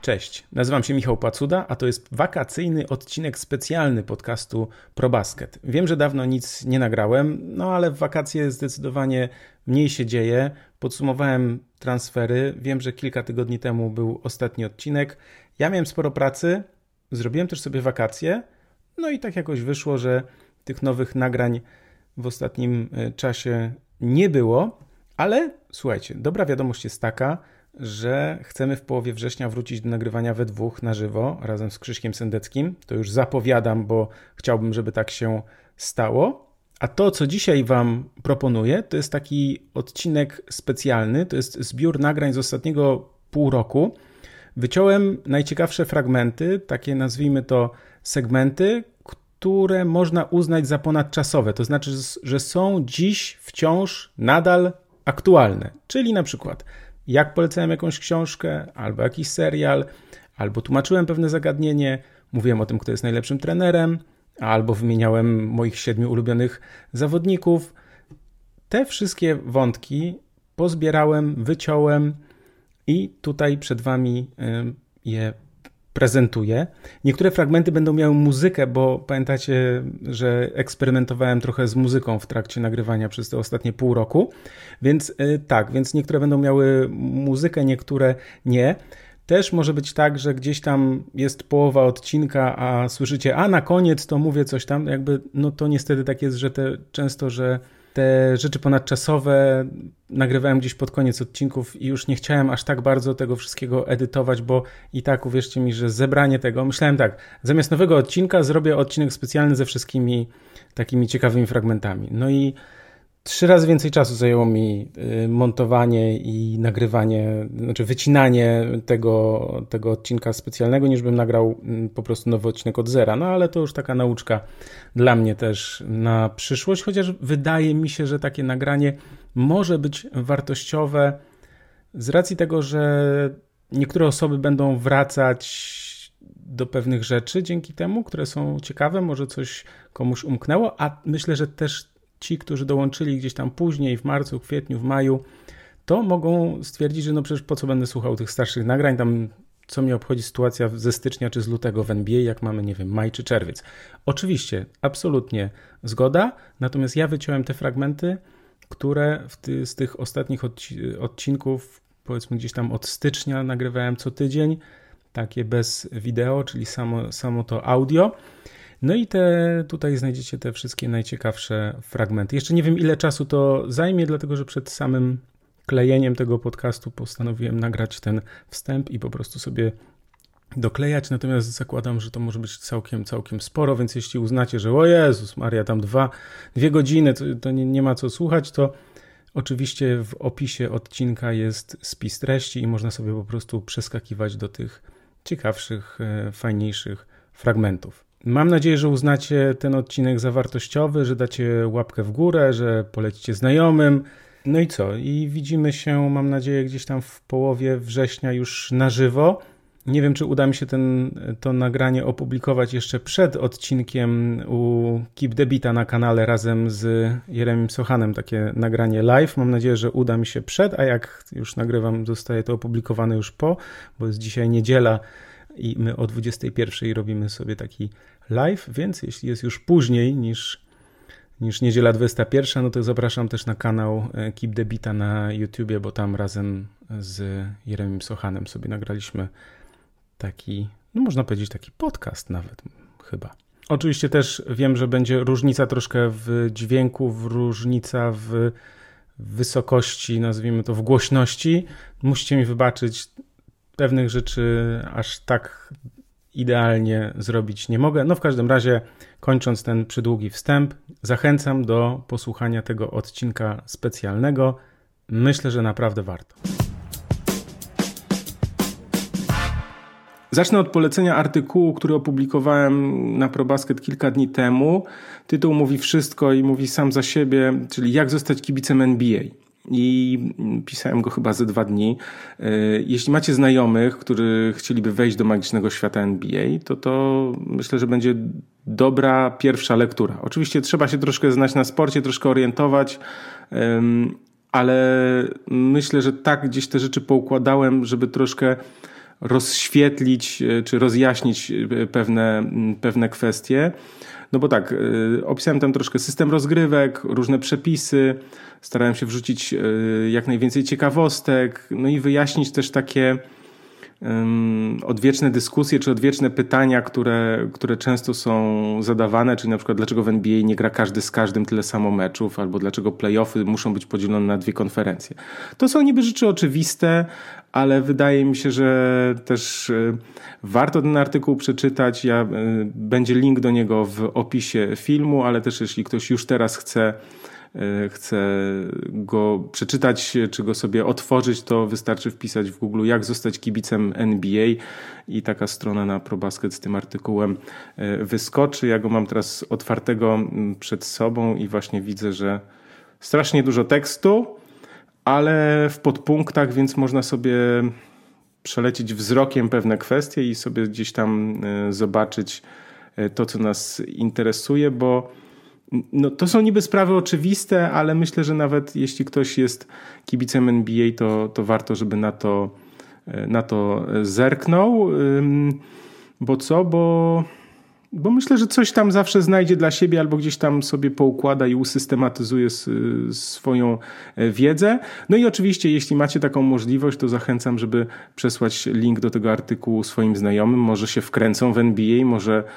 Cześć, nazywam się Michał Pacuda, a to jest wakacyjny odcinek specjalny podcastu ProBasket. Wiem, że dawno nic nie nagrałem, no ale w wakacje zdecydowanie mniej się dzieje. Podsumowałem transfery, wiem, że kilka tygodni temu był ostatni odcinek. Ja miałem sporo pracy, zrobiłem też sobie wakacje, no i tak jakoś wyszło, że tych nowych nagrań w ostatnim czasie nie było, ale słuchajcie, dobra wiadomość jest taka, że chcemy w połowie września wrócić do nagrywania we dwóch na żywo razem z Krzyśkiem Sendeckim. To już zapowiadam, bo chciałbym, żeby tak się stało. A to, co dzisiaj Wam proponuję, to jest taki odcinek specjalny. To jest zbiór nagrań z ostatniego pół roku. Wyciąłem najciekawsze fragmenty, takie nazwijmy to segmenty, które można uznać za ponadczasowe. To znaczy, że są dziś wciąż nadal aktualne. Czyli na przykład jak polecałem jakąś książkę, albo jakiś serial, albo tłumaczyłem pewne zagadnienie, mówiłem o tym, kto jest najlepszym trenerem, albo wymieniałem moich 7 ulubionych zawodników. Te wszystkie wątki pozbierałem, wyciąłem i tutaj przed Wami je prezentuję. Niektóre fragmenty będą miały muzykę, bo pamiętacie, że eksperymentowałem trochę z muzyką w trakcie nagrywania przez te ostatnie pół roku, więc więc niektóre będą miały muzykę, niektóre nie. Też może być tak, że gdzieś tam jest połowa odcinka, a słyszycie, a na koniec to mówię coś tam, no to niestety tak jest, że że te rzeczy ponadczasowe nagrywałem gdzieś pod koniec odcinków i już nie chciałem aż tak bardzo tego wszystkiego edytować, bo i tak uwierzcie mi, że zebranie tego, myślałem tak, zamiast nowego odcinka zrobię odcinek specjalny ze wszystkimi takimi ciekawymi fragmentami. No i 3 razy więcej czasu zajęło mi montowanie i nagrywanie, znaczy wycinanie tego odcinka specjalnego, niż bym nagrał po prostu nowy odcinek od zera. No ale to już taka nauczka dla mnie też na przyszłość, chociaż wydaje mi się, że takie nagranie może być wartościowe z racji tego, że niektóre osoby będą wracać do pewnych rzeczy dzięki temu, które są ciekawe, może coś komuś umknęło, a myślę, że też ci, którzy dołączyli gdzieś tam później, w marcu, kwietniu, w maju, to mogą stwierdzić, że no przecież po co będę słuchał tych starszych nagrań, tam co mnie obchodzi sytuacja ze stycznia czy z lutego w NBA, jak mamy, nie wiem, maj czy czerwiec. Oczywiście, absolutnie zgoda, natomiast ja wyciąłem te fragmenty, które z tych ostatnich odcinków, powiedzmy gdzieś tam od stycznia nagrywałem co tydzień, takie bez wideo, czyli samo to audio. No i tutaj znajdziecie te wszystkie najciekawsze fragmenty. Jeszcze nie wiem, ile czasu to zajmie, dlatego że przed samym klejeniem tego podcastu postanowiłem nagrać ten wstęp i po prostu sobie doklejać, natomiast zakładam, że to może być całkiem sporo, więc jeśli uznacie, że o Jezus Maria, tam 2 godziny, to nie ma co słuchać, to oczywiście w opisie odcinka jest spis treści i można sobie po prostu przeskakiwać do tych ciekawszych, fajniejszych fragmentów. Mam nadzieję, że uznacie ten odcinek za wartościowy, że dacie łapkę w górę, że polecicie znajomym. No i co? I widzimy się, mam nadzieję, gdzieś tam w połowie września już na żywo. Nie wiem, czy uda mi się to nagranie opublikować jeszcze przed odcinkiem u Keep the Beata na kanale razem z Jeremim Sochanem, takie nagranie live. Mam nadzieję, że uda mi się przed, a jak już nagrywam, zostaje to opublikowane już po, bo jest dzisiaj niedziela i my o 21:00 robimy sobie taki live, więc jeśli jest już później niż niedziela 21:00, no to zapraszam też na kanał Keep the Beata na YouTubie, bo tam razem z Jeremim Sochanem sobie nagraliśmy taki, no można powiedzieć taki podcast nawet chyba. Oczywiście też wiem, że będzie różnica troszkę w dźwięku, różnica w wysokości, nazwijmy to w głośności. Musicie mi wybaczyć, pewnych rzeczy aż tak idealnie zrobić nie mogę. No w każdym razie, kończąc ten przydługi wstęp, zachęcam do posłuchania tego odcinka specjalnego. Myślę, że naprawdę warto. Zacznę od polecenia artykułu, który opublikowałem na ProBasket kilka dni temu. Tytuł mówi wszystko i mówi sam za siebie, czyli jak zostać kibicem NBA. I pisałem go chyba ze 2 dni. Jeśli macie znajomych, którzy chcieliby wejść do magicznego świata NBA, to myślę, że będzie dobra pierwsza lektura. Oczywiście trzeba się troszkę znać na sporcie, troszkę orientować, ale myślę, że tak gdzieś te rzeczy poukładałem, żeby troszkę rozświetlić czy rozjaśnić pewne kwestie. No bo tak, opisałem tam troszkę system rozgrywek, różne przepisy, starałem się wrzucić jak najwięcej ciekawostek, no i wyjaśnić też takie odwieczne dyskusje czy odwieczne pytania, które często są zadawane, czyli na przykład dlaczego w NBA nie gra każdy z każdym tyle samo meczów, albo dlaczego playoffy muszą być podzielone na 2 konferencje. To są niby rzeczy oczywiste, ale wydaje mi się, że też warto ten artykuł przeczytać. Będzie link do niego w opisie filmu, ale też jeśli ktoś już teraz chce go przeczytać, czy go sobie otworzyć, to wystarczy wpisać w Google jak zostać kibicem NBA i taka strona na ProBasket z tym artykułem wyskoczy. Ja go mam teraz otwartego przed sobą i właśnie widzę, że strasznie dużo tekstu, ale w podpunktach, więc można sobie przelecieć wzrokiem pewne kwestie i sobie gdzieś tam zobaczyć to, co nas interesuje, bo no, to są niby sprawy oczywiste, ale myślę, że nawet jeśli ktoś jest kibicem NBA, to warto, żeby na to zerknął. Bo myślę, że coś tam zawsze znajdzie dla siebie albo gdzieś tam sobie poukłada i usystematyzuje swoją wiedzę. No i oczywiście, jeśli macie taką możliwość, to zachęcam, żeby przesłać link do tego artykułu swoim znajomym. Może się wkręcą w NBA,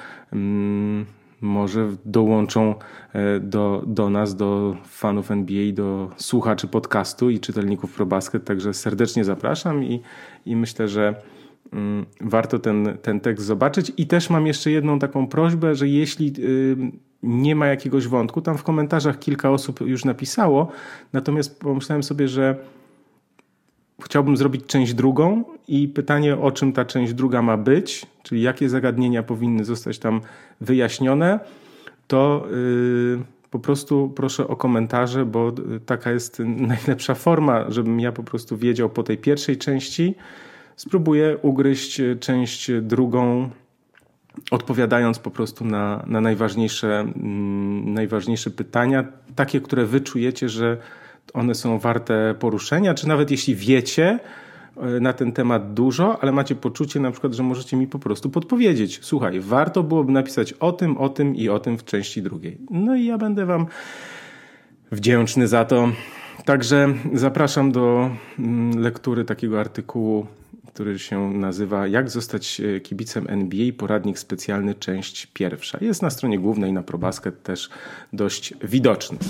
może dołączą do nas, do fanów NBA, do słuchaczy podcastu i czytelników ProBasket. Także serdecznie zapraszam i myślę, że warto ten tekst zobaczyć. I też mam jeszcze jedną taką prośbę, że jeśli nie ma jakiegoś wątku, tam w komentarzach kilka osób już napisało, natomiast pomyślałem sobie, że chciałbym zrobić część drugą i pytanie, o czym ta część druga ma być, czyli jakie zagadnienia powinny zostać tam wyjaśnione, to po prostu proszę o komentarze, bo taka jest najlepsza forma, żebym ja po prostu wiedział po tej pierwszej części. Spróbuję ugryźć część drugą, odpowiadając po prostu na najważniejsze pytania, takie, które wy czujecie, że one są warte poruszenia, czy nawet jeśli wiecie na ten temat dużo, ale macie poczucie na przykład, że możecie mi po prostu podpowiedzieć. Słuchaj, warto byłoby napisać o tym i o tym w części drugiej. No i ja będę wam wdzięczny za to. Także zapraszam do lektury takiego artykułu, który się nazywa Jak zostać kibicem NBA, poradnik specjalny, część 1. Jest na stronie głównej na ProBasket też dość widoczny.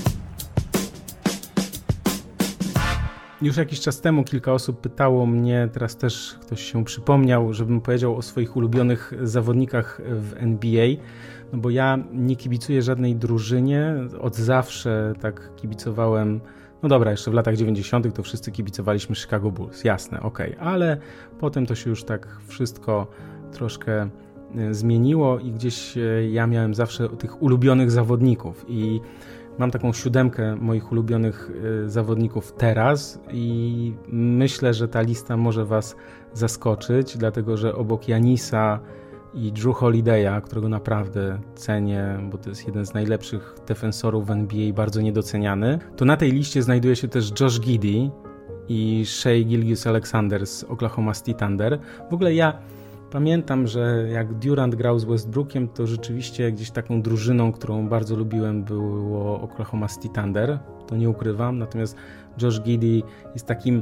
Już jakiś czas temu kilka osób pytało mnie, teraz też ktoś się przypomniał, żebym powiedział o swoich ulubionych zawodnikach w NBA, no bo ja nie kibicuję żadnej drużynie, od zawsze tak kibicowałem, no dobra, jeszcze w latach 90. to wszyscy kibicowaliśmy Chicago Bulls, jasne, okej, ale potem to się już tak wszystko troszkę zmieniło i gdzieś ja miałem zawsze tych ulubionych zawodników i mam taką 7 moich ulubionych zawodników teraz i myślę, że ta lista może was zaskoczyć, dlatego że obok Giannisa i Drew Holiday'a, którego naprawdę cenię, bo to jest jeden z najlepszych defensorów w NBA, bardzo niedoceniany, to na tej liście znajduje się też Josh Giddey i Shai Gilgeous-Alexander z Oklahoma City Thunder. W ogóle ja pamiętam, że jak Durant grał z Westbrookiem, to rzeczywiście gdzieś taką drużyną, którą bardzo lubiłem, było Oklahoma City Thunder. To nie ukrywam. Natomiast Josh Giddey jest takim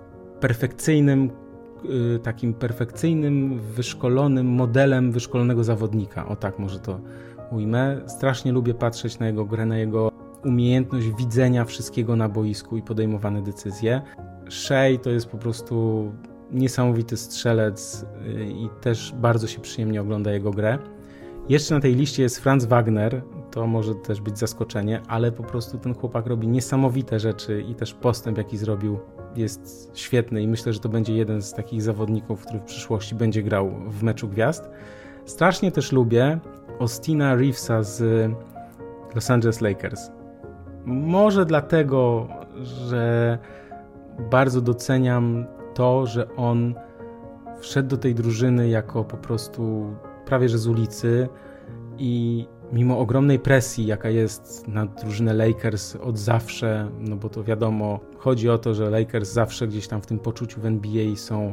perfekcyjnym, wyszkolonym modelem wyszkolonego zawodnika. O tak może to ujmę. Strasznie lubię patrzeć na jego grę, na jego umiejętność widzenia wszystkiego na boisku i podejmowane decyzje. Shai to jest po prostu niesamowity strzelec i też bardzo się przyjemnie ogląda jego grę. Jeszcze na tej liście jest Franz Wagner, to może też być zaskoczenie, ale po prostu ten chłopak robi niesamowite rzeczy i też postęp, jaki zrobił, jest świetny i myślę, że to będzie jeden z takich zawodników, który w przyszłości będzie grał w meczu gwiazd. Strasznie też lubię Austina Reevesa z Los Angeles Lakers. Może dlatego, że bardzo doceniam to, że on wszedł do tej drużyny jako po prostu prawie że z ulicy i mimo ogromnej presji, jaka jest na drużynę Lakers od zawsze, no bo to wiadomo, chodzi o to, że Lakers zawsze gdzieś tam w tym poczuciu w NBA są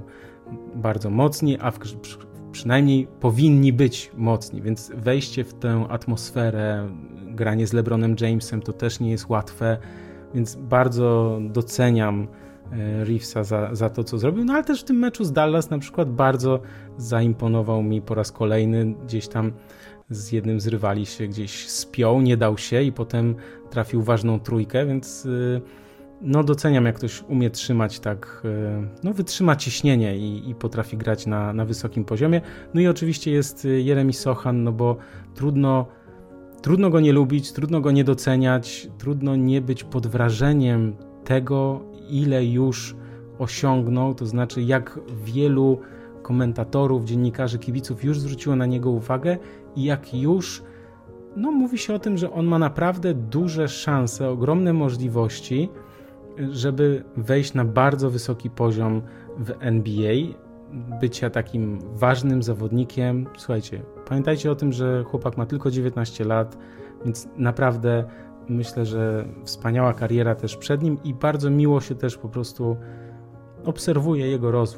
bardzo mocni, a przynajmniej powinni być mocni, więc wejście w tę atmosferę, granie z LeBronem Jamesem to też nie jest łatwe, więc bardzo doceniam Reevesa za to, co zrobił, no ale też w tym meczu z Dallas na przykład bardzo zaimponował mi po raz kolejny, gdzieś tam z jednym z rywali się gdzieś spiął, nie dał się i potem trafił ważną trójkę, więc no doceniam, jak ktoś umie trzymać tak, no wytrzyma ciśnienie i potrafi grać na wysokim poziomie. No i oczywiście jest Jeremy Sochan, no bo trudno go nie lubić, trudno go nie doceniać, trudno nie być pod wrażeniem tego, ile już osiągnął, to znaczy jak wielu komentatorów, dziennikarzy, kibiców już zwróciło na niego uwagę i jak już mówi się o tym, że on ma naprawdę duże szanse, ogromne możliwości, żeby wejść na bardzo wysoki poziom w NBA, bycia takim ważnym zawodnikiem. Słuchajcie, pamiętajcie o tym, że chłopak ma tylko 19 lat, więc naprawdę myślę, że wspaniała kariera też przed nim i bardzo miło się też po prostu obserwuje jego rozwój.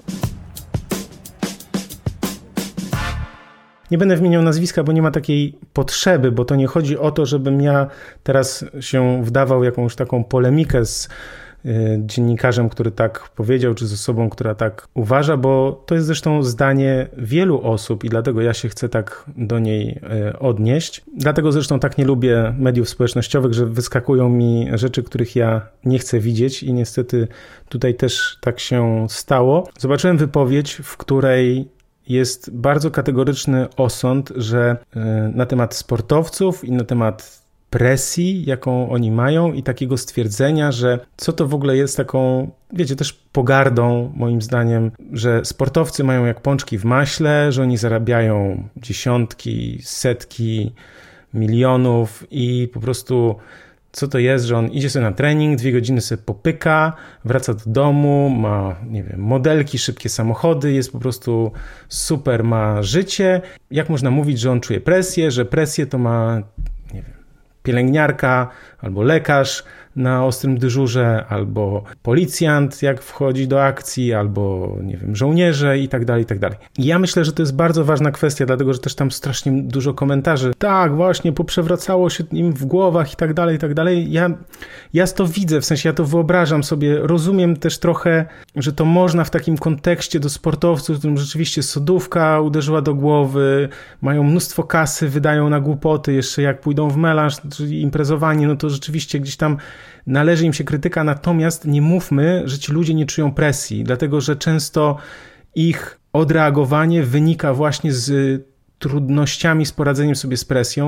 Nie będę wymieniał nazwiska, bo nie ma takiej potrzeby, bo to nie chodzi o to, żebym ja teraz się wdawał w jakąś taką polemikę z dziennikarzem, który tak powiedział, czy z osobą, która tak uważa, bo to jest zresztą zdanie wielu osób i dlatego ja się chcę tak do niej odnieść. Dlatego zresztą tak nie lubię mediów społecznościowych, że wyskakują mi rzeczy, których ja nie chcę widzieć i niestety tutaj też tak się stało. Zobaczyłem wypowiedź, w której jest bardzo kategoryczny osąd, że na temat sportowców i na temat presji, jaką oni mają i takiego stwierdzenia, że co to w ogóle jest taką, wiecie, też pogardą moim zdaniem, że sportowcy mają jak pączki w maśle, że oni zarabiają dziesiątki, setki milionów i po prostu co to jest, że on idzie sobie na trening, 2 godziny sobie popyka, wraca do domu, ma, nie wiem, modelki, szybkie samochody, jest po prostu super, ma życie. Jak można mówić, że on czuje presję, że presję to ma, nie wiem, pielęgniarka albo lekarz na ostrym dyżurze, albo policjant jak wchodzi do akcji, albo nie wiem, żołnierze i tak dalej, i tak dalej. I ja myślę, że to jest bardzo ważna kwestia, dlatego, że też tam strasznie dużo komentarzy. Tak, właśnie, poprzewracało się im w głowach i tak dalej, i tak dalej. Ja to widzę, w sensie ja to wyobrażam sobie, rozumiem też trochę, że to można w takim kontekście do sportowców, którym rzeczywiście sodówka uderzyła do głowy, mają mnóstwo kasy, wydają na głupoty, jeszcze jak pójdą w melanż, czyli imprezowanie, no to rzeczywiście gdzieś tam należy im się krytyka, natomiast nie mówmy, że ci ludzie nie czują presji, dlatego że często ich odreagowanie wynika właśnie z trudnościami z poradzeniem sobie z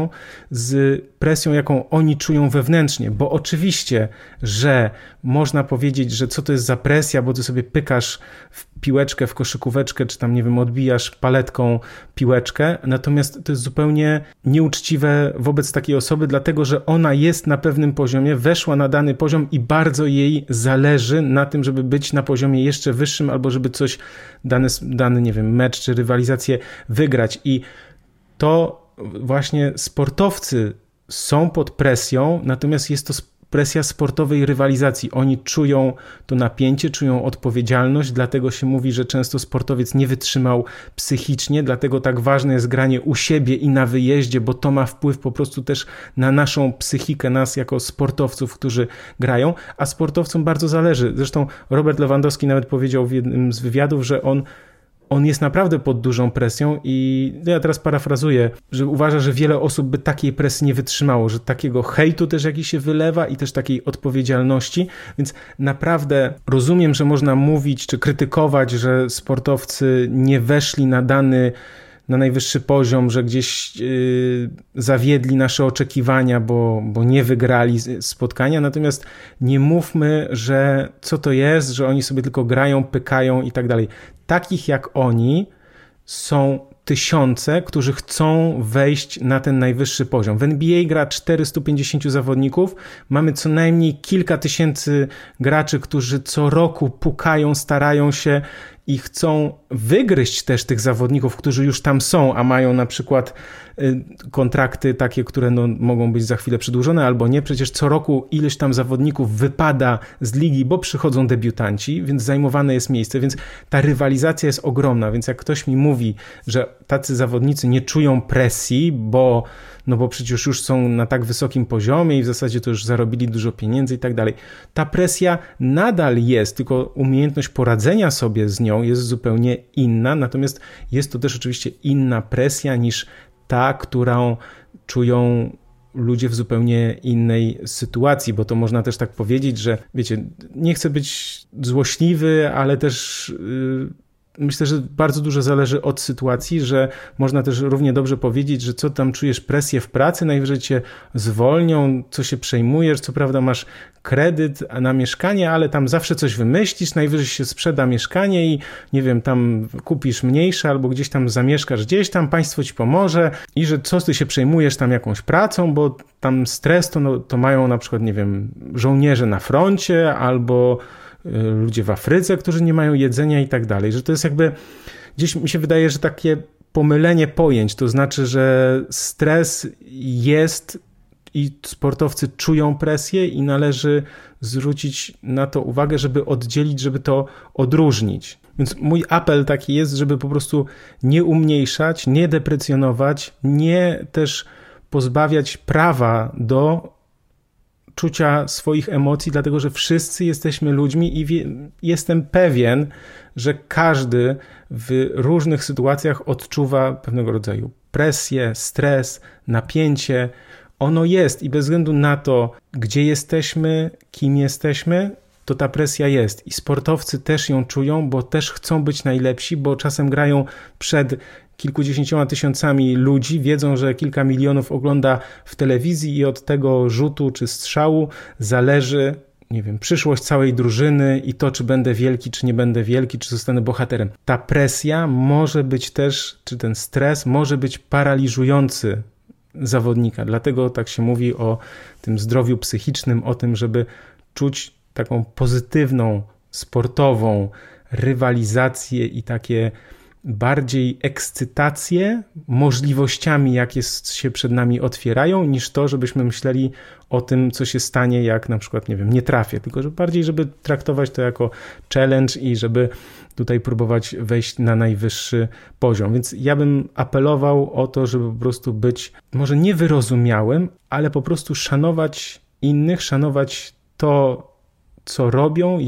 presją, jaką oni czują wewnętrznie, bo oczywiście, że można powiedzieć, że co to jest za presja, bo ty sobie pykasz w piłeczkę, w koszykóweczkę, czy tam, nie wiem, odbijasz paletką piłeczkę, natomiast to jest zupełnie nieuczciwe wobec takiej osoby, dlatego, że ona jest na pewnym poziomie, weszła na dany poziom i bardzo jej zależy na tym, żeby być na poziomie jeszcze wyższym, albo żeby coś, dany, nie wiem, mecz, czy rywalizację wygrać i to właśnie sportowcy są pod presją, natomiast jest to presja sportowej rywalizacji. Oni czują to napięcie, czują odpowiedzialność, dlatego się mówi, że często sportowiec nie wytrzymał psychicznie, dlatego tak ważne jest granie u siebie i na wyjeździe, bo to ma wpływ po prostu też na naszą psychikę, nas jako sportowców, którzy grają, a sportowcom bardzo zależy. Zresztą Robert Lewandowski nawet powiedział w jednym z wywiadów, że on jest naprawdę pod dużą presją i ja teraz parafrazuję, że uważa, że wiele osób by takiej presji nie wytrzymało, że takiego hejtu też jakiś się wylewa i też takiej odpowiedzialności, więc naprawdę rozumiem, że można mówić czy krytykować, że sportowcy nie weszli na najwyższy poziom, że gdzieś zawiedli nasze oczekiwania, bo nie wygrali spotkania, natomiast nie mówmy, że co to jest, że oni sobie tylko grają, pykają i tak dalej. Takich jak oni są tysiące, którzy chcą wejść na ten najwyższy poziom. W NBA gra 450 zawodników, mamy co najmniej kilka tysięcy graczy, którzy co roku pukają, starają się i chcą wygryźć też tych zawodników, którzy już tam są, a mają na przykład kontrakty takie, które mogą być za chwilę przedłużone albo nie. Przecież co roku ileś tam zawodników wypada z ligi, bo przychodzą debiutanci, więc zajmowane jest miejsce, więc ta rywalizacja jest ogromna, więc jak ktoś mi mówi, że tacy zawodnicy nie czują presji, bo przecież już są na tak wysokim poziomie i w zasadzie to już zarobili dużo pieniędzy i tak dalej. Ta presja nadal jest, tylko umiejętność poradzenia sobie z nią jest zupełnie inna, natomiast jest to też oczywiście inna presja niż ta, którą czują ludzie w zupełnie innej sytuacji, bo to można też tak powiedzieć, że wiecie, nie chcę być złośliwy, ale też myślę, że bardzo dużo zależy od sytuacji, że można też równie dobrze powiedzieć, że co tam czujesz presję w pracy, najwyżej cię zwolnią, co się przejmujesz, co prawda masz kredyt na mieszkanie, ale tam zawsze coś wymyślisz, najwyżej się sprzeda mieszkanie i nie wiem, tam kupisz mniejsze albo gdzieś tam zamieszkasz gdzieś tam, państwo ci pomoże i że co ty się przejmujesz tam jakąś pracą, bo tam stres to mają na przykład, nie wiem, żołnierze na froncie albo ludzie w Afryce, którzy nie mają jedzenia i tak dalej, że to jest jakby, gdzieś mi się wydaje, że takie pomylenie pojęć, to znaczy, że stres jest i sportowcy czują presję i należy zwrócić na to uwagę, żeby oddzielić, żeby to odróżnić. Więc mój apel taki jest, żeby po prostu nie umniejszać, nie deprecjonować, nie też pozbawiać prawa do czucia swoich emocji, dlatego że wszyscy jesteśmy ludźmi i jestem pewien, że każdy w różnych sytuacjach odczuwa pewnego rodzaju presję, stres, napięcie. Ono jest i bez względu na to, gdzie jesteśmy, kim jesteśmy, to ta presja jest. I sportowcy też ją czują, bo też chcą być najlepsi, bo czasem grają przed kilkudziesięcioma tysiącami ludzi, wiedzą, że kilka milionów ogląda w telewizji i od tego rzutu czy strzału zależy, nie wiem, przyszłość całej drużyny i to, czy będę wielki, czy nie będę wielki, czy zostanę bohaterem. Ta presja może być też, czy ten stres może być paraliżujący zawodnika. Dlatego tak się mówi o tym zdrowiu psychicznym, o tym, żeby czuć taką pozytywną, sportową rywalizację i takie bardziej ekscytację możliwościami, jakie się przed nami otwierają, niż to, żebyśmy myśleli o tym, co się stanie, jak na przykład, nie wiem, nie trafię, tylko że bardziej, żeby traktować to jako challenge i żeby tutaj próbować wejść na najwyższy poziom. Więc ja bym apelował o to, żeby po prostu być może niewyrozumiałym, ale po prostu szanować innych, szanować to, co robią,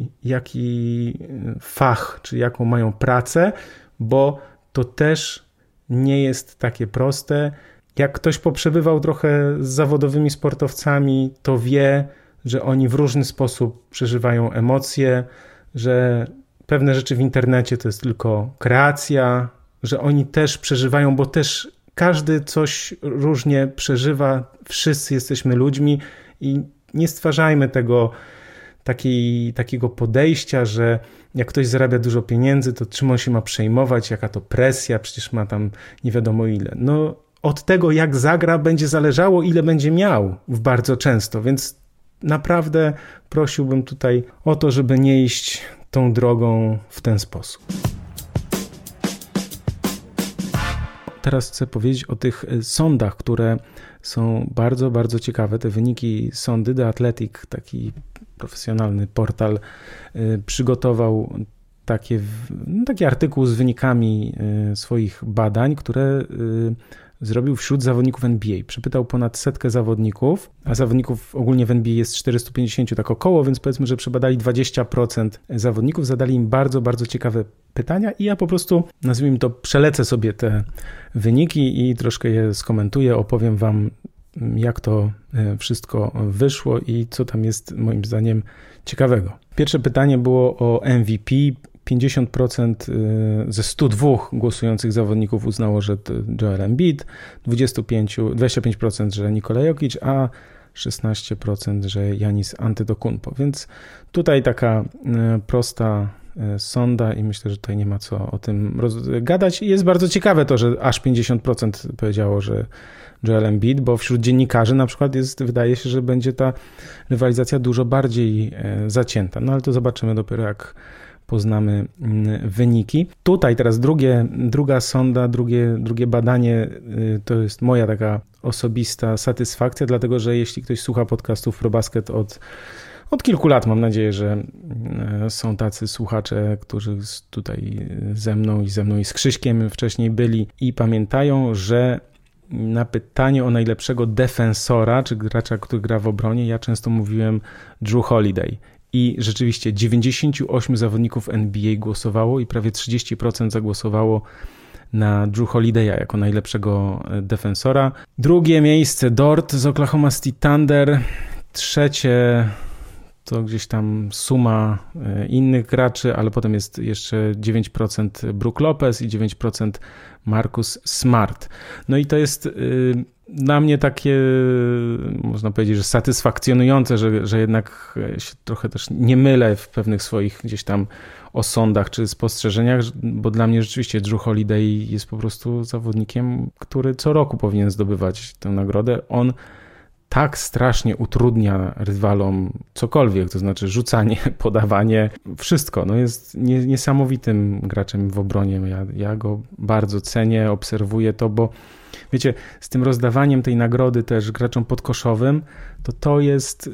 jaki fach, czy jaką mają pracę, bo to też nie jest takie proste. Jak ktoś poprzebywał trochę z zawodowymi sportowcami, to wie, że oni w różny sposób przeżywają emocje, że pewne rzeczy w internecie to jest tylko kreacja, że oni też przeżywają, bo też każdy coś różnie przeżywa, wszyscy jesteśmy ludźmi i nie stwarzajmy takiego podejścia, że jak ktoś zarabia dużo pieniędzy, to czym on się ma przejmować, jaka to presja, przecież ma tam nie wiadomo ile. No od tego, jak zagra, będzie zależało, ile będzie miał bardzo często, więc naprawdę prosiłbym tutaj o to, żeby nie iść tą drogą w ten sposób. Teraz chcę powiedzieć o tych sądach, które są bardzo, bardzo ciekawe. Te wyniki sądy, The Athletic, taki profesjonalny portal, przygotował taki artykuł z wynikami swoich badań, które zrobił wśród zawodników NBA. Przepytał ponad 100 zawodników, a zawodników ogólnie w NBA jest 450 tak około, więc powiedzmy, że przebadali 20% zawodników, zadali im bardzo, bardzo ciekawe pytania i ja po prostu, nazwijmy to, przelecę sobie te wyniki i troszkę je skomentuję, opowiem wam, jak to wszystko wyszło i co tam jest moim zdaniem ciekawego. Pierwsze pytanie było o MVP. 50% ze 102 głosujących zawodników uznało, że to Joel Embiid, 25%, że Nikola Jokic, a 16%, że Giannis Antetokounmpo. Więc tutaj taka prosta sonda i myślę, że tutaj nie ma co o tym gadać. I jest bardzo ciekawe to, że aż 50% powiedziało, że Joel Embiid, bo wśród dziennikarzy na przykład wydaje się, że będzie ta rywalizacja dużo bardziej zacięta. No ale to zobaczymy dopiero jak poznamy wyniki. Tutaj teraz druga sonda, drugie badanie to jest moja taka osobista satysfakcja, dlatego że jeśli ktoś słucha podcastów ProBasket od kilku lat, mam nadzieję, że są tacy słuchacze, którzy tutaj ze mną i z Krzyśkiem wcześniej byli i pamiętają, że na pytanie o najlepszego defensora, czy gracza, który gra w obronie, ja często mówiłem Jrue Holiday. I rzeczywiście 98 zawodników NBA głosowało i prawie 30% zagłosowało na Jrue Holiday'a jako najlepszego defensora. Drugie miejsce Dort z Oklahoma City Thunder. Trzecie to gdzieś tam suma innych graczy, ale potem jest jeszcze 9% Brook Lopez i 9% Marcus Smart. No i to jest dla mnie takie, można powiedzieć, że satysfakcjonujące, że jednak się trochę też nie mylę w pewnych swoich gdzieś tam osądach czy spostrzeżeniach, bo dla mnie rzeczywiście Jrue Holiday jest po prostu zawodnikiem, który co roku powinien zdobywać tę nagrodę. On tak strasznie utrudnia rywalom cokolwiek, to znaczy rzucanie, podawanie, wszystko. No jest niesamowitym graczem w obronie. Ja go bardzo cenię, obserwuję to, bo wiecie, z tym rozdawaniem tej nagrody też graczom podkoszowym, to jest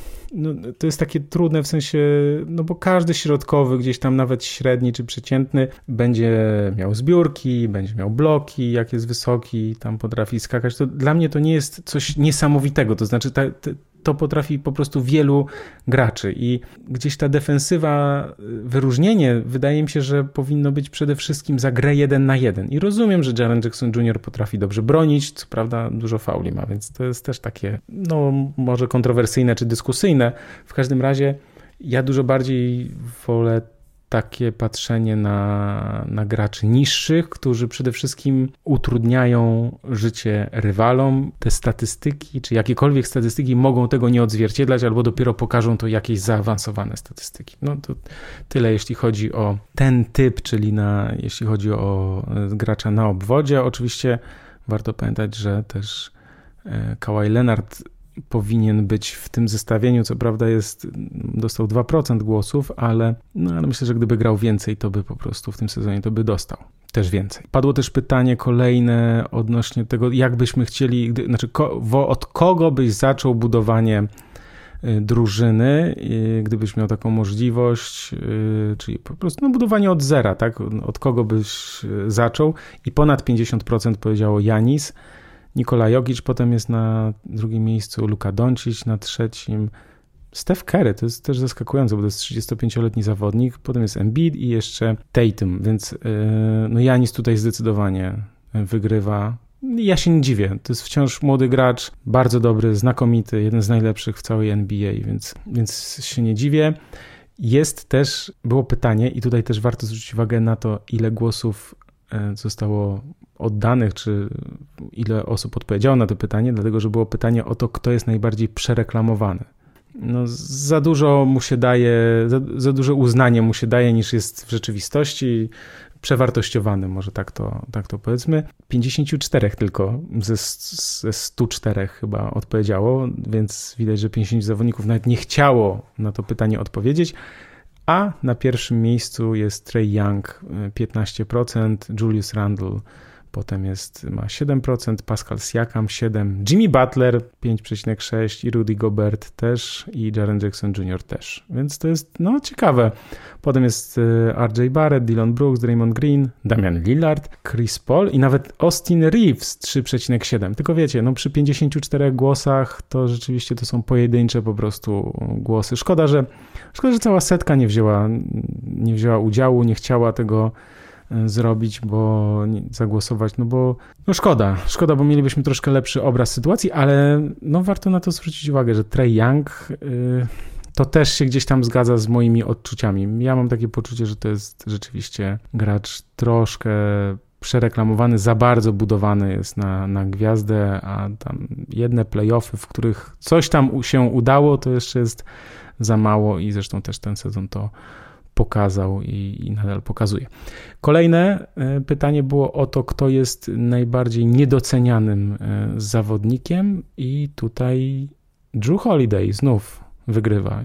takie trudne w sensie, no bo każdy środkowy, gdzieś tam nawet średni czy przeciętny będzie miał zbiórki, będzie miał bloki, jak jest wysoki, tam potrafi skakać. To dla mnie to nie jest coś niesamowitego, to znaczy to potrafi po prostu wielu graczy i gdzieś ta defensywa, wyróżnienie wydaje mi się, że powinno być przede wszystkim za grę 1 na 1 i rozumiem, że Jaren Jackson Jr. potrafi dobrze bronić, co prawda dużo fauli ma, więc to jest też takie, no może kontrowersyjne czy dyskusyjne. W każdym razie ja dużo bardziej wolę takie patrzenie na graczy niższych, którzy przede wszystkim utrudniają życie rywalom. Te statystyki, czy jakiekolwiek statystyki mogą tego nie odzwierciedlać, albo dopiero pokażą to jakieś zaawansowane statystyki. No to tyle, jeśli chodzi o ten typ, czyli jeśli chodzi o gracza na obwodzie. Oczywiście warto pamiętać, że też Kawhi Leonard powinien być w tym zestawieniu, co prawda dostał 2% głosów, ale myślę, że gdyby grał więcej, to by po prostu w tym sezonie to by dostał też więcej. Padło też pytanie kolejne odnośnie tego, jak byśmy chcieli, od kogo byś zaczął budowanie drużyny, gdybyś miał taką możliwość, czyli po prostu budowanie od zera, tak? Od kogo byś zaczął i ponad 50% powiedziało Giannis, Nikola Jokic, potem jest na drugim miejscu Luka Doncic, na trzecim Steph Curry, to jest też zaskakujące, bo to jest 35-letni zawodnik, potem jest Embiid i jeszcze Tatum, więc Giannis tutaj zdecydowanie wygrywa. Ja się nie dziwię, to jest wciąż młody gracz, bardzo dobry, znakomity, jeden z najlepszych w całej NBA, więc się nie dziwię. Było pytanie i tutaj też warto zwrócić uwagę na to, ile głosów zostało oddanych, czy ile osób odpowiedziało na to pytanie, dlatego że było pytanie o to, kto jest najbardziej przereklamowany. Za dużo mu się daje, za duże uznanie mu się daje, niż jest w rzeczywistości, przewartościowany, może tak to powiedzmy. 54 tylko ze 104 chyba odpowiedziało, więc widać, że 50 zawodników nawet nie chciało na to pytanie odpowiedzieć. A na pierwszym miejscu jest Trae Young 15%, Julius Randle potem ma 7%, Pascal Siakam 7%, Jimmy Butler 5,6% i Rudy Gobert też i Jaren Jackson Jr. też. Więc to jest ciekawe. Potem jest RJ Barrett, Dillon Brooks, Draymond Green, Damian Lillard, Chris Paul i nawet Austin Reeves 3,7%. Tylko wiecie, przy 54 głosach to rzeczywiście to są pojedyncze po prostu głosy. Szkoda, że cała setka nie wzięła udziału, nie chciała tego zrobić, zagłosować, bo szkoda, bo mielibyśmy troszkę lepszy obraz sytuacji, ale warto na to zwrócić uwagę, że Trae Young to też się gdzieś tam zgadza z moimi odczuciami. Ja mam takie poczucie, że to jest rzeczywiście gracz troszkę przereklamowany, za bardzo budowany jest na gwiazdę, a tam jedne play-offy, w których coś tam się udało, to jeszcze jest za mało i zresztą też ten sezon to pokazał i nadal pokazuje. Kolejne pytanie było o to, kto jest najbardziej niedocenianym zawodnikiem i tutaj Jrue Holiday znów wygrywa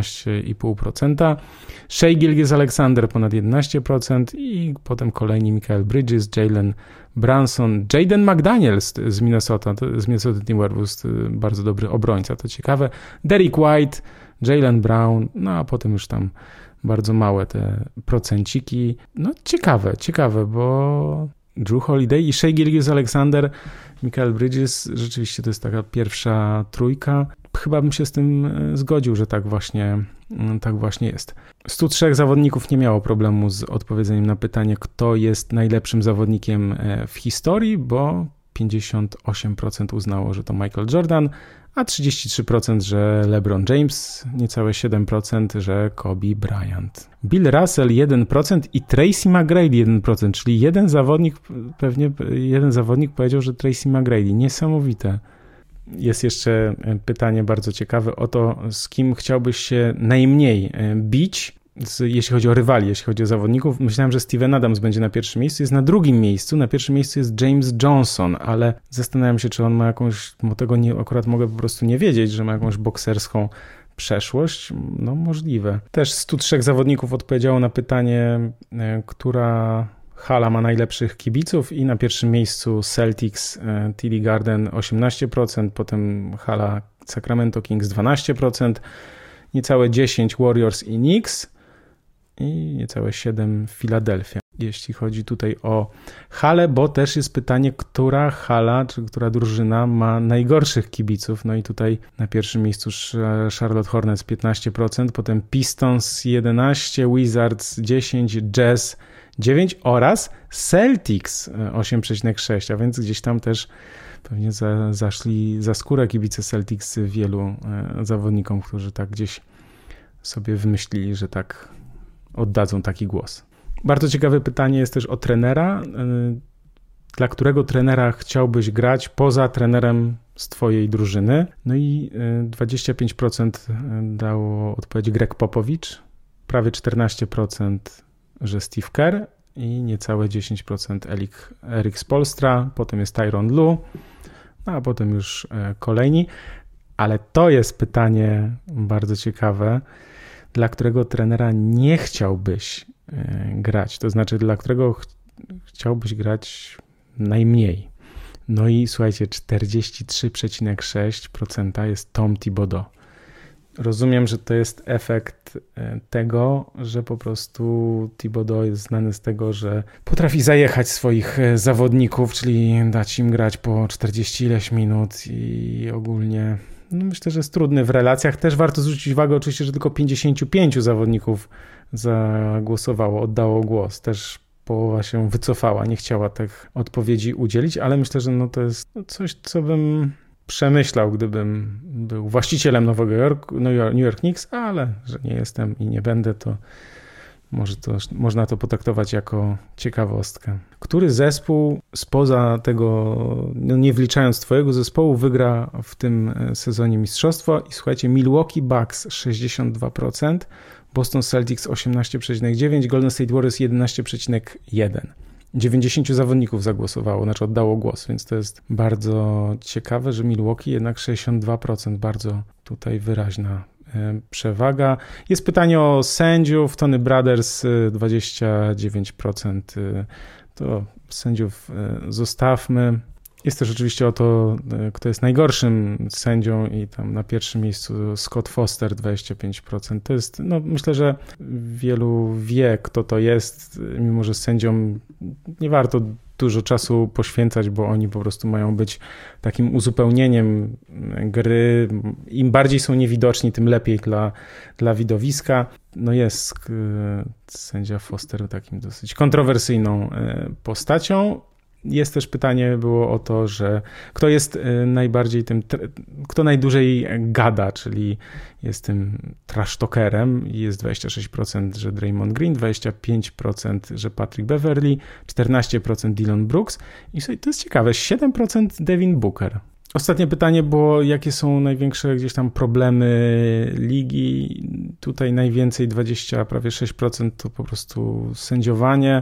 17,5%. Shai Gilgeous-Alexander ponad 11% i potem kolejni Mikal Bridges, Jalen Brunson, Jaden McDaniels z Minnesota Timberwolves, bardzo dobry obrońca, to ciekawe. Derrick White, Jaylen Brown, no a potem już tam bardzo małe te procenciki. No ciekawe, bo Drew Holiday i Shai Gilgeous-Alexander, Mikal Bridges, rzeczywiście to jest taka pierwsza trójka. Chyba bym się z tym zgodził, że tak właśnie jest. 103 zawodników nie miało problemu z odpowiedzeniem na pytanie, kto jest najlepszym zawodnikiem w historii, bo 58% uznało, że to Michael Jordan, a 33%, że LeBron James, niecałe 7%, że Kobe Bryant. Bill Russell 1% i Tracy McGrady 1%, czyli jeden zawodnik powiedział, że Tracy McGrady. Niesamowite. Jest jeszcze pytanie bardzo ciekawe o to, z kim chciałbyś się najmniej bić, jeśli chodzi o rywali, jeśli chodzi o zawodników. Myślałem, że Steven Adams będzie na pierwszym miejscu, jest na drugim miejscu. Na pierwszym miejscu jest James Johnson, ale zastanawiam się, czy on ma jakąś, bo tego akurat mogę po prostu nie wiedzieć, że ma jakąś bokserską przeszłość. No możliwe. Też 103 zawodników odpowiedziało na pytanie, która hala ma najlepszych kibiców i na pierwszym miejscu Celtics, TD Garden 18%, potem hala Sacramento Kings 12%, niecałe 10 Warriors i Knicks i niecałe 7 Philadelphia. Jeśli chodzi tutaj o halę, bo też jest pytanie, która hala, czy która drużyna ma najgorszych kibiców. No i tutaj na pierwszym miejscu Charlotte Hornets 15%, potem Pistons 11%, Wizards 10%, Jazz 9% oraz Celtics 8,6%, a więc gdzieś tam też pewnie zaszli za skórę kibice Celtics wielu zawodnikom, którzy tak gdzieś sobie wymyślili, że tak oddadzą taki głos. Bardzo ciekawe pytanie jest też o trenera. Dla którego trenera chciałbyś grać poza trenerem z twojej drużyny? No i 25% dało odpowiedź Greg Popovich, prawie 14%, że Steve Kerr i niecałe 10% Erik Spoelstra, potem jest Tyronn Lue, a potem już kolejni. Ale to jest pytanie bardzo ciekawe, dla którego trenera nie chciałbyś grać, to znaczy dla którego chciałbyś grać najmniej. No i słuchajcie, 43,6% jest Tom Thibodeau. Rozumiem, że to jest efekt tego, że po prostu Thibodeau jest znany z tego, że potrafi zajechać swoich zawodników, czyli dać im grać po 40 ileś minut i ogólnie no myślę, że jest trudny w relacjach. Też warto zwrócić uwagę oczywiście, że tylko 55 zawodników zagłosowało, oddało głos. Też połowa się wycofała, nie chciała tych odpowiedzi udzielić, ale myślę, że no to jest coś, co bym przemyślał, gdybym był właścicielem New York Knicks, ale że nie jestem i nie będę, to może można to potraktować jako ciekawostkę. Który zespół spoza tego, no nie wliczając twojego zespołu, wygra w tym sezonie mistrzostwo? I słuchajcie, Milwaukee Bucks 62%, Boston Celtics 18,9%, Golden State Warriors 11,1%. 90 zawodników zagłosowało, znaczy oddało głos, więc to jest bardzo ciekawe, że Milwaukee jednak 62%, bardzo tutaj wyraźna przewaga. Jest pytanie o sędziów, Tony Brothers 29%, to sędziów zostawmy. Jest też oczywiście o to, kto jest najgorszym sędzią i tam na pierwszym miejscu Scott Foster 25%. To jest, no myślę, że wielu wie, kto to jest, mimo że sędziom nie warto dużo czasu poświęcać, bo oni po prostu mają być takim uzupełnieniem gry. Im bardziej są niewidoczni, tym lepiej dla widowiska. No jest sędzia Foster takim dosyć kontrowersyjną postacią. Jest też pytanie było o to, że kto jest najbardziej kto najdłużej gada, czyli jest tym trash talkerem i jest 26%, że Draymond Green, 25%, że Patrick Beverley, 14% Dillon Brooks i to jest ciekawe, 7% Devin Booker. Ostatnie pytanie było, jakie są największe gdzieś tam problemy ligi. Tutaj najwięcej, prawie 6% to po prostu sędziowanie.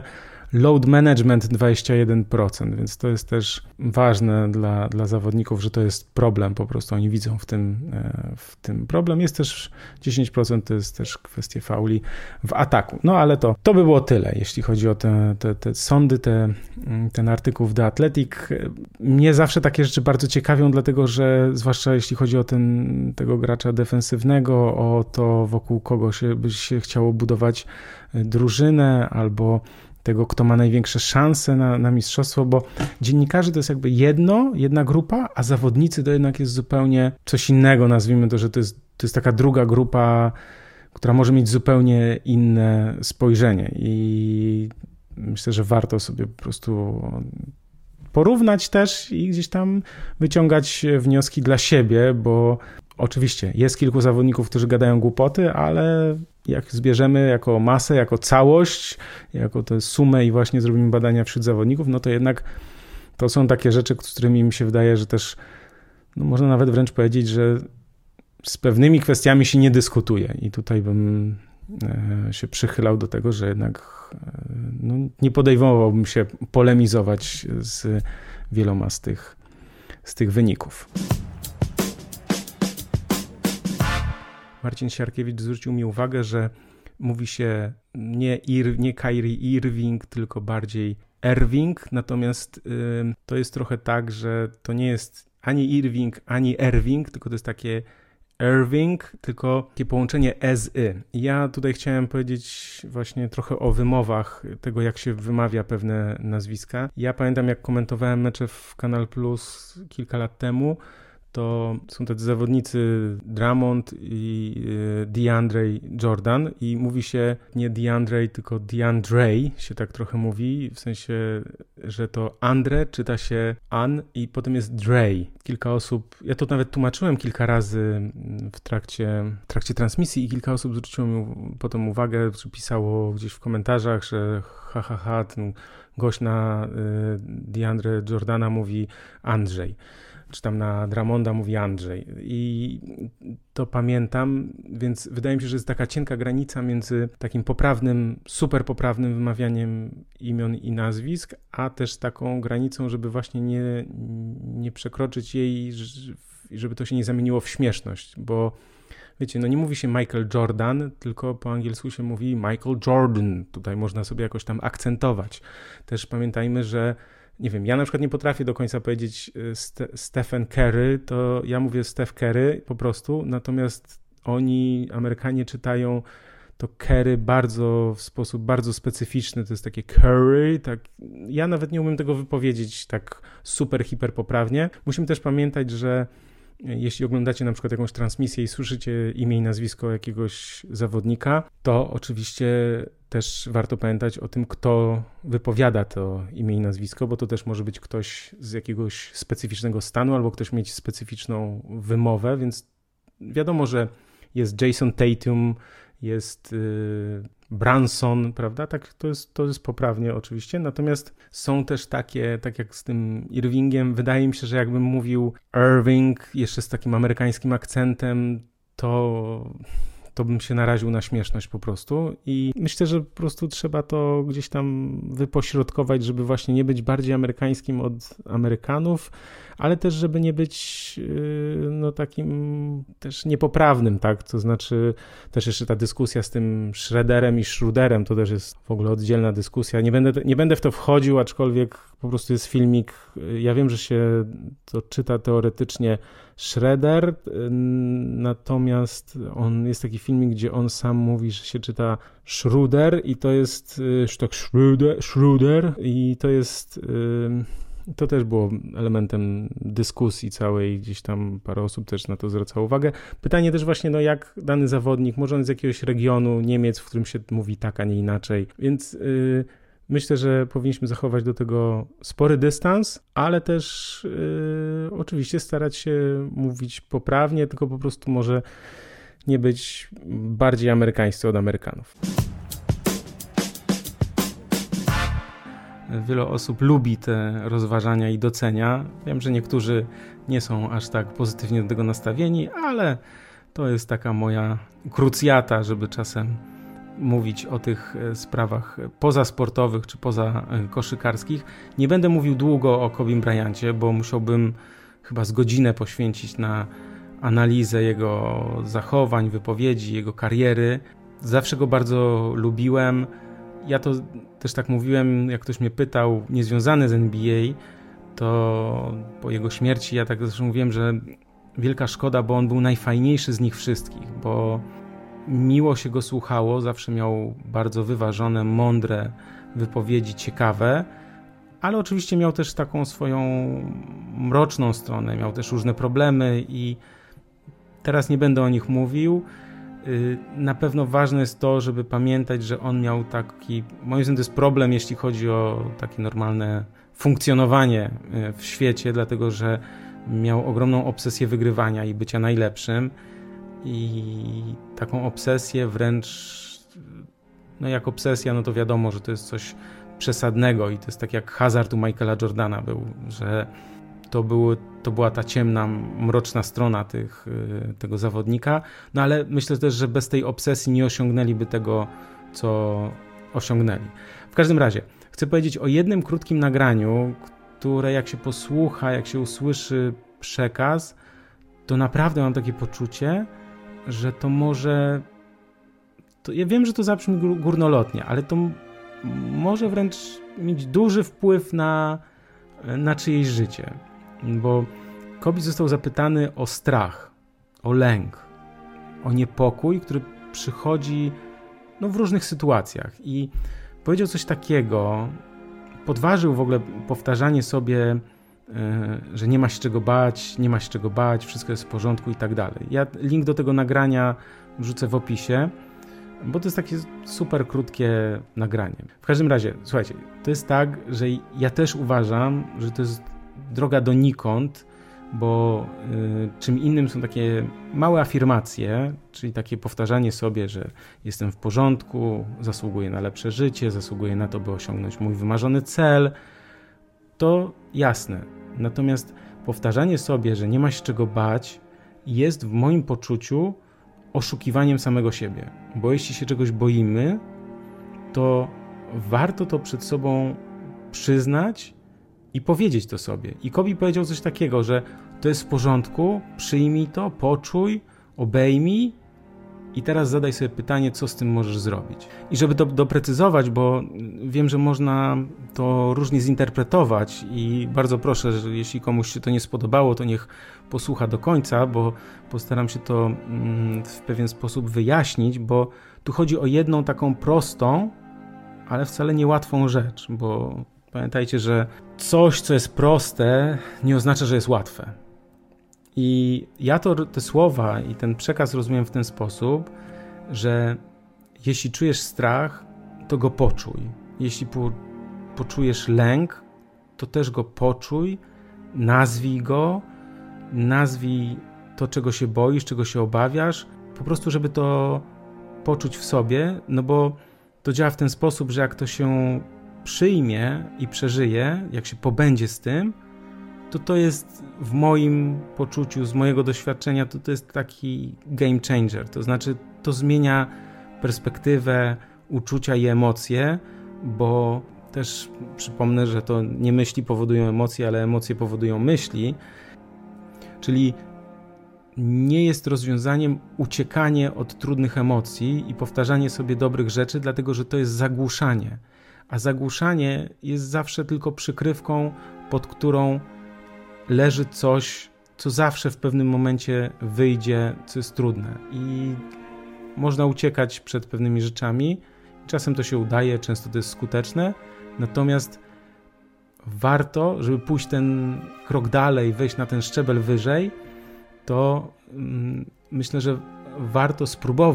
load management 21%, więc to jest też ważne dla zawodników, że to jest problem, po prostu oni widzą w tym problem. Jest też 10%, to jest też kwestia fauli w ataku. No ale to by było tyle, jeśli chodzi o te sądy, ten artykuł w The Athletic. Mnie zawsze takie rzeczy bardzo ciekawią, dlatego że zwłaszcza jeśli chodzi o tego gracza defensywnego, o to wokół kogo by się chciało budować drużynę, albo tego, kto ma największe szanse na mistrzostwo, bo dziennikarze to jest jakby jedna grupa, a zawodnicy to jednak jest zupełnie coś innego, nazwijmy to, że to jest taka druga grupa, która może mieć zupełnie inne spojrzenie i myślę, że warto sobie po prostu porównać też i gdzieś tam wyciągać wnioski dla siebie, bo oczywiście jest kilku zawodników, którzy gadają głupoty, ale jak zbierzemy jako masę, jako całość, jako tę sumę i właśnie zrobimy badania wśród zawodników, no to jednak to są takie rzeczy, z którymi mi się wydaje, że też można nawet wręcz powiedzieć, że z pewnymi kwestiami się nie dyskutuje i tutaj bym się przychylał do tego, że jednak nie podejmowałbym się polemizować z wieloma z tych wyników. Marcin Siarkiewicz zwrócił mi uwagę, że mówi się nie Kyrie Irving, tylko bardziej Irving, natomiast to jest trochę tak, że to nie jest ani Irving, ani Irving, tylko to jest takie Irving, tylko takie połączenie s-y. Ja tutaj chciałem powiedzieć właśnie trochę o wymowach tego, jak się wymawia pewne nazwiska. Ja pamiętam, jak komentowałem mecze w Kanal Plus kilka lat temu, to są tacy zawodnicy Drummond i DeAndre Jordan i mówi się nie DeAndre, tylko DeAndre się tak trochę mówi, w sensie, że to Andre czyta się An i potem jest Dre. Kilka osób, ja to nawet tłumaczyłem kilka razy w trakcie transmisji i kilka osób zwróciło mi potem uwagę, czy pisało gdzieś w komentarzach, że ten gość na DeAndre Jordana mówi Andrzej. Czy tam na Drummonda mówi Andrzej. I to pamiętam, więc wydaje mi się, że jest taka cienka granica między takim poprawnym, super poprawnym wymawianiem imion i nazwisk, a też taką granicą, żeby właśnie nie przekroczyć jej, żeby to się nie zamieniło w śmieszność, bo wiecie, nie mówi się Michael Jordan, tylko po angielsku się mówi Michael Jordan. Tutaj można sobie jakoś tam akcentować. Też pamiętajmy, że nie wiem, ja na przykład nie potrafię do końca powiedzieć Stephen Curry, to ja mówię Steph Curry po prostu, natomiast Amerykanie czytają to Curry w sposób bardzo specyficzny, to jest takie Curry, tak, ja nawet nie umiem tego wypowiedzieć tak super, hiper poprawnie. Musimy też pamiętać, że jeśli oglądacie na przykład jakąś transmisję i słyszycie imię i nazwisko jakiegoś zawodnika, to oczywiście też warto pamiętać o tym, kto wypowiada to imię i nazwisko, bo to też może być ktoś z jakiegoś specyficznego stanu albo ktoś mieć specyficzną wymowę, więc wiadomo, że jest Jason Tatum, jest Brunson, prawda? Tak, to jest poprawnie oczywiście, natomiast są też takie, tak jak z tym Irvingiem, wydaje mi się, że jakbym mówił Irving jeszcze z takim amerykańskim akcentem, to bym się naraził na śmieszność po prostu i myślę, że po prostu trzeba to gdzieś tam wypośrodkować, żeby właśnie nie być bardziej amerykańskim od Amerykanów, ale też żeby nie być takim też niepoprawnym, tak? To znaczy też jeszcze ta dyskusja z tym Schroederem i Schroederem, to też jest w ogóle oddzielna dyskusja. Nie będę w to wchodził, aczkolwiek po prostu jest filmik. Ja wiem, że się to czyta teoretycznie Schroeder, natomiast jest taki filmik, gdzie on sam mówi, że się czyta Schroeder i to jest tak Schroeder i to jest to też było elementem dyskusji całej, gdzieś tam parę osób też na to zwracało uwagę. Pytanie też właśnie, jak dany zawodnik, może on z jakiegoś regionu Niemiec, w którym się mówi tak, a nie inaczej, więc myślę, że powinniśmy zachować do tego spory dystans, ale też oczywiście starać się mówić poprawnie, tylko po prostu może nie być bardziej amerykańscy od Amerykanów. Wiele osób lubi te rozważania i docenia. Wiem, że niektórzy nie są aż tak pozytywnie do tego nastawieni, ale to jest taka moja krucjata, żeby czasem mówić o tych sprawach pozasportowych czy poza koszykarskich. Nie będę mówił długo o Kobim Bryancie, bo musiałbym chyba z godzinę poświęcić na analizę jego zachowań, wypowiedzi, jego kariery. Zawsze go bardzo lubiłem. Ja to też tak mówiłem, jak ktoś mnie pytał, niezwiązany z NBA, to po jego śmierci ja tak zresztą mówiłem, że wielka szkoda, bo on był najfajniejszy z nich wszystkich, bo miło się go słuchało, zawsze miał bardzo wyważone, mądre wypowiedzi, ciekawe, ale oczywiście miał też taką swoją mroczną stronę, miał też różne problemy i teraz nie będę o nich mówił. Na pewno ważne jest to, żeby pamiętać, że on miał taki, moim zdaniem to jest problem, jeśli chodzi o takie normalne funkcjonowanie w świecie, dlatego że miał ogromną obsesję wygrywania i bycia najlepszym i taką obsesję wręcz, no jak obsesja, no to wiadomo, że to jest coś przesadnego i to jest tak jak hazard u Michaela Jordana był, że to była ta ciemna, mroczna strona tego zawodnika, no ale myślę też, że bez tej obsesji nie osiągnęliby tego, co osiągnęli. W każdym razie, chcę powiedzieć o jednym krótkim nagraniu, które jak się posłucha, jak się usłyszy przekaz, to naprawdę mam takie poczucie, że to może... ja wiem, że to zabrzmi górnolotnie, ale to może wręcz mieć duży wpływ na czyjeś życie. Bo Kobe został zapytany o strach, o lęk, o niepokój, który przychodzi w różnych sytuacjach. I powiedział coś takiego, podważył w ogóle powtarzanie sobie, że nie ma się czego bać, wszystko jest w porządku i tak dalej. Ja link do tego nagrania wrzucę w opisie, bo to jest takie super krótkie nagranie. W każdym razie, słuchajcie, to jest tak, że ja też uważam, że to jest droga donikąd, bo czym innym są takie małe afirmacje, czyli takie powtarzanie sobie, że jestem w porządku, zasługuję na lepsze życie, zasługuję na to, by osiągnąć mój wymarzony cel, to jasne. Natomiast powtarzanie sobie, że nie ma się czego bać, jest w moim poczuciu oszukiwaniem samego siebie. Bo jeśli się czegoś boimy, to warto to przed sobą przyznać i powiedzieć to sobie. I Kobe powiedział coś takiego, że to jest w porządku, przyjmij to, poczuj, obejmij i teraz zadaj sobie pytanie, co z tym możesz zrobić. I żeby to doprecyzować, bo wiem, że można to różnie zinterpretować i bardzo proszę, że jeśli komuś się to nie spodobało, to niech posłucha do końca, bo postaram się to w pewien sposób wyjaśnić, bo tu chodzi o jedną taką prostą, ale wcale niełatwą rzecz, bo pamiętajcie, że coś, co jest proste, nie oznacza, że jest łatwe. I ja te słowa i ten przekaz rozumiem w ten sposób, że jeśli czujesz strach, to go poczuj. Jeśli poczujesz lęk, to też go poczuj, nazwij to, czego się boisz, czego się obawiasz, po prostu, żeby to poczuć w sobie, no bo to działa w ten sposób, że jak to się przyjmie i przeżyje, jak się pobędzie z tym, to jest w moim poczuciu, z mojego doświadczenia, to jest taki game changer. To znaczy, to zmienia perspektywę, uczucia i emocje, bo też przypomnę, że to nie myśli powodują emocje, ale emocje powodują myśli. Czyli nie jest rozwiązaniem uciekanie od trudnych emocji i powtarzanie sobie dobrych rzeczy, dlatego że to jest zagłuszanie. A zagłuszanie jest zawsze tylko przykrywką, pod którą leży coś, co zawsze w pewnym momencie wyjdzie, co jest trudne. I można uciekać przed pewnymi rzeczami. Czasem to się udaje, często to jest skuteczne. Natomiast warto, żeby pójść ten krok dalej, wejść na ten szczebel wyżej, to myślę, że warto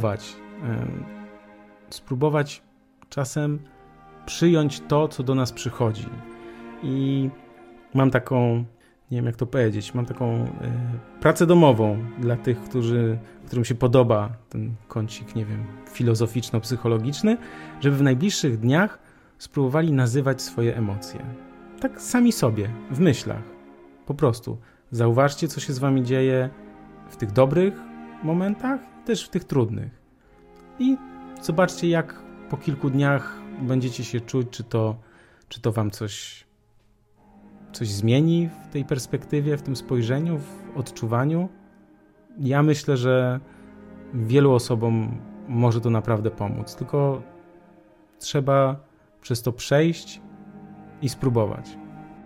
spróbować czasem przyjąć to, co do nas przychodzi. I mam taką, nie wiem jak to powiedzieć, mam taką pracę domową dla tych, którym się podoba ten kącik, nie wiem, filozoficzno-psychologiczny, żeby w najbliższych dniach spróbowali nazywać swoje emocje. Tak sami sobie, w myślach. Po prostu zauważcie, co się z wami dzieje w tych dobrych momentach, też w tych trudnych. I zobaczcie, jak po kilku dniach będziecie się czuć, czy to wam coś zmieni w tej perspektywie, w tym spojrzeniu, w odczuwaniu. Ja myślę, że wielu osobom może to naprawdę pomóc, tylko trzeba przez to przejść i spróbować.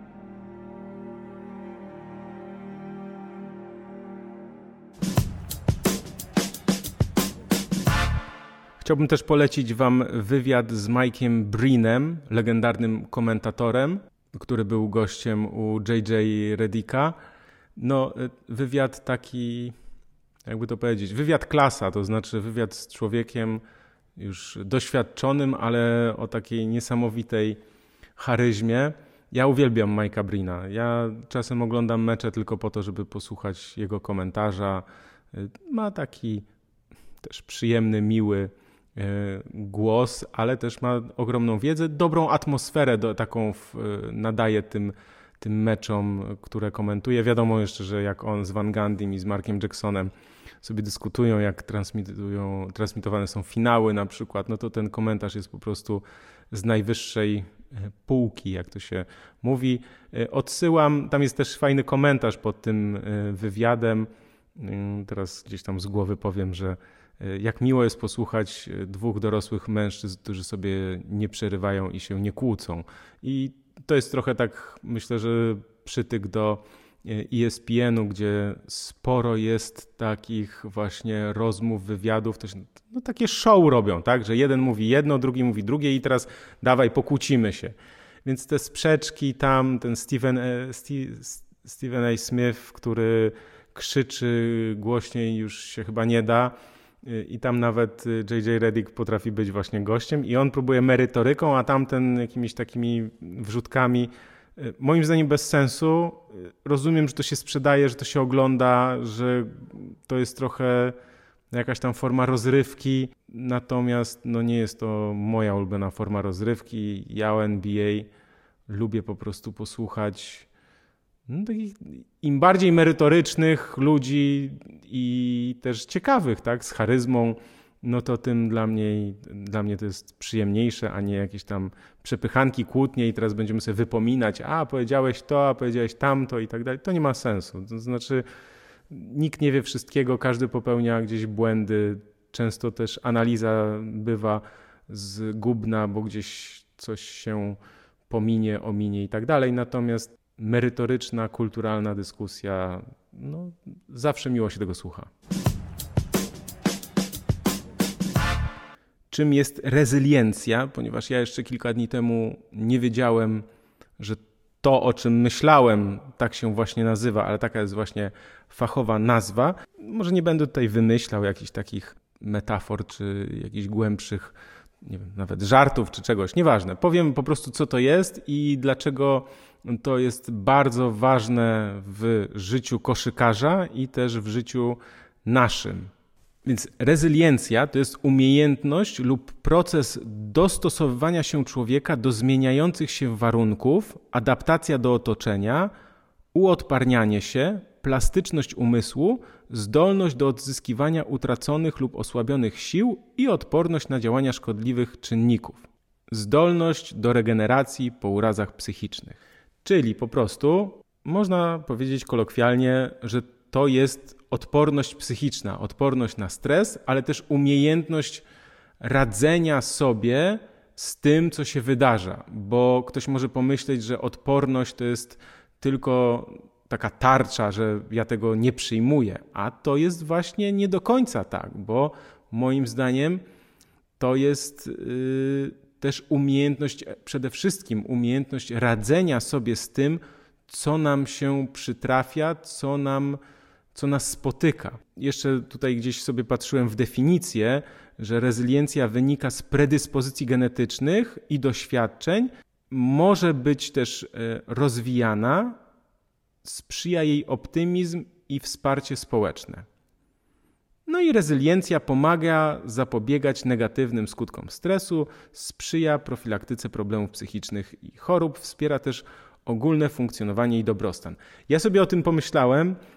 Chciałbym też polecić wam wywiad z Mike'iem Breenem, legendarnym komentatorem, który był gościem u J.J. Redicka. No, wywiad taki, jakby to powiedzieć, wywiad klasa, to znaczy wywiad z człowiekiem już doświadczonym, ale o takiej niesamowitej charyzmie. Ja uwielbiam Mike'a Breena. Ja czasem oglądam mecze tylko po to, żeby posłuchać jego komentarza. Ma taki też przyjemny, miły głos, ale też ma ogromną wiedzę, dobrą atmosferę taką nadaje tym meczom, które komentuje. Wiadomo jeszcze, że jak on z Van Gandhim i z Markiem Jacksonem sobie dyskutują, jak transmitowane są finały na przykład, no to ten komentarz jest po prostu z najwyższej półki, jak to się mówi. Odsyłam, tam jest też fajny komentarz pod tym wywiadem. Teraz gdzieś tam z głowy powiem, że jak miło jest posłuchać dwóch dorosłych mężczyzn, którzy sobie nie przerywają i się nie kłócą. I to jest trochę tak, myślę, że przytyk do ESPN-u, gdzie sporo jest takich właśnie rozmów, wywiadów, też no takie show robią, tak, że jeden mówi jedno, drugi mówi drugie i teraz dawaj, pokłócimy się. Więc te sprzeczki tam, ten Stephen A. Smith, który krzyczy głośniej, już się chyba nie da, i tam nawet J.J. Redick potrafi być właśnie gościem i on próbuje merytoryką, a tamten jakimiś takimi wrzutkami, moim zdaniem bez sensu. Rozumiem, że to się sprzedaje, że to się ogląda, że to jest trochę jakaś tam forma rozrywki, natomiast no nie jest to moja ulubiona forma rozrywki. Ja o NBA lubię po prostu posłuchać takich im bardziej merytorycznych ludzi i też ciekawych, tak, z charyzmą, no to tym dla mnie to jest przyjemniejsze, a nie jakieś tam przepychanki, kłótnie i teraz będziemy sobie wypominać, a powiedziałeś to, a powiedziałeś tamto i tak dalej. To nie ma sensu. To znaczy nikt nie wie wszystkiego, każdy popełnia gdzieś błędy. Często też analiza bywa zgubna, bo gdzieś coś się pominie, ominie i tak dalej. Natomiast merytoryczna, kulturalna dyskusja, no zawsze miło się tego słucha. Czym jest rezyliencja? Ponieważ ja jeszcze kilka dni temu nie wiedziałem, że to, o czym myślałem, tak się właśnie nazywa, ale taka jest właśnie fachowa nazwa. Może nie będę tutaj wymyślał jakichś takich metafor, czy jakichś głębszych, nie wiem, nawet żartów, czy czegoś. Nieważne. Powiem po prostu, co to jest i dlaczego to jest bardzo ważne w życiu koszykarza i też w życiu naszym. Więc rezyliencja to jest umiejętność lub proces dostosowywania się człowieka do zmieniających się warunków, adaptacja do otoczenia, uodparnianie się, plastyczność umysłu, zdolność do odzyskiwania utraconych lub osłabionych sił i odporność na działania szkodliwych czynników. Zdolność do regeneracji po urazach psychicznych. Czyli po prostu można powiedzieć kolokwialnie, że to jest odporność psychiczna, odporność na stres, ale też umiejętność radzenia sobie z tym, co się wydarza. Bo ktoś może pomyśleć, że odporność to jest tylko taka tarcza, że ja tego nie przyjmuję. A to jest właśnie nie do końca tak, bo moim zdaniem to jest też umiejętność, przede wszystkim umiejętność radzenia sobie z tym, co nam się przytrafia, co nas spotyka. Jeszcze tutaj gdzieś sobie patrzyłem w definicję, że rezyliencja wynika z predyspozycji genetycznych i doświadczeń, może być też rozwijana, sprzyja jej optymizm i wsparcie społeczne. No i rezyliencja pomaga zapobiegać negatywnym skutkom stresu, sprzyja profilaktyce problemów psychicznych i chorób, wspiera też ogólne funkcjonowanie i dobrostan. Ja sobie o tym pomyślałem,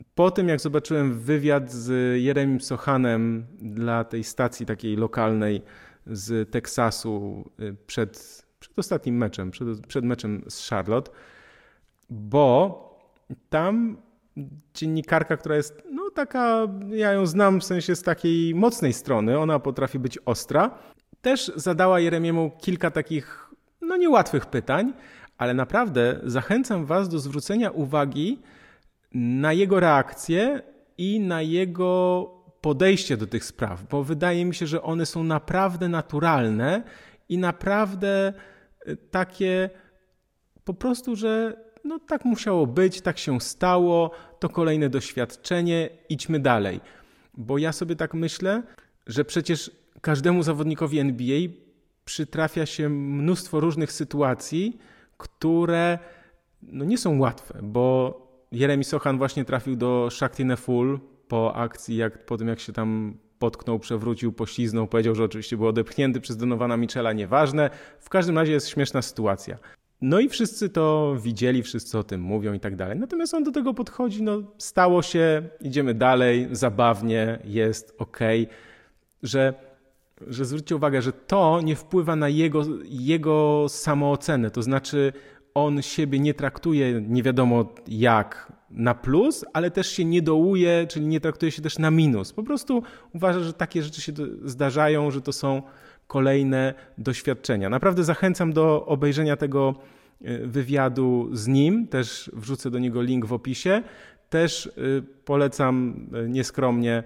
Po tym, jak zobaczyłem wywiad z Jeremim Sochanem dla tej stacji takiej lokalnej z Teksasu przed ostatnim meczem, przed meczem z Charlotte, bo tam dziennikarka, która jest taka, ja ją znam w sensie z takiej mocnej strony, ona potrafi być ostra, też zadała Jeremiemu kilka takich niełatwych pytań, ale naprawdę zachęcam was do zwrócenia uwagi na jego reakcję i na jego podejście do tych spraw, bo wydaje mi się, że one są naprawdę naturalne i naprawdę takie po prostu, że tak musiało być, tak się stało, to kolejne doświadczenie, idźmy dalej. Bo ja sobie tak myślę, że przecież każdemu zawodnikowi NBA przytrafia się mnóstwo różnych sytuacji, które nie są łatwe, bo Jeremy Sochan właśnie trafił do Shakti Neful po akcji, po tym jak się tam potknął, przewrócił, pośliznął, powiedział, że oczywiście był odepchnięty przez Donowana Mitchella, nieważne. W każdym razie jest śmieszna sytuacja. I wszyscy to widzieli, wszyscy o tym mówią i tak dalej. Natomiast on do tego podchodzi, stało się, idziemy dalej, zabawnie, jest okej, że zwróćcie uwagę, że to nie wpływa na jego samoocenę, to znaczy on siebie nie traktuje nie wiadomo jak na plus, ale też się nie dołuje, czyli nie traktuje się też na minus. Po prostu uważa, że takie rzeczy się zdarzają, że to są kolejne doświadczenia. Naprawdę zachęcam do obejrzenia tego wywiadu z nim, też wrzucę do niego link w opisie. Też polecam nieskromnie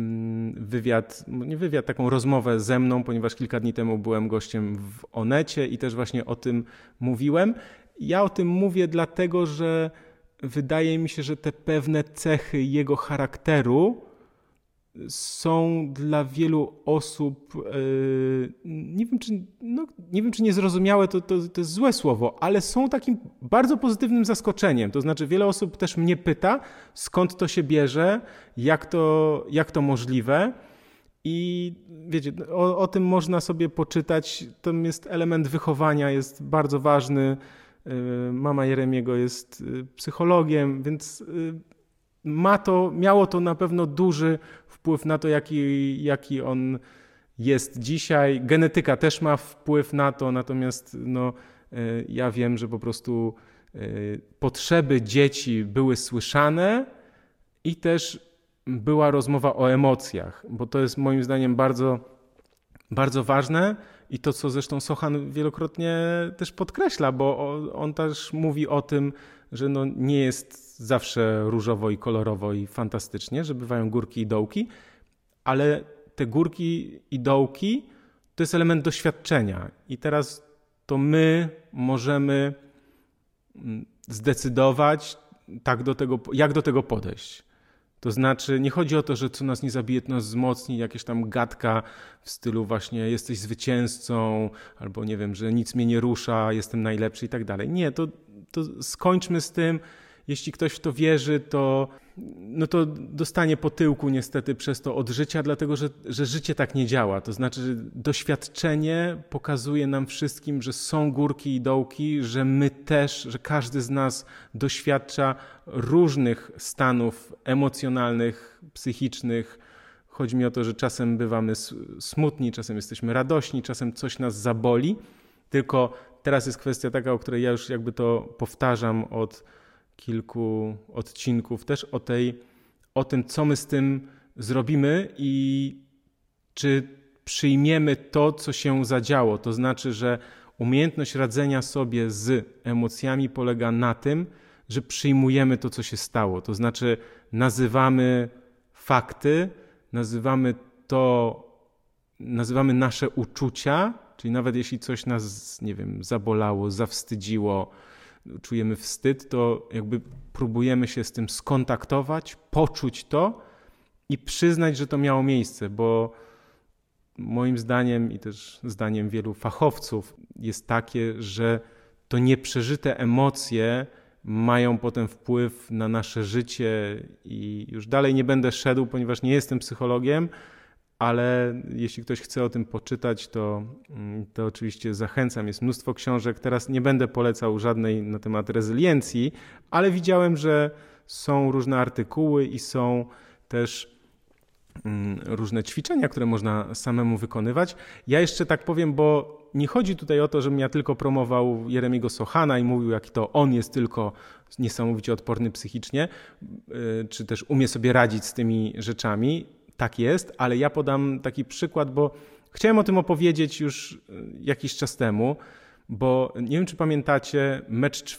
taką rozmowę ze mną, ponieważ kilka dni temu byłem gościem w Onecie i też właśnie o tym mówiłem. Ja o tym mówię dlatego, że wydaje mi się, że te pewne cechy jego charakteru są dla wielu osób, nie wiem, czy niezrozumiałe, to jest złe słowo, ale są takim bardzo pozytywnym zaskoczeniem. To znaczy wiele osób też mnie pyta, skąd to się bierze, jak to możliwe. I wiecie, o tym można sobie poczytać. To jest element wychowania, jest bardzo ważny. Mama Jeremiego jest psychologiem, więc miało to na pewno duży wpływ na to, jaki on jest dzisiaj. Genetyka też ma wpływ na to, natomiast ja wiem, że po prostu potrzeby dzieci były słyszane i też była rozmowa o emocjach, bo to jest moim zdaniem bardzo, bardzo ważne i to, co zresztą Sochan wielokrotnie też podkreśla, bo on też mówi o tym, że nie jest zawsze różowo i kolorowo i fantastycznie, że bywają górki i dołki, ale te górki i dołki to jest element doświadczenia i teraz to my możemy zdecydować, jak do tego podejść. To znaczy nie chodzi o to, że co nas nie zabije, to nas wzmocni, jakieś tam gadka w stylu właśnie jesteś zwycięzcą albo nie wiem, że nic mnie nie rusza, jestem najlepszy i tak dalej. Nie, to skończmy z tym. Jeśli ktoś w to wierzy, to dostanie po tyłku niestety przez to od życia, dlatego że życie tak nie działa. To znaczy, że doświadczenie pokazuje nam wszystkim, że są górki i dołki, że my też, że każdy z nas doświadcza różnych stanów emocjonalnych, psychicznych. Chodzi mi o to, że czasem bywamy smutni, czasem jesteśmy radośni, czasem coś nas zaboli. Tylko teraz jest kwestia taka, o której ja już jakby to powtarzam od kilku odcinków, też o tym, co my z tym zrobimy i czy przyjmiemy to, co się zadziało. To znaczy, że umiejętność radzenia sobie z emocjami polega na tym, że przyjmujemy to, co się stało. To znaczy nazywamy fakty, nazywamy nasze uczucia, czyli nawet jeśli coś nas, nie wiem, zabolało, zawstydziło, czujemy wstyd, to jakby próbujemy się z tym skontaktować, poczuć to i przyznać, że to miało miejsce, bo moim zdaniem i też zdaniem wielu fachowców jest takie, że to nieprzeżyte emocje mają potem wpływ na nasze życie i już dalej nie będę szedł, ponieważ nie jestem psychologiem, ale jeśli ktoś chce o tym poczytać, to oczywiście zachęcam. Jest mnóstwo książek. Teraz nie będę polecał żadnej na temat rezyliencji, ale widziałem, że są różne artykuły i są też różne ćwiczenia, które można samemu wykonywać. Ja jeszcze tak powiem, bo nie chodzi tutaj o to, żebym ja tylko promował Jeremiego Sochana i mówił, jaki to on jest tylko niesamowicie odporny psychicznie, czy też umie sobie radzić z tymi rzeczami. Tak jest, ale ja podam taki przykład, bo chciałem o tym opowiedzieć już jakiś czas temu, bo nie wiem, czy pamiętacie mecz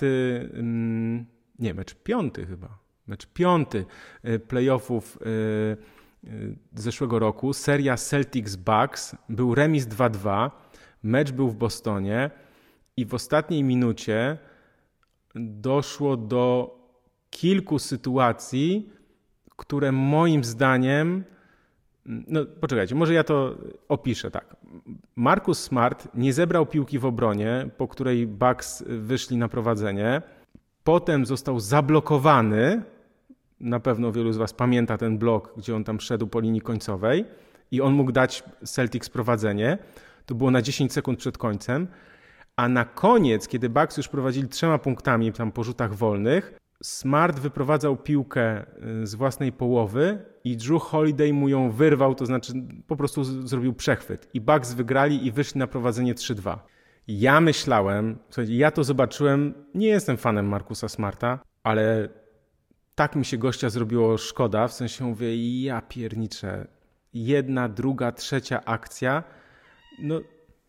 piąty chyba. Mecz piąty playoffów zeszłego roku, seria Celtics-Bucks, był remis 2-2, mecz był w Bostonie i w ostatniej minucie doszło do kilku sytuacji, które moim zdaniem, no poczekajcie, może ja to opiszę tak. Marcus Smart nie zebrał piłki w obronie, po której Bucks wyszli na prowadzenie, potem został zablokowany. Na pewno wielu z was pamięta ten blok, gdzie on tam szedł po linii końcowej i on mógł dać Celtics prowadzenie. To było na 10 sekund przed końcem. A na koniec, kiedy Bucks już prowadzili 3 punktami tam po rzutach wolnych, Smart wyprowadzał piłkę z własnej połowy i Jrue Holiday mu ją wyrwał, to znaczy po prostu zrobił przechwyt. I Bucks wygrali i wyszli na prowadzenie 3-2. Ja myślałem, słuchajcie, ja to zobaczyłem, nie jestem fanem Marcusa Smarta, ale tak mi się gościa zrobiło szkoda, w sensie mówię, ja pierniczę, 1, 2, 3 akcja, no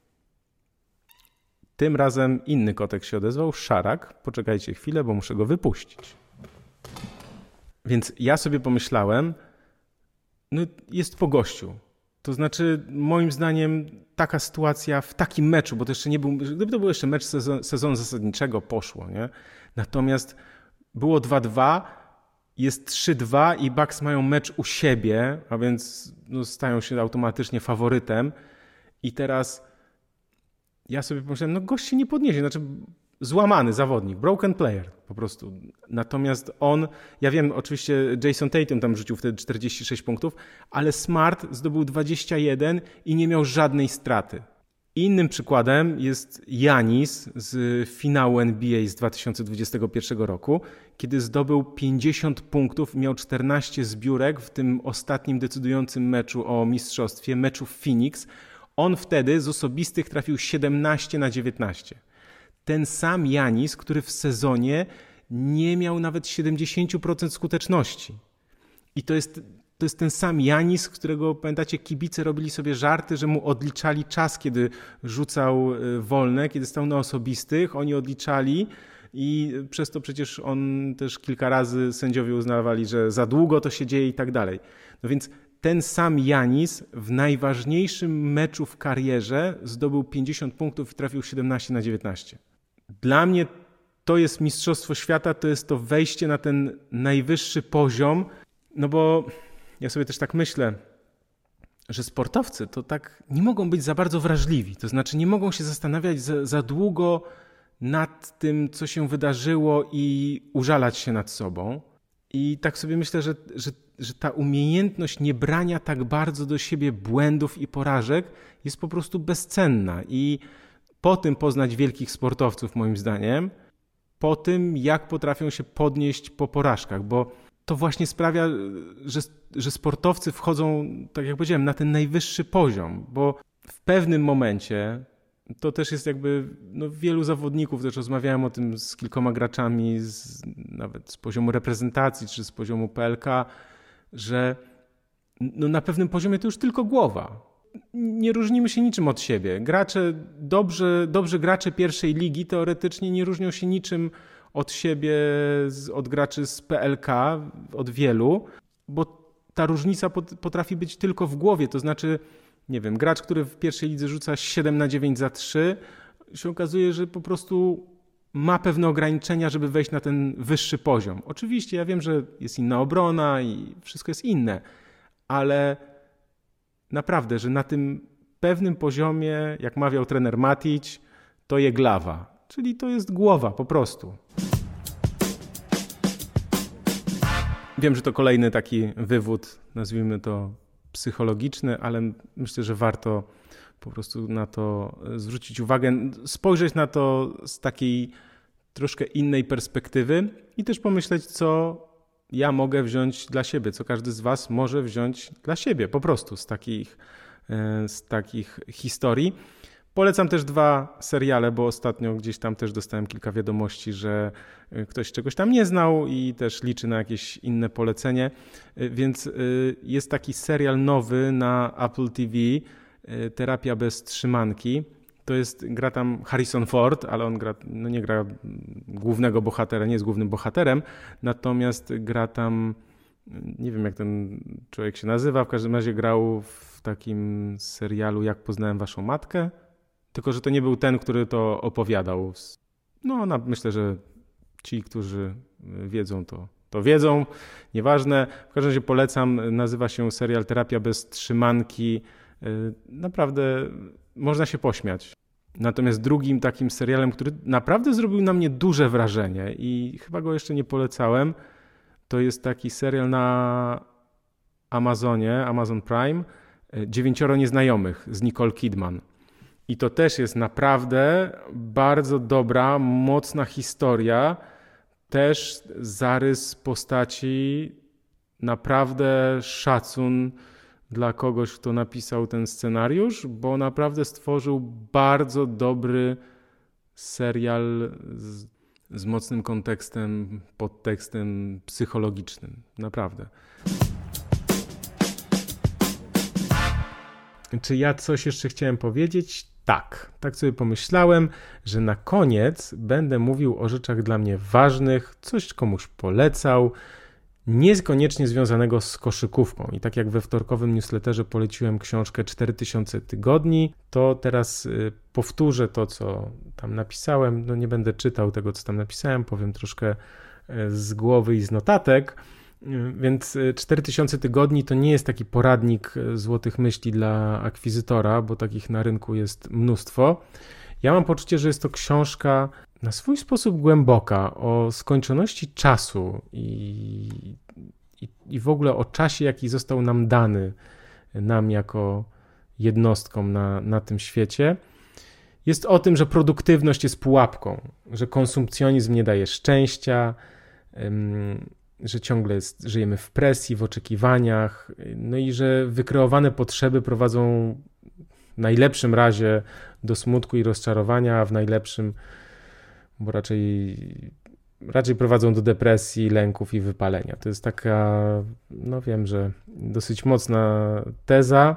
tym razem inny kotek się odezwał, Szarak, poczekajcie chwilę, bo muszę go wypuścić. Więc ja sobie pomyślałem, no jest po gościu. To znaczy moim zdaniem taka sytuacja w takim meczu, bo to jeszcze nie był, gdyby to był jeszcze mecz sezonu zasadniczego, poszło, nie? Natomiast było 2-2, jest 3-2 i Bucks mają mecz u siebie, a więc no, stają się automatycznie faworytem i teraz ja sobie pomyślałem, no gość się nie podniesie, znaczy złamany zawodnik, broken player po prostu. Natomiast on, ja wiem, oczywiście Jason Tatum tam rzucił wtedy 46 punktów, ale Smart zdobył 21 i nie miał żadnej straty. Innym przykładem jest Giannis z finału NBA z 2021 roku, kiedy zdobył 50 punktów, miał 14 zbiórek w tym ostatnim decydującym meczu o mistrzostwie, meczu w Phoenix. On wtedy z osobistych trafił 17/19. Ten sam Giannis, który w sezonie nie miał nawet 70% skuteczności. I to jest ten sam Giannis, którego, pamiętacie, kibice robili sobie żarty, że mu odliczali czas, kiedy rzucał wolne, kiedy stał na osobistych. Oni odliczali i przez to przecież on też kilka razy sędziowie uznawali, że za długo to się dzieje i tak dalej. No więc ten sam Giannis w najważniejszym meczu w karierze zdobył 50 punktów i trafił 17/19. Dla mnie to jest mistrzostwo świata, to jest to wejście na ten najwyższy poziom, no bo ja sobie też tak myślę, że sportowcy to tak nie mogą być za bardzo wrażliwi, to znaczy nie mogą się zastanawiać za długo nad tym, co się wydarzyło i użalać się nad sobą. I tak sobie myślę, że ta umiejętność nie brania tak bardzo do siebie błędów i porażek jest po prostu bezcenna. I po tym poznać wielkich sportowców, moim zdaniem, po tym, jak potrafią się podnieść po porażkach, bo to właśnie sprawia, że sportowcy wchodzą, tak jak powiedziałem, na ten najwyższy poziom, bo w pewnym momencie, to też jest jakby, no wielu zawodników, też rozmawiałem o tym z kilkoma graczami, nawet z poziomu reprezentacji czy z poziomu PLK, że no na pewnym poziomie to już tylko głowa. Nie różnimy się niczym od siebie. Gracze, dobrzy gracze pierwszej ligi teoretycznie nie różnią się niczym od siebie, od graczy z PLK, od wielu, bo ta różnica potrafi być tylko w głowie. To znaczy, nie wiem, gracz, który w pierwszej lidze rzuca 7/9 za 3, się okazuje, że po prostu ma pewne ograniczenia, żeby wejść na ten wyższy poziom. Oczywiście ja wiem, że jest inna obrona i wszystko jest inne, ale naprawdę, że na tym pewnym poziomie, jak mawiał trener Matic, to je glawa, czyli to jest głowa po prostu. Wiem, że to kolejny taki wywód, nazwijmy to psychologiczny, ale myślę, że warto po prostu na to zwrócić uwagę, spojrzeć na to z takiej troszkę innej perspektywy i też pomyśleć, co ja mogę wziąć dla siebie, co każdy z was może wziąć dla siebie po prostu z takich historii. Polecam też 2 seriale, bo ostatnio gdzieś tam też dostałem kilka wiadomości, że ktoś czegoś tam nie znał i też liczy na jakieś inne polecenie. Więc jest taki serial nowy na Apple TV, Terapia bez trzymanki. Gra tam Harrison Ford, ale on nie gra głównego bohatera, nie jest głównym bohaterem, natomiast gra tam, nie wiem jak ten człowiek się nazywa, w każdym razie grał w takim serialu Jak poznałem waszą matkę, tylko że to nie był ten, który to opowiadał. Myślę, że ci, którzy wiedzą, to wiedzą, nieważne. W każdym razie polecam, nazywa się serial Terapia bez trzymanki. Naprawdę można się pośmiać. Natomiast drugim takim serialem, który naprawdę zrobił na mnie duże wrażenie i chyba go jeszcze nie polecałem, to jest taki serial na Amazonie, Amazon Prime, 9 nieznajomych z Nicole Kidman. I to też jest naprawdę bardzo dobra, mocna historia, też zarys postaci, naprawdę szacun dla kogoś, kto napisał ten scenariusz, bo naprawdę stworzył bardzo dobry serial z mocnym kontekstem, podtekstem psychologicznym. Naprawdę. Czy ja coś jeszcze chciałem powiedzieć? Tak sobie pomyślałem, że na koniec będę mówił o rzeczach dla mnie ważnych, coś komuś polecał, niekoniecznie związanego z koszykówką. I tak jak we wtorkowym newsletterze poleciłem książkę 4000 tygodni, to teraz powtórzę to, co tam napisałem. Nie będę czytał tego, co tam napisałem, powiem troszkę z głowy i z notatek. Więc 4000 tygodni to nie jest taki poradnik złotych myśli dla akwizytora, bo takich na rynku jest mnóstwo. Ja mam poczucie, że jest to książka na swój sposób głęboka o skończoności czasu i w ogóle o czasie, jaki został nam dany, nam jako jednostkom na tym świecie. Jest o tym, że produktywność jest pułapką, że konsumpcjonizm nie daje szczęścia, że ciągle żyjemy w presji, w oczekiwaniach, no i że wykreowane potrzeby prowadzą w najlepszym razie do smutku i rozczarowania, a w najlepszym, bo raczej prowadzą do depresji, lęków i wypalenia. To jest taka, wiem, że dosyć mocna teza.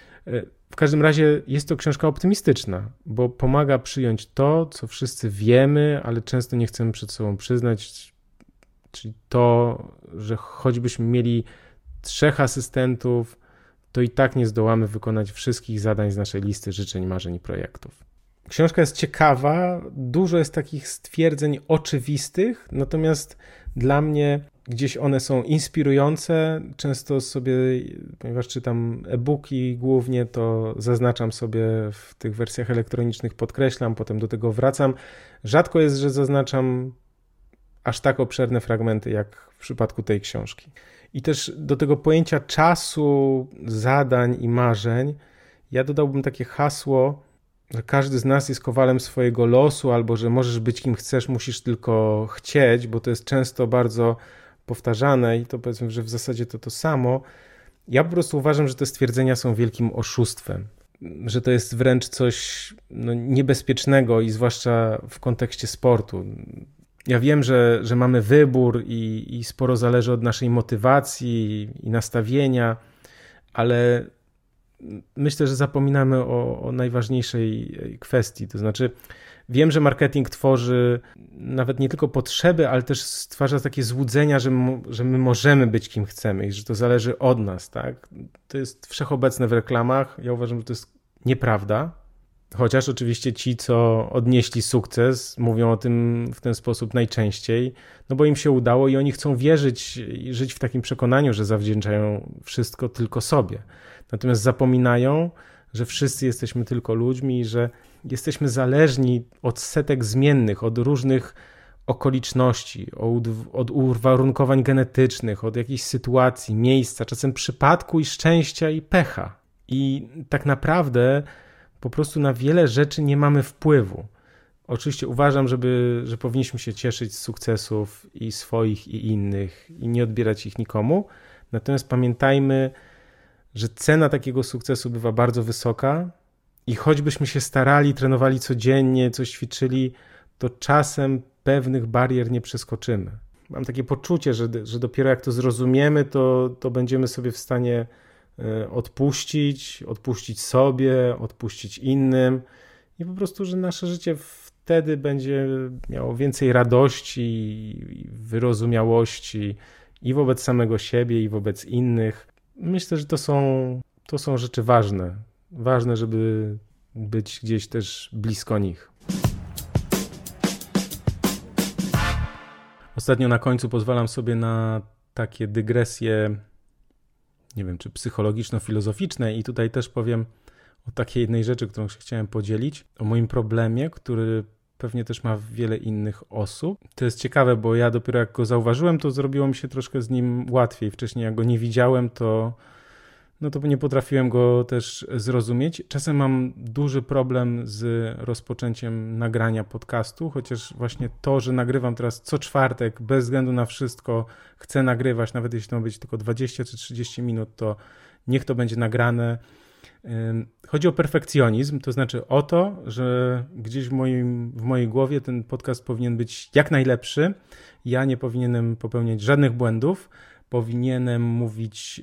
W każdym razie jest to książka optymistyczna, bo pomaga przyjąć to, co wszyscy wiemy, ale często nie chcemy przed sobą przyznać, czyli to, że choćbyśmy mieli 3 asystentów, to i tak nie zdołamy wykonać wszystkich zadań z naszej listy życzeń, marzeń i projektów. Książka jest ciekawa, dużo jest takich stwierdzeń oczywistych, natomiast dla mnie gdzieś one są inspirujące. Często sobie, ponieważ czytam e-booki głównie, to zaznaczam sobie w tych wersjach elektronicznych, podkreślam, potem do tego wracam. Rzadko jest, że zaznaczam aż tak obszerne fragmenty, jak w przypadku tej książki. I też do tego pojęcia czasu, zadań i marzeń ja dodałbym takie hasło, że każdy z nas jest kowalem swojego losu, albo że możesz być kim chcesz, musisz tylko chcieć, bo to jest często bardzo powtarzane i to powiedzmy, że w zasadzie to samo. Ja po prostu uważam, że te stwierdzenia są wielkim oszustwem, że to jest wręcz coś niebezpiecznego i zwłaszcza w kontekście sportu. Ja wiem, że mamy wybór i sporo zależy od naszej motywacji i nastawienia, ale myślę, że zapominamy o najważniejszej kwestii. To znaczy, wiem, że marketing tworzy nawet nie tylko potrzeby, ale też stwarza takie złudzenia, że my możemy być kim chcemy i że to zależy od nas. Tak? To jest wszechobecne w reklamach. Ja uważam, że to jest nieprawda. Chociaż oczywiście ci, co odnieśli sukces, mówią o tym w ten sposób najczęściej, bo im się udało i oni chcą wierzyć i żyć w takim przekonaniu, że zawdzięczają wszystko tylko sobie. Natomiast zapominają, że wszyscy jesteśmy tylko ludźmi i że jesteśmy zależni od setek zmiennych, od różnych okoliczności, od uwarunkowań genetycznych, od jakichś sytuacji, miejsca, czasem przypadku i szczęścia i pecha. I tak naprawdę po prostu na wiele rzeczy nie mamy wpływu. Oczywiście uważam, że powinniśmy się cieszyć z sukcesów i swoich, i innych, i nie odbierać ich nikomu. Natomiast pamiętajmy, że cena takiego sukcesu bywa bardzo wysoka i choćbyśmy się starali, trenowali codziennie, coś ćwiczyli, to czasem pewnych barier nie przeskoczymy. Mam takie poczucie, że dopiero jak to zrozumiemy, to będziemy sobie w stanie odpuścić sobie, odpuścić innym i po prostu, że nasze życie wtedy będzie miało więcej radości i wyrozumiałości i wobec samego siebie, i wobec innych. Myślę, że to są rzeczy ważne. Ważne, żeby być gdzieś też blisko nich. Ostatnio na końcu pozwalam sobie na takie dygresje, nie wiem, czy psychologiczno-filozoficzne i tutaj też powiem o takiej jednej rzeczy, którą się chciałem podzielić, o moim problemie, który pewnie też ma wiele innych osób. To jest ciekawe, bo ja dopiero jak go zauważyłem, to zrobiło mi się troszkę z nim łatwiej. Wcześniej jak go nie widziałem, to nie potrafiłem go też zrozumieć. Czasem mam duży problem z rozpoczęciem nagrania podcastu, chociaż właśnie to, że nagrywam teraz co czwartek, bez względu na wszystko, chcę nagrywać, nawet jeśli to ma być tylko 20 czy 30 minut, to niech to będzie nagrane. Chodzi o perfekcjonizm, to znaczy o to, że gdzieś w mojej głowie ten podcast powinien być jak najlepszy. Ja nie powinienem popełniać żadnych błędów. Powinienem mówić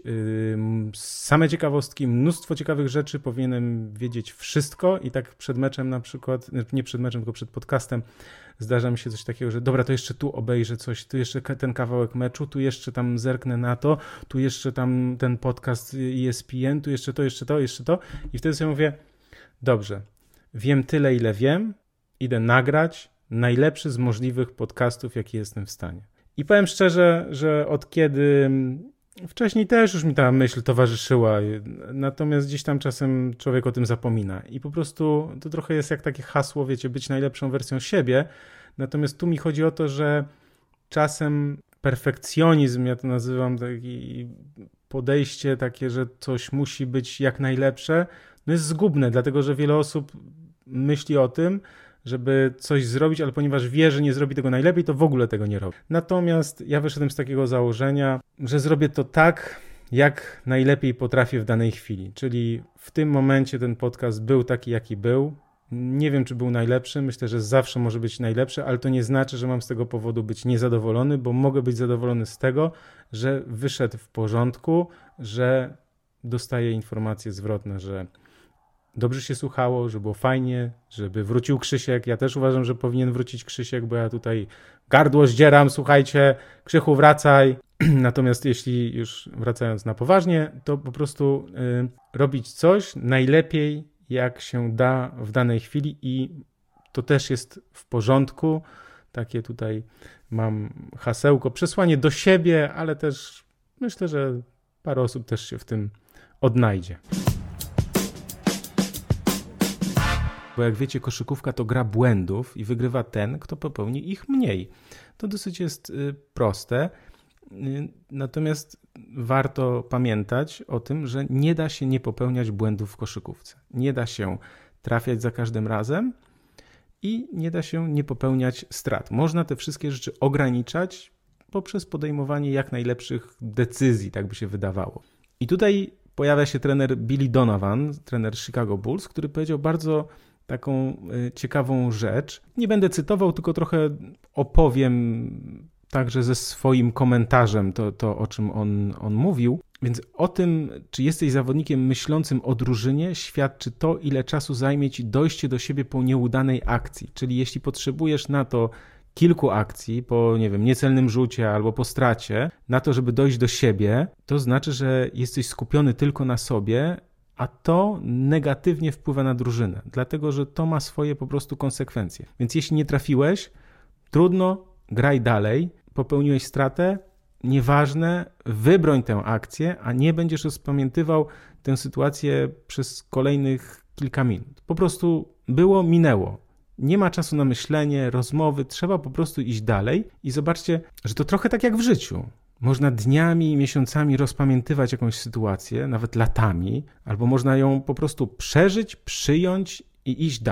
same ciekawostki, mnóstwo ciekawych rzeczy, powinienem wiedzieć wszystko i tak przed meczem na przykład, nie przed meczem, tylko przed podcastem zdarza mi się coś takiego, że dobra, to jeszcze tu obejrzę coś, tu jeszcze ten kawałek meczu, tu jeszcze tam zerknę na to, tu jeszcze tam ten podcast ESPN, tu jeszcze to i wtedy sobie mówię, dobrze, wiem tyle, ile wiem, idę nagrać najlepszy z możliwych podcastów, jaki jestem w stanie. I powiem szczerze, że od kiedy wcześniej też już mi ta myśl towarzyszyła, natomiast gdzieś tam czasem człowiek o tym zapomina. I po prostu to trochę jest jak takie hasło, wiecie, być najlepszą wersją siebie. Natomiast tu mi chodzi o to, że czasem perfekcjonizm, ja to nazywam taki podejście takie, że coś musi być jak najlepsze, jest zgubne, dlatego że wiele osób myśli o tym, żeby coś zrobić, ale ponieważ wie, że nie zrobi tego najlepiej, to w ogóle tego nie robi. Natomiast ja wyszedłem z takiego założenia, że zrobię to tak, jak najlepiej potrafię w danej chwili. Czyli w tym momencie ten podcast był taki, jaki był. Nie wiem, czy był najlepszy. Myślę, że zawsze może być najlepszy, ale to nie znaczy, że mam z tego powodu być niezadowolony, bo mogę być zadowolony z tego, że wyszedł w porządku, że dostaję informacje zwrotne, że dobrze się słuchało, że było fajnie, żeby wrócił Krzysiek. Ja też uważam, że powinien wrócić Krzysiek, bo ja tutaj gardło zdzieram, słuchajcie, Krzychu, wracaj. Natomiast jeśli już wracając na poważnie, to po prostu robić coś najlepiej, jak się da w danej chwili i to też jest w porządku. Takie tutaj mam hasełko, przesłanie do siebie, ale też myślę, że parę osób też się w tym odnajdzie. Bo jak wiecie, koszykówka to gra błędów i wygrywa ten, kto popełni ich mniej. To dosyć jest proste, natomiast warto pamiętać o tym, że nie da się nie popełniać błędów w koszykówce. Nie da się trafiać za każdym razem i nie da się nie popełniać strat. Można te wszystkie rzeczy ograniczać poprzez podejmowanie jak najlepszych decyzji, tak by się wydawało. I tutaj pojawia się trener Billy Donovan, trener Chicago Bulls, który powiedział bardzo taką ciekawą rzecz. Nie będę cytował, tylko trochę opowiem także ze swoim komentarzem to o czym on mówił. Więc o tym, czy jesteś zawodnikiem myślącym o drużynie, świadczy to, ile czasu zajmie ci dojście do siebie po nieudanej akcji. Czyli jeśli potrzebujesz na to kilku akcji, po niecelnym rzucie albo po stracie, na to, żeby dojść do siebie, to znaczy, że jesteś skupiony tylko na sobie, a to negatywnie wpływa na drużynę, dlatego że to ma swoje po prostu konsekwencje. Więc jeśli nie trafiłeś, trudno, graj dalej, popełniłeś stratę, nieważne, wybroń tę akcję, a nie będziesz rozpamiętywał tę sytuację przez kolejnych kilka minut. Po prostu było, minęło. Nie ma czasu na myślenie, rozmowy, trzeba po prostu iść dalej i zobaczcie, że to trochę tak jak w życiu. Można dniami i miesiącami rozpamiętywać jakąś sytuację, nawet latami, albo można ją po prostu przeżyć, przyjąć i iść dalej.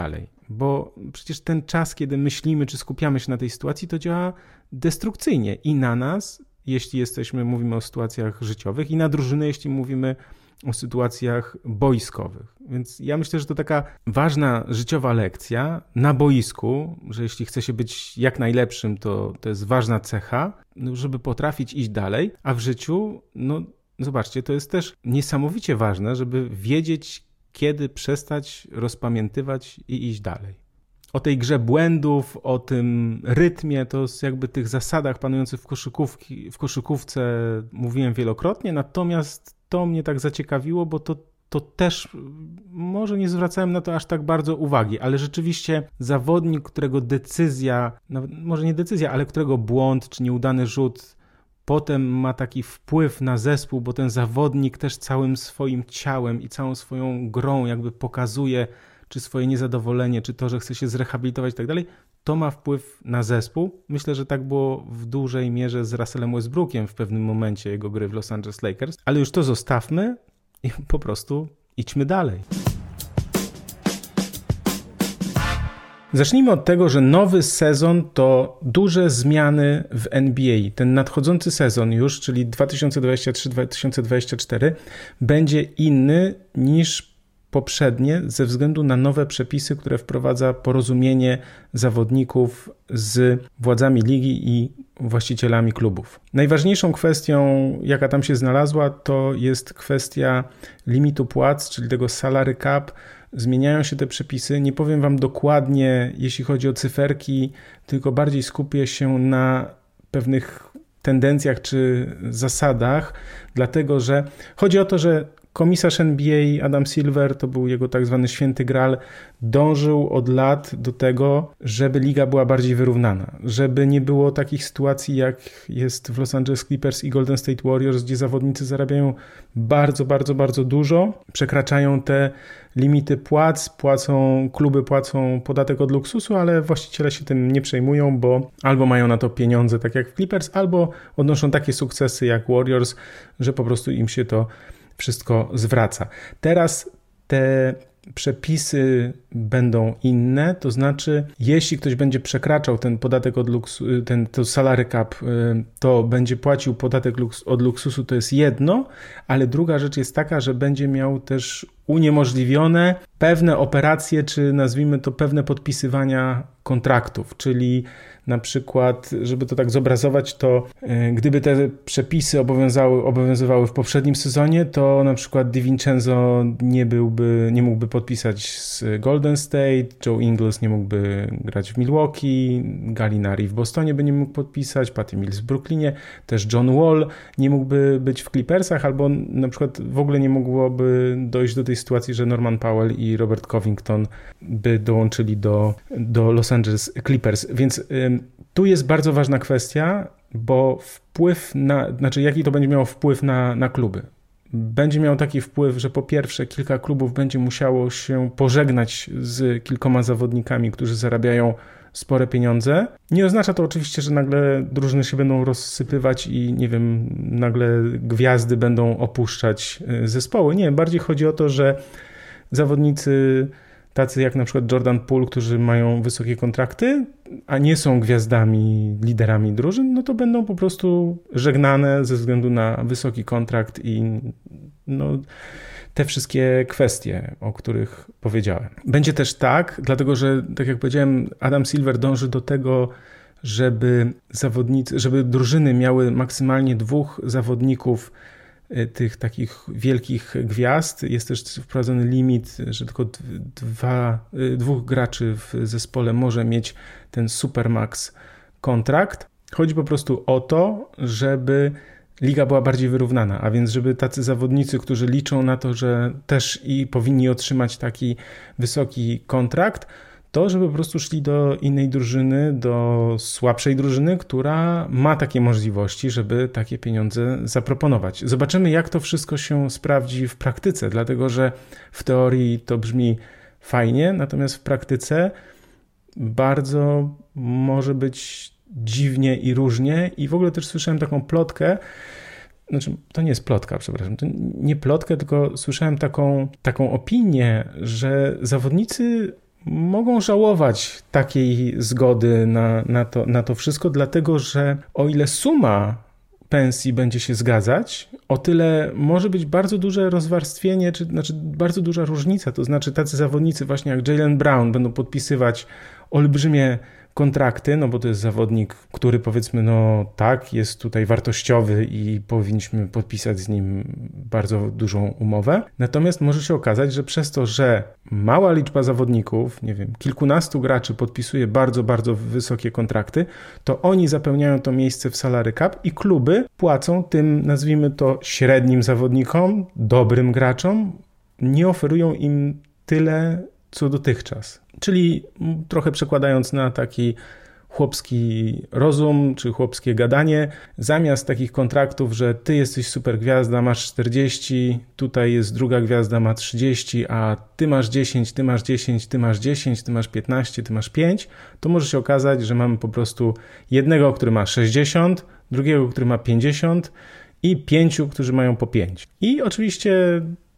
bo przecież ten czas, kiedy myślimy czy skupiamy się na tej sytuacji, to działa destrukcyjnie i na nas, jeśli mówimy o sytuacjach życiowych, i na drużynę, jeśli mówimy o sytuacjach boiskowych. Więc ja myślę, że to taka ważna życiowa lekcja na boisku, że jeśli chce się być jak najlepszym, to jest ważna cecha, żeby potrafić iść dalej, a w życiu, zobaczcie, to jest też niesamowicie ważne, żeby wiedzieć, kiedy przestać rozpamiętywać i iść dalej. O tej grze błędów, o tym rytmie, to jest jakby tych zasadach panujących w koszykówce mówiłem wielokrotnie, natomiast to mnie tak zaciekawiło, bo to też może nie zwracałem na to aż tak bardzo uwagi, ale rzeczywiście zawodnik, którego decyzja, może nie decyzja, ale którego błąd czy nieudany rzut potem ma taki wpływ na zespół, bo ten zawodnik też całym swoim ciałem i całą swoją grą jakby pokazuje, czy swoje niezadowolenie, czy to, że chce się zrehabilitować i tak dalej, to ma wpływ na zespół. Myślę, że tak było w dużej mierze z Russellem Westbrookiem w pewnym momencie jego gry w Los Angeles Lakers, ale już to zostawmy i po prostu idźmy dalej. Zacznijmy od tego, że nowy sezon to duże zmiany w NBA. Ten nadchodzący sezon już, czyli 2023-2024, będzie inny niż poprzednie ze względu na nowe przepisy, które wprowadza porozumienie zawodników z władzami ligi i właścicielami klubów. Najważniejszą kwestią, jaka tam się znalazła, to jest kwestia limitu płac, czyli tego salary cap. Zmieniają się te przepisy. Nie powiem wam dokładnie, jeśli chodzi o cyferki, tylko bardziej skupię się na pewnych tendencjach czy zasadach, dlatego że chodzi o to, że komisarz NBA Adam Silver, to był jego tak zwany święty gral, dążył od lat do tego, żeby liga była bardziej wyrównana, żeby nie było takich sytuacji, jak jest w Los Angeles Clippers i Golden State Warriors, gdzie zawodnicy zarabiają bardzo, bardzo, bardzo dużo, przekraczają te limity płac, kluby płacą podatek od luksusu, ale właściciele się tym nie przejmują, bo albo mają na to pieniądze, tak jak w Clippers, albo odnoszą takie sukcesy jak Warriors, że po prostu im się to wszystko zwraca. Teraz te przepisy będą inne, to znaczy jeśli ktoś będzie przekraczał ten podatek od luksusu, to salary cap, to będzie płacił podatek od luksusu, to jest jedno, ale druga rzecz jest taka, że będzie miał też uniemożliwione pewne operacje, czy nazwijmy to pewne podpisywania kontraktów, czyli na przykład, żeby to tak zobrazować, to gdyby te przepisy obowiązywały w poprzednim sezonie, to na przykład DiVincenzo nie mógłby podpisać z Golden State, Joe Ingles nie mógłby grać w Milwaukee, Gallinari w Bostonie by nie mógł podpisać, Patty Mills w Brooklynie, też John Wall nie mógłby być w Clippersach, albo na przykład w ogóle nie mogłoby dojść do tej sytuacji, że Norman Powell i Robert Covington by dołączyli do Los Angeles Clippers, więc tu jest bardzo ważna kwestia, bo jaki to będzie miało wpływ na kluby. Będzie miał taki wpływ, że po pierwsze kilka klubów będzie musiało się pożegnać z kilkoma zawodnikami, którzy zarabiają spore pieniądze. Nie oznacza to oczywiście, że nagle drużyny się będą rozsypywać i nie wiem, nagle gwiazdy będą opuszczać zespoły. Nie, bardziej chodzi o to, że zawodnicy tacy jak na przykład Jordan Poole, którzy mają wysokie kontrakty, a nie są gwiazdami, liderami drużyn, no to będą po prostu żegnane ze względu na wysoki kontrakt i te wszystkie kwestie, o których powiedziałem. Będzie też tak, dlatego że, tak jak powiedziałem, Adam Silver dąży do tego, żeby drużyny miały maksymalnie 2 zawodników, tych takich wielkich gwiazd. Jest też wprowadzony limit, że tylko 2 graczy w zespole może mieć ten supermax kontrakt. Chodzi po prostu o to, żeby liga była bardziej wyrównana, a więc żeby tacy zawodnicy, którzy liczą na to, że też i powinni otrzymać taki wysoki kontrakt, to żeby po prostu szli do innej drużyny, do słabszej drużyny, która ma takie możliwości, żeby takie pieniądze zaproponować. Zobaczymy, jak to wszystko się sprawdzi w praktyce, dlatego że w teorii to brzmi fajnie, natomiast w praktyce bardzo może być dziwnie i różnie i w ogóle też słyszałem taką plotkę, to nie jest plotka, przepraszam, to nie plotkę, tylko słyszałem taką opinię, że zawodnicy mogą żałować takiej zgody na to wszystko, dlatego że o ile suma pensji będzie się zgadzać, o tyle może być bardzo duże rozwarstwienie, znaczy bardzo duża różnica. To znaczy tacy zawodnicy właśnie jak Jaylen Brown będą podpisywać olbrzymie kontrakty, no bo to jest zawodnik, który powiedzmy, no tak, jest tutaj wartościowy i powinniśmy podpisać z nim bardzo dużą umowę. Natomiast może się okazać, że przez to, że mała liczba zawodników, nie wiem, kilkunastu graczy podpisuje bardzo, bardzo wysokie kontrakty, to oni zapełniają to miejsce w salary cap i kluby płacą tym, nazwijmy to, średnim zawodnikom, dobrym graczom, nie oferują im tyle, co dotychczas. Czyli trochę przekładając na taki chłopski rozum czy chłopskie gadanie, zamiast takich kontraktów, że ty jesteś super gwiazda, masz 40, tutaj jest druga gwiazda, ma 30, a ty masz 10, ty masz 10, ty masz 10, ty masz 15, ty masz 5, to może się okazać, że mamy po prostu jednego, który ma 60, drugiego, który ma 50 i 5, którzy mają po 5. I oczywiście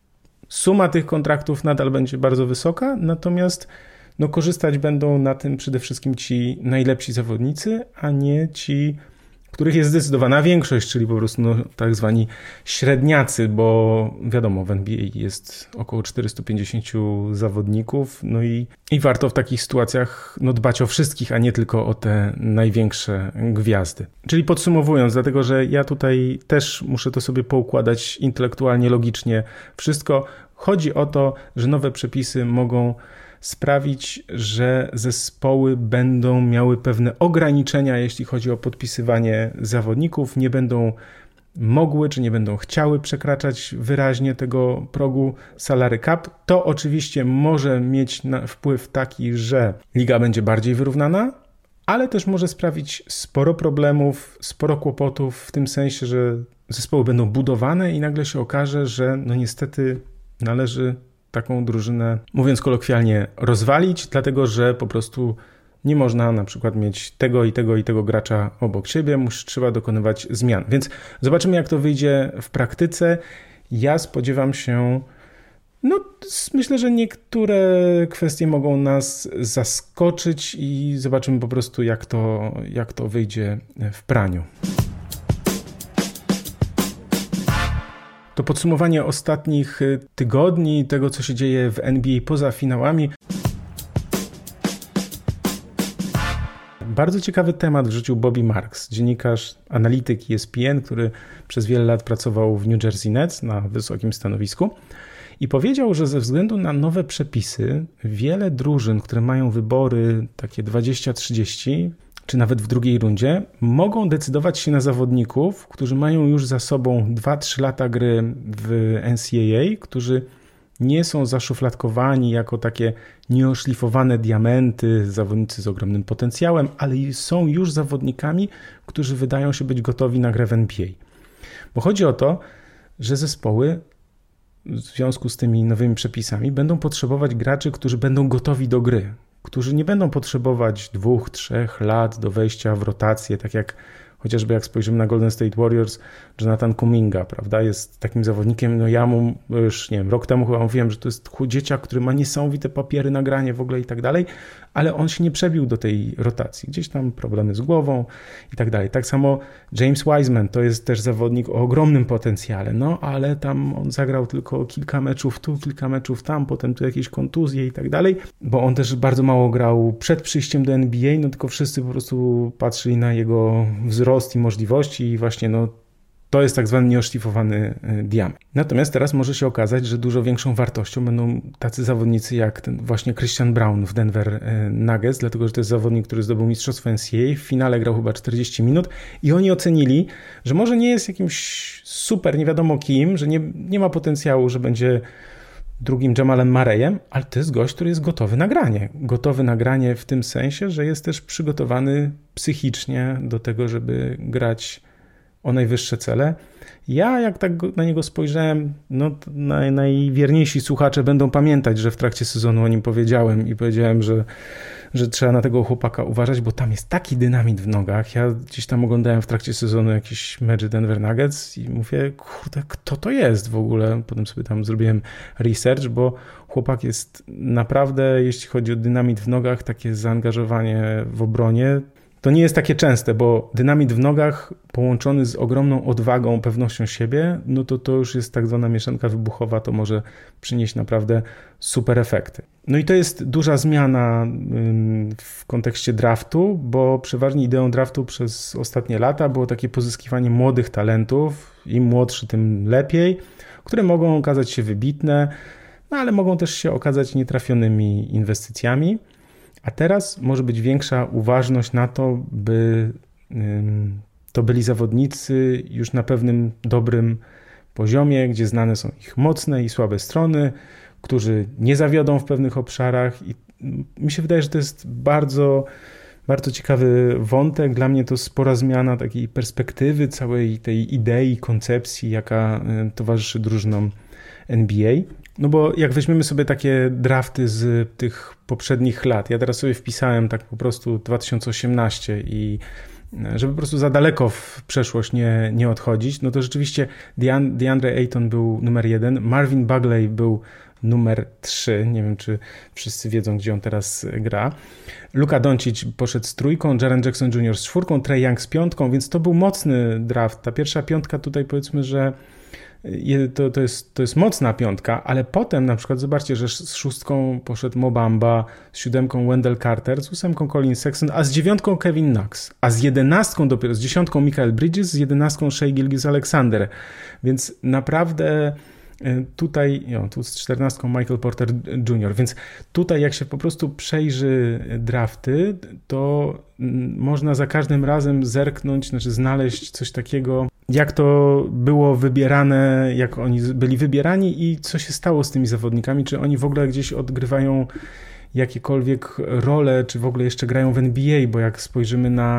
suma tych kontraktów nadal będzie bardzo wysoka, natomiast korzystać będą na tym przede wszystkim ci najlepsi zawodnicy, a nie ci, których jest zdecydowana większość, czyli po prostu tak zwani średniacy, bo wiadomo, w NBA jest około 450 zawodników, i warto w takich sytuacjach dbać o wszystkich, a nie tylko o te największe gwiazdy. Czyli podsumowując, dlatego że ja tutaj też muszę to sobie poukładać intelektualnie, logicznie wszystko, chodzi o to, że nowe przepisy mogą sprawić, że zespoły będą miały pewne ograniczenia, jeśli chodzi o podpisywanie zawodników, nie będą mogły czy nie będą chciały przekraczać wyraźnie tego progu salary cap. To oczywiście może mieć wpływ taki, że liga będzie bardziej wyrównana, ale też może sprawić sporo problemów, sporo kłopotów w tym sensie, że zespoły będą budowane i nagle się okaże, że niestety należy taką drużynę, mówiąc kolokwialnie, rozwalić, dlatego że po prostu nie można na przykład mieć tego i tego i tego gracza obok siebie, trzeba dokonywać zmian. Więc zobaczymy, jak to wyjdzie w praktyce. Ja spodziewam się, myślę, że niektóre kwestie mogą nas zaskoczyć i zobaczymy po prostu, jak to wyjdzie w praniu. To podsumowanie ostatnich tygodni, tego co się dzieje w NBA poza finałami. Bardzo ciekawy temat wrzucił Bobby Marks, dziennikarz, analityk ESPN, który przez wiele lat pracował w New Jersey Nets na wysokim stanowisku i powiedział, że ze względu na nowe przepisy wiele drużyn, które mają wybory takie 20-30, czy nawet w drugiej rundzie, mogą decydować się na zawodników, którzy mają już za sobą 2-3 lata gry w NCAA, którzy nie są zaszufladkowani jako takie nieoszlifowane diamenty, zawodnicy z ogromnym potencjałem, ale są już zawodnikami, którzy wydają się być gotowi na grę w NBA. Bo chodzi o to, że zespoły w związku z tymi nowymi przepisami będą potrzebować graczy, którzy będą gotowi do gry, którzy nie będą potrzebować 2-3 lat do wejścia w rotację, tak jak chociażby jak spojrzymy na Golden State Warriors, Jonathan Kuminga, prawda, jest takim zawodnikiem, ja mu już, nie wiem, rok temu chyba mówiłem, że to jest dzieciak, który ma niesamowite papiery, nagranie w ogóle i tak dalej, ale on się nie przebił do tej rotacji, gdzieś tam problemy z głową i tak dalej. Tak samo James Wiseman to jest też zawodnik o ogromnym potencjale, ale tam on zagrał tylko kilka meczów tu, kilka meczów tam, potem tu jakieś kontuzje i tak dalej, bo on też bardzo mało grał przed przyjściem do NBA, tylko wszyscy po prostu patrzyli na jego wzrost i możliwości i właśnie to jest tak zwany nieoszlifowany diament. Natomiast teraz może się okazać, że dużo większą wartością będą tacy zawodnicy jak ten właśnie Christian Braun w Denver Nuggets, dlatego że to jest zawodnik, który zdobył mistrzostwo NCAA, w finale grał chyba 40 minut i oni ocenili, że może nie jest jakimś super nie wiadomo kim, że nie ma potencjału, że będzie drugim Jamalem Murrayem, ale to jest gość, który jest gotowy na granie. Gotowy na granie w tym sensie, że jest też przygotowany psychicznie do tego, żeby grać o najwyższe cele. Ja jak tak na niego spojrzałem, no najwierniejsi słuchacze będą pamiętać, że w trakcie sezonu o nim powiedziałem i powiedziałem, że trzeba na tego chłopaka uważać, bo tam jest taki dynamit w nogach. Ja gdzieś tam oglądałem w trakcie sezonu jakiś mecz Denver Nuggets i mówię, kurde, kto to jest w ogóle? Potem sobie tam zrobiłem research, bo chłopak jest naprawdę, jeśli chodzi o dynamit w nogach, takie zaangażowanie w obronie, to nie jest takie częste, bo dynamit w nogach połączony z ogromną odwagą, pewnością siebie, no to już jest tak zwana mieszanka wybuchowa, to może przynieść naprawdę super efekty. No i to jest duża zmiana w kontekście draftu, bo przeważnie ideą draftu przez ostatnie lata było takie pozyskiwanie młodych talentów, im młodszy, tym lepiej, które mogą okazać się wybitne, no ale mogą też się okazać nietrafionymi inwestycjami. A teraz może być większa uważność na to, by to byli zawodnicy już na pewnym dobrym poziomie, gdzie znane są ich mocne i słabe strony, którzy nie zawiodą w pewnych obszarach. I mi się wydaje, że to jest bardzo, bardzo ciekawy wątek. Dla mnie to spora zmiana takiej perspektywy, całej tej idei, koncepcji, jaka towarzyszy drużynom NBA. No bo jak weźmiemy sobie takie drafty z tych poprzednich lat, ja teraz sobie wpisałem tak po prostu 2018 i żeby po prostu za daleko w przeszłość nie odchodzić, no to rzeczywiście DeAndre Ayton był numer 1, Marvin Bagley był numer 3, nie wiem czy wszyscy wiedzą, gdzie on teraz gra. Luka Doncic poszedł z 3, Jaren Jackson Jr. z 4, Trae Young z 5, więc to był mocny draft. Ta pierwsza 5 tutaj powiedzmy, że to jest mocna 5, ale potem na przykład zobaczcie, że z 6 poszedł Mo Bamba, z 7 Wendell Carter, z 8 Colin Sexton, a z 9 Kevin Knox, a z 11 dopiero, z 10 Michael Bridges, z 11 Shai Gilgeous-Alexander, więc naprawdę tutaj, tu z 14 Michael Porter Jr., więc tutaj jak się po prostu przejrzy drafty, to można za każdym razem zerknąć, znaczy znaleźć coś takiego, jak to było wybierane, jak oni byli wybierani i co się stało z tymi zawodnikami, czy oni w ogóle gdzieś odgrywają jakiekolwiek role, czy w ogóle jeszcze grają w NBA, bo jak spojrzymy na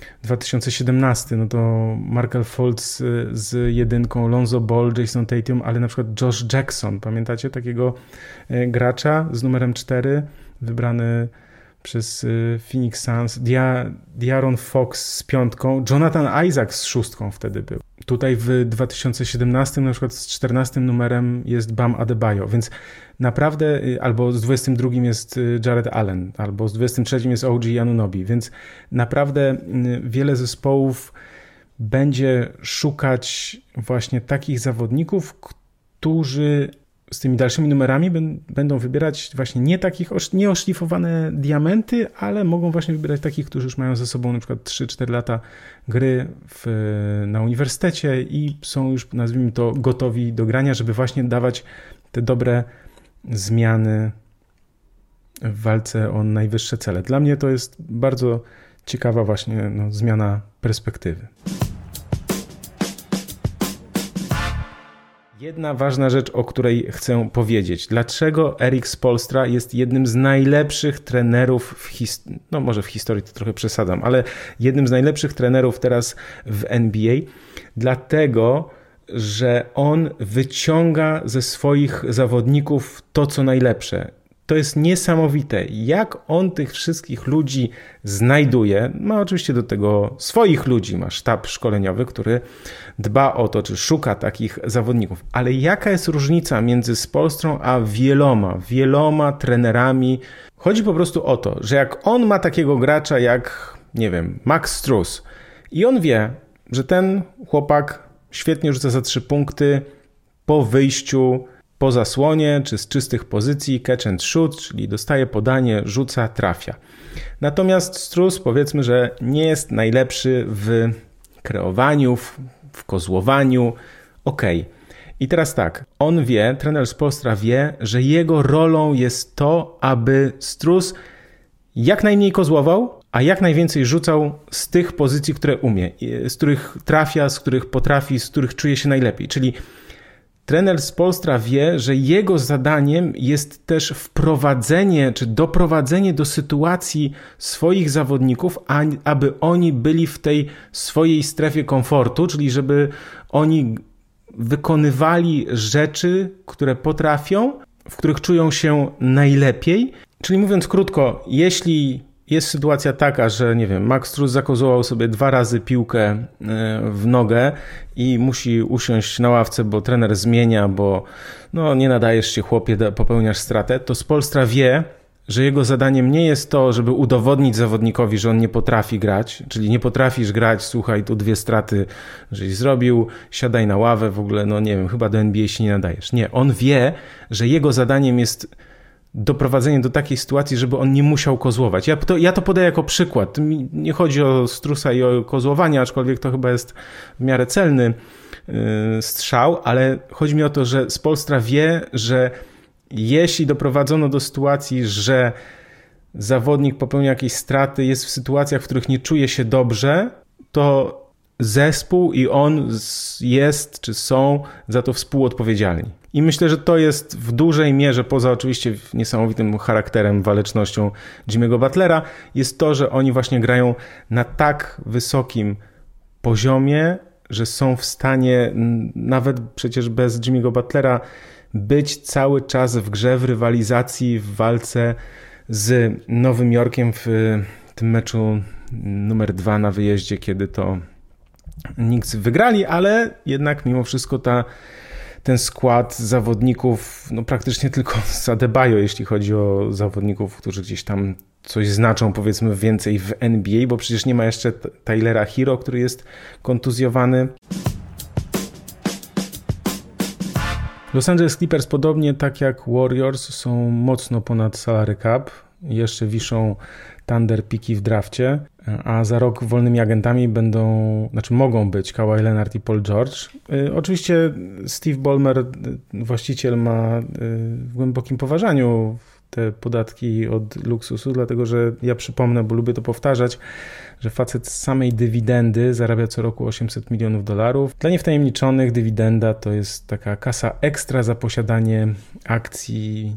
2017, no to Markel Fultz z 1, Lonzo Ball, Jason Tatum, ale na przykład Josh Jackson, pamiętacie takiego gracza z numerem 4, wybrany przez Phoenix Suns, De'Aaron Fox z 5, Jonathan Isaac z 6 wtedy był. Tutaj w 2017 na przykład z 14 numerem jest Bam Adebayo, więc naprawdę, albo z 22 jest Jared Allen, albo z 23 jest OG Anunoby, więc naprawdę wiele zespołów będzie szukać właśnie takich zawodników, którzy z tymi dalszymi numerami będą wybierać właśnie nie takich nieoszlifowane diamenty, ale mogą właśnie wybierać takich, którzy już mają ze sobą na przykład 3-4 lata gry na uniwersytecie i są już, nazwijmy to, gotowi do grania, żeby właśnie dawać te dobre zmiany w walce o najwyższe cele. Dla mnie to jest bardzo ciekawa właśnie zmiana perspektywy. Jedna ważna rzecz, o której chcę powiedzieć. Dlaczego Erik Spoelstra jest jednym z najlepszych trenerów może w historii to trochę przesadzam, ale jednym z najlepszych trenerów teraz w NBA? Dlatego, że on wyciąga ze swoich zawodników to, co najlepsze. To jest niesamowite, jak on tych wszystkich ludzi znajduje. Ma oczywiście do tego swoich ludzi, ma sztab szkoleniowy, który dba o to, czy szuka takich zawodników. Ale jaka jest różnica między Spoelstrą a wieloma trenerami? Chodzi po prostu o to, że jak on ma takiego gracza jak, nie wiem, Max Strus i on wie, że ten chłopak świetnie rzuca za 3 punkty po wyjściu po zasłonie, czy z czystych pozycji, catch and shoot, czyli dostaje podanie, rzuca, trafia. Natomiast Strus, powiedzmy, że nie jest najlepszy w kreowaniu, w kozłowaniu. Okej. I teraz tak, on wie, trener Spoelstra wie, że jego rolą jest to, aby Strus jak najmniej kozłował, a jak najwięcej rzucał z tych pozycji, które umie, z których trafia, z których potrafi, z których czuje się najlepiej. Czyli trener Spoelstra wie, że jego zadaniem jest też wprowadzenie czy doprowadzenie do sytuacji swoich zawodników, aby oni byli w tej swojej strefie komfortu, czyli żeby oni wykonywali rzeczy, które potrafią, w których czują się najlepiej. Czyli mówiąc krótko, jeśli jest sytuacja taka, że nie wiem, Max Strus zakozował sobie 2 razy piłkę w nogę i musi usiąść na ławce, bo trener zmienia, bo nie nadajesz się chłopie, popełniasz stratę, to Spoelstra wie, że jego zadaniem nie jest to, żeby udowodnić zawodnikowi, że on nie potrafi grać, czyli nie potrafisz grać, słuchaj, tu 2 straty żeś zrobił, siadaj na ławę, w ogóle, nie wiem, chyba do NBA się nie nadajesz. Nie, on wie, że jego zadaniem jest doprowadzenie do takiej sytuacji, żeby on nie musiał kozłować. Ja to podaję jako przykład. Nie chodzi o Strusa i o kozłowanie, aczkolwiek to chyba jest w miarę celny strzał, ale chodzi mi o to, że Spoelstra wie, że jeśli doprowadzono do sytuacji, że zawodnik popełnia jakieś straty, jest w sytuacjach, w których nie czuje się dobrze, to zespół i on jest, czy są za to współodpowiedzialni. I myślę, że to jest w dużej mierze, poza oczywiście niesamowitym charakterem, walecznością Jimmy'ego Butlera, jest to, że oni właśnie grają na tak wysokim poziomie, że są w stanie, nawet przecież bez Jimmy'ego Butlera, być cały czas w grze, w rywalizacji, w walce z Nowym Jorkiem w tym meczu numer 2 na wyjeździe, kiedy to Knicks wygrali, ale jednak mimo wszystko ten skład zawodników, praktycznie tylko z Adebayo, jeśli chodzi o zawodników, którzy gdzieś tam coś znaczą, powiedzmy, więcej w NBA, bo przecież nie ma jeszcze Tylera Hero, który jest kontuzjowany. Los Angeles Clippers, podobnie tak jak Warriors, są mocno ponad salary cap. Jeszcze wiszą Thunder piki w drafcie, a za rok wolnymi agentami mogą być Kawhi Leonard i Paul George. Oczywiście Steve Ballmer, właściciel, ma w głębokim poważaniu te podatki od luksusu, dlatego że ja przypomnę, bo lubię to powtarzać, że facet z samej dywidendy zarabia co roku $800 milionów. Dla niewtajemniczonych dywidenda to jest taka kasa ekstra za posiadanie akcji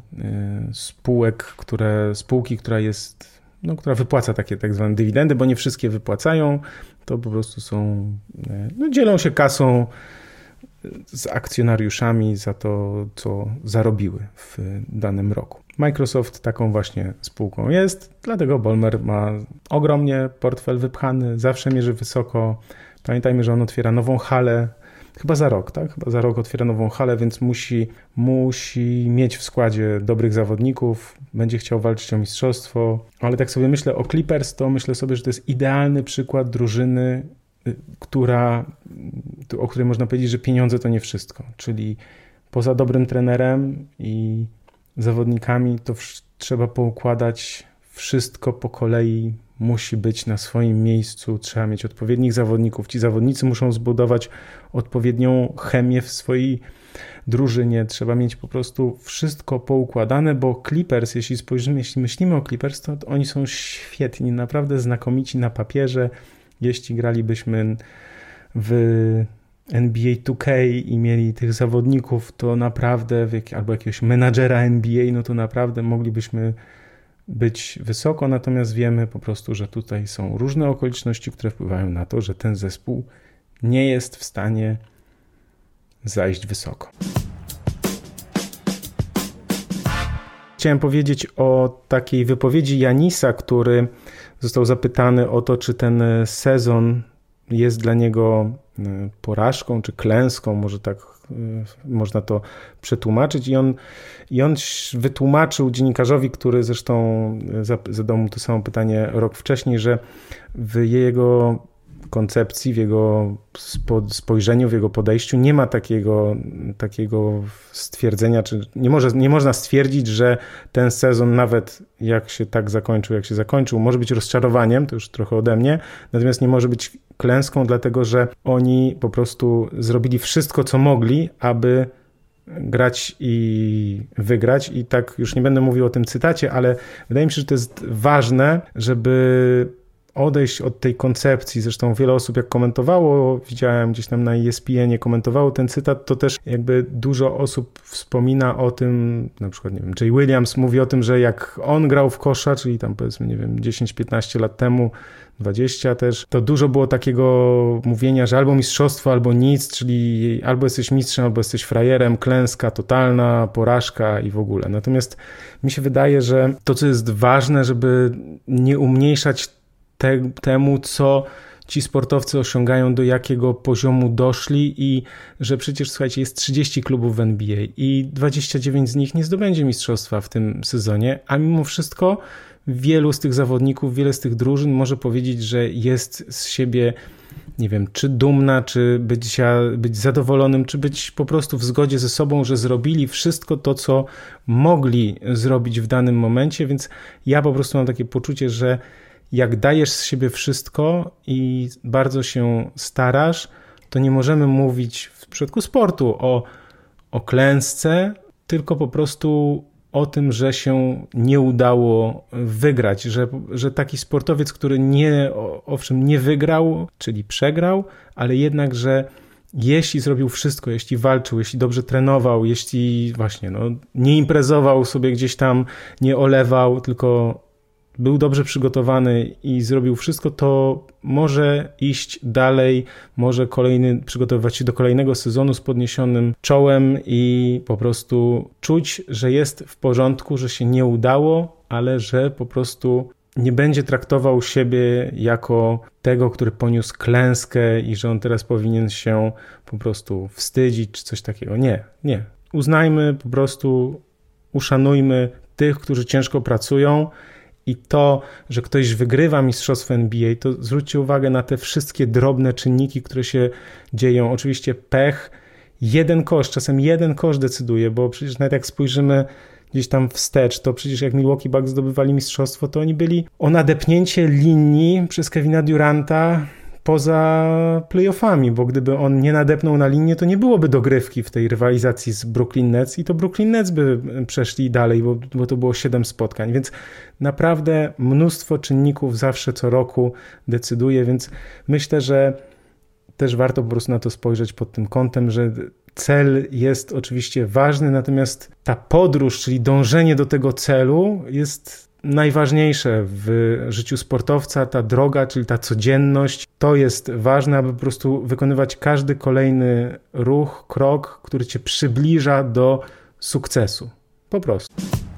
spółki, która wypłaca takie tak zwane dywidendy, bo nie wszystkie wypłacają, to po prostu są, dzielą się kasą z akcjonariuszami za to, co zarobiły w danym roku. Microsoft taką właśnie spółką jest, dlatego Ballmer ma ogromnie portfel wypchany, zawsze mierzy wysoko. Pamiętajmy, że on otwiera nową halę, chyba za rok, tak? Chyba za rok otwiera nową halę, więc musi mieć w składzie dobrych zawodników, będzie chciał walczyć o mistrzostwo, ale tak sobie myślę o Clippers, to myślę sobie, że to jest idealny przykład drużyny, o której można powiedzieć, że pieniądze to nie wszystko, czyli poza dobrym trenerem i zawodnikami to trzeba poukładać wszystko po kolei, musi być na swoim miejscu, trzeba mieć odpowiednich zawodników, ci zawodnicy muszą zbudować odpowiednią chemię w swojej drużynie, trzeba mieć po prostu wszystko poukładane, bo Clippers, jeśli myślimy o Clippers, to oni są świetni, naprawdę znakomici na papierze. Jeśli gralibyśmy w NBA 2K i mieli tych zawodników, to naprawdę, albo jakiegoś menadżera NBA, to naprawdę moglibyśmy być wysoko, natomiast wiemy po prostu, że tutaj są różne okoliczności, które wpływają na to, że ten zespół nie jest w stanie zajść wysoko. Chciałem powiedzieć o takiej wypowiedzi Janisa, który został zapytany o to, czy ten sezon jest dla niego porażką czy klęską, może tak można to przetłumaczyć. I on wytłumaczył dziennikarzowi, który zresztą zadał mu to samo pytanie rok wcześniej, że w jego koncepcji, w jego spojrzeniu, w jego podejściu nie ma takiego stwierdzenia, czy nie można stwierdzić, że ten sezon, nawet jak się tak zakończył, jak się zakończył, może być rozczarowaniem, to już trochę ode mnie, natomiast nie może być klęską, dlatego że oni po prostu zrobili wszystko, co mogli, aby grać i wygrać. I tak już nie będę mówił o tym cytacie, ale wydaje mi się, że to jest ważne, żeby odejść od tej koncepcji. Zresztą wiele osób jak komentowało, widziałem gdzieś tam na ESPN-ie komentowało ten cytat, to też jakby dużo osób wspomina o tym, na przykład, nie wiem, Jay Williams mówi o tym, że jak on grał w kosza, czyli tam powiedzmy, nie wiem, 10-15 lat temu, 20 też, to dużo było takiego mówienia, że albo mistrzostwo, albo nic, czyli albo jesteś mistrzem, albo jesteś frajerem, klęska totalna, porażka i w ogóle. Natomiast mi się wydaje, że to, co jest ważne, żeby nie umniejszać temu, co ci sportowcy osiągają, do jakiego poziomu doszli i że przecież, słuchajcie, jest 30 klubów w NBA i 29 z nich nie zdobędzie mistrzostwa w tym sezonie, a mimo wszystko wielu z tych zawodników, wiele z tych drużyn może powiedzieć, że jest z siebie, nie wiem, czy dumna, czy być zadowolonym, czy być po prostu w zgodzie ze sobą, że zrobili wszystko to, co mogli zrobić w danym momencie, więc ja po prostu mam takie poczucie, że jak dajesz z siebie wszystko i bardzo się starasz, to nie możemy mówić w przypadku sportu o klęsce, tylko po prostu o tym, że się nie udało wygrać, że taki sportowiec, który nie wygrał, czyli przegrał, ale jednak, że jeśli zrobił wszystko, jeśli walczył, jeśli dobrze trenował, jeśli właśnie nie imprezował sobie gdzieś tam, nie olewał, tylko był dobrze przygotowany i zrobił wszystko, to może iść dalej, może przygotowywać się do kolejnego sezonu z podniesionym czołem i po prostu czuć, że jest w porządku, że się nie udało, ale że po prostu nie będzie traktował siebie jako tego, który poniósł klęskę i że on teraz powinien się po prostu wstydzić czy coś takiego. Nie. Uznajmy po prostu, uszanujmy tych, którzy ciężko pracują. I to, że ktoś wygrywa mistrzostwo NBA, to zwróćcie uwagę na te wszystkie drobne czynniki, które się dzieją. Oczywiście pech, czasem jeden kosz decyduje, bo przecież nawet jak spojrzymy gdzieś tam wstecz, to przecież jak Milwaukee Bucks zdobywali mistrzostwo, to oni byli o nadepnięcie linii przez Kevina Duranta poza playoffami, bo gdyby on nie nadepnął na linię, to nie byłoby dogrywki w tej rywalizacji z Brooklyn Nets i to Brooklyn Nets by przeszli dalej, bo to było 7 spotkań, więc naprawdę mnóstwo czynników zawsze co roku decyduje, więc myślę, że też warto po prostu na to spojrzeć pod tym kątem, że cel jest oczywiście ważny, natomiast ta podróż, czyli dążenie do tego celu jest najważniejsze w życiu sportowca, ta droga, czyli ta codzienność, to jest ważne, aby po prostu wykonywać każdy kolejny ruch, krok, który cię przybliża do sukcesu. Po prostu.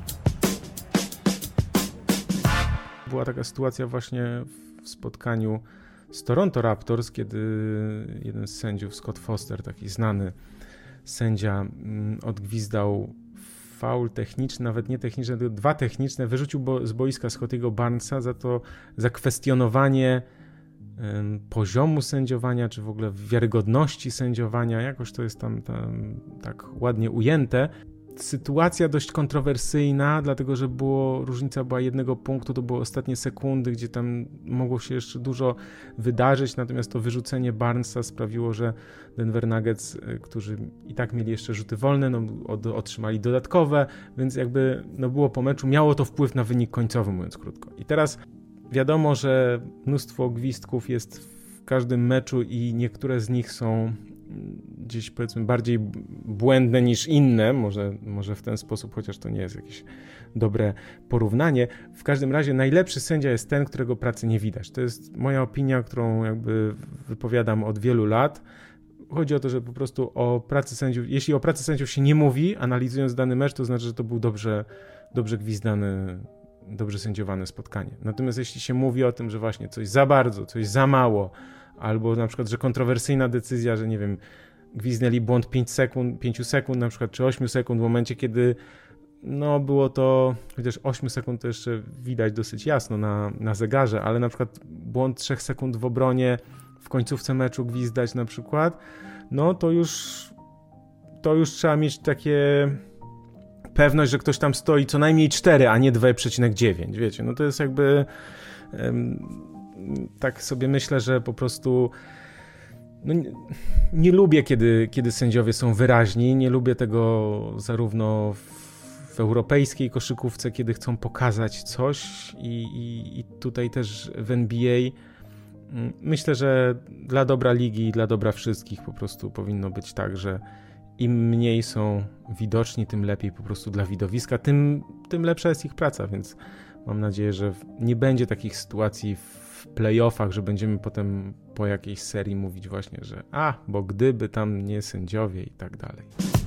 Była taka sytuacja właśnie w spotkaniu z Toronto Raptors, kiedy jeden z sędziów, Scott Foster, taki znany sędzia, odgwizdał faul techniczny, nawet nie techniczny, tylko 2 techniczne, wyrzucił z boiska Scottiego Barnesa za kwestionowanie poziomu sędziowania, czy w ogóle wiarygodności sędziowania, jakoś to jest tam tak ładnie ujęte. Sytuacja dość kontrowersyjna, dlatego że różnica była 1 punktu, to były ostatnie sekundy, gdzie tam mogło się jeszcze dużo wydarzyć, natomiast to wyrzucenie Barnesa sprawiło, że Denver Nuggets, którzy i tak mieli jeszcze rzuty wolne, otrzymali dodatkowe, więc jakby było po meczu, miało to wpływ na wynik końcowy, mówiąc krótko. I teraz wiadomo, że mnóstwo gwizdków jest w każdym meczu i niektóre z nich są gdzieś powiedzmy bardziej błędne niż inne, może w ten sposób, chociaż to nie jest jakieś dobre porównanie. W każdym razie najlepszy sędzia jest ten, którego pracy nie widać. To jest moja opinia, którą jakby wypowiadam od wielu lat. Chodzi o to, że po prostu o pracy sędziów, jeśli o pracy sędziów się nie mówi, analizując dany mecz, to znaczy, że to był dobrze gwizdany, dobrze sędziowane spotkanie. Natomiast jeśli się mówi o tym, że właśnie coś za bardzo, coś za mało, albo na przykład, że kontrowersyjna decyzja, że nie wiem, gwizdnęli błąd 5 sekund na przykład, czy 8 sekund w momencie, kiedy było to, chociaż 8 sekund to jeszcze widać dosyć jasno na zegarze, ale na przykład błąd 3 sekund w obronie w końcówce meczu gwizdać na przykład, to już trzeba mieć takie pewność, że ktoś tam stoi co najmniej 4, a nie 2,9, wiecie, to jest jakby tak sobie myślę, że po prostu nie lubię, kiedy sędziowie są wyraźni, nie lubię tego zarówno w w europejskiej koszykówce, kiedy chcą pokazać coś i tutaj też w NBA. Myślę, że dla dobra ligi i dla dobra wszystkich po prostu powinno być tak, że im mniej są widoczni, tym lepiej po prostu dla widowiska, tym lepsza jest ich praca, więc mam nadzieję, że nie będzie takich sytuacji w playoffach, że będziemy potem po jakiejś serii mówić właśnie, że bo gdyby tam nie sędziowie i tak dalej.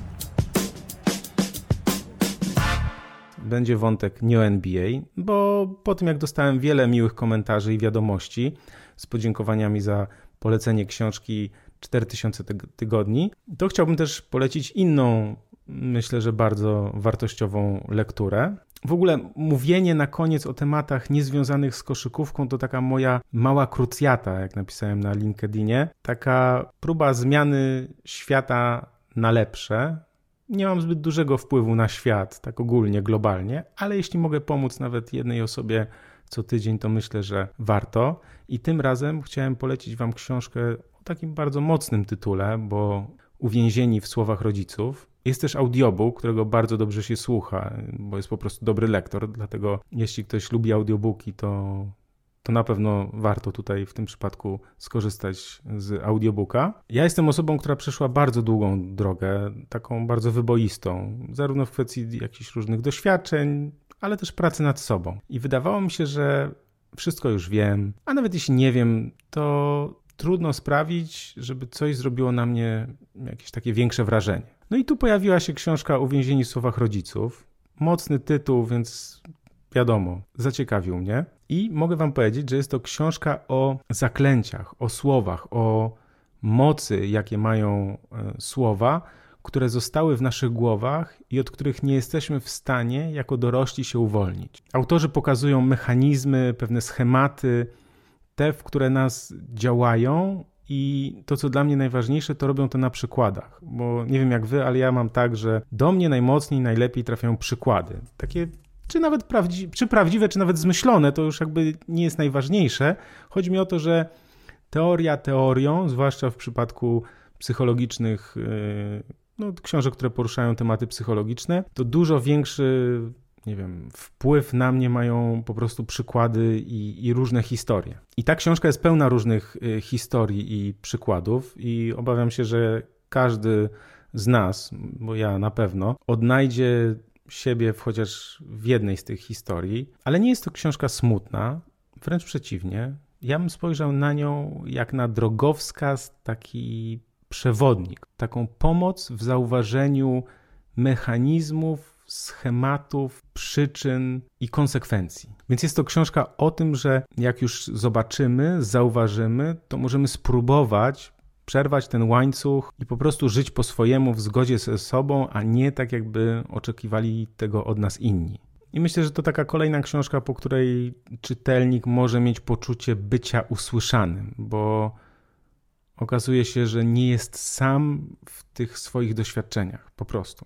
Będzie wątek nie o NBA, bo po tym jak dostałem wiele miłych komentarzy i wiadomości z podziękowaniami za polecenie książki 4000 tygodni, to chciałbym też polecić inną, myślę, że bardzo wartościową lekturę. W ogóle mówienie na koniec o tematach niezwiązanych z koszykówką to taka moja mała krucjata, jak napisałem na LinkedInie. Taka próba zmiany świata na lepsze. Nie mam zbyt dużego wpływu na świat, tak ogólnie, globalnie, ale jeśli mogę pomóc nawet jednej osobie co tydzień, to myślę, że warto. I tym razem chciałem polecić wam książkę o takim bardzo mocnym tytule, bo Uwięzieni w słowach rodziców. Jest też audiobook, którego bardzo dobrze się słucha, bo jest po prostu dobry lektor, dlatego jeśli ktoś lubi audiobooki, to na pewno warto tutaj w tym przypadku skorzystać z audiobooka. Ja jestem osobą, która przeszła bardzo długą drogę, taką bardzo wyboistą, zarówno w kwestii jakichś różnych doświadczeń, ale też pracy nad sobą. I wydawało mi się, że wszystko już wiem, a nawet jeśli nie wiem, to trudno sprawić, żeby coś zrobiło na mnie jakieś takie większe wrażenie. No i tu pojawiła się książka Uwięzieni w słowach rodziców. Mocny tytuł, więc wiadomo, zaciekawił mnie. I mogę wam powiedzieć, że jest to książka o zaklęciach, o słowach, o mocy, jakie mają słowa, które zostały w naszych głowach i od których nie jesteśmy w stanie jako dorośli się uwolnić. Autorzy pokazują mechanizmy, pewne schematy, te, w które nas działają i to, co dla mnie najważniejsze, to robią to na przykładach. Bo nie wiem jak wy, ale ja mam tak, że do mnie najmocniej, najlepiej trafiają przykłady. Takie czy nawet prawdziwe, czy nawet zmyślone, to już jakby nie jest najważniejsze. Chodzi mi o to, że teoria teorią, zwłaszcza w przypadku psychologicznych książek, które poruszają tematy psychologiczne, to dużo większy, wpływ na mnie mają po prostu przykłady i różne historie. I ta książka jest pełna różnych historii i przykładów i obawiam się, że każdy z nas, bo ja na pewno, odnajdzie siebie chociaż w jednej z tych historii, ale nie jest to książka smutna, wręcz przeciwnie. Ja bym spojrzał na nią jak na drogowskaz, taki przewodnik, taką pomoc w zauważeniu mechanizmów, schematów, przyczyn i konsekwencji. Więc jest to książka o tym, że jak już zobaczymy, zauważymy, to możemy spróbować przerwać ten łańcuch i po prostu żyć po swojemu w zgodzie ze sobą, a nie tak jakby oczekiwali tego od nas inni. I myślę, że to taka kolejna książka, po której czytelnik może mieć poczucie bycia usłyszanym, bo okazuje się, że nie jest sam w tych swoich doświadczeniach, po prostu.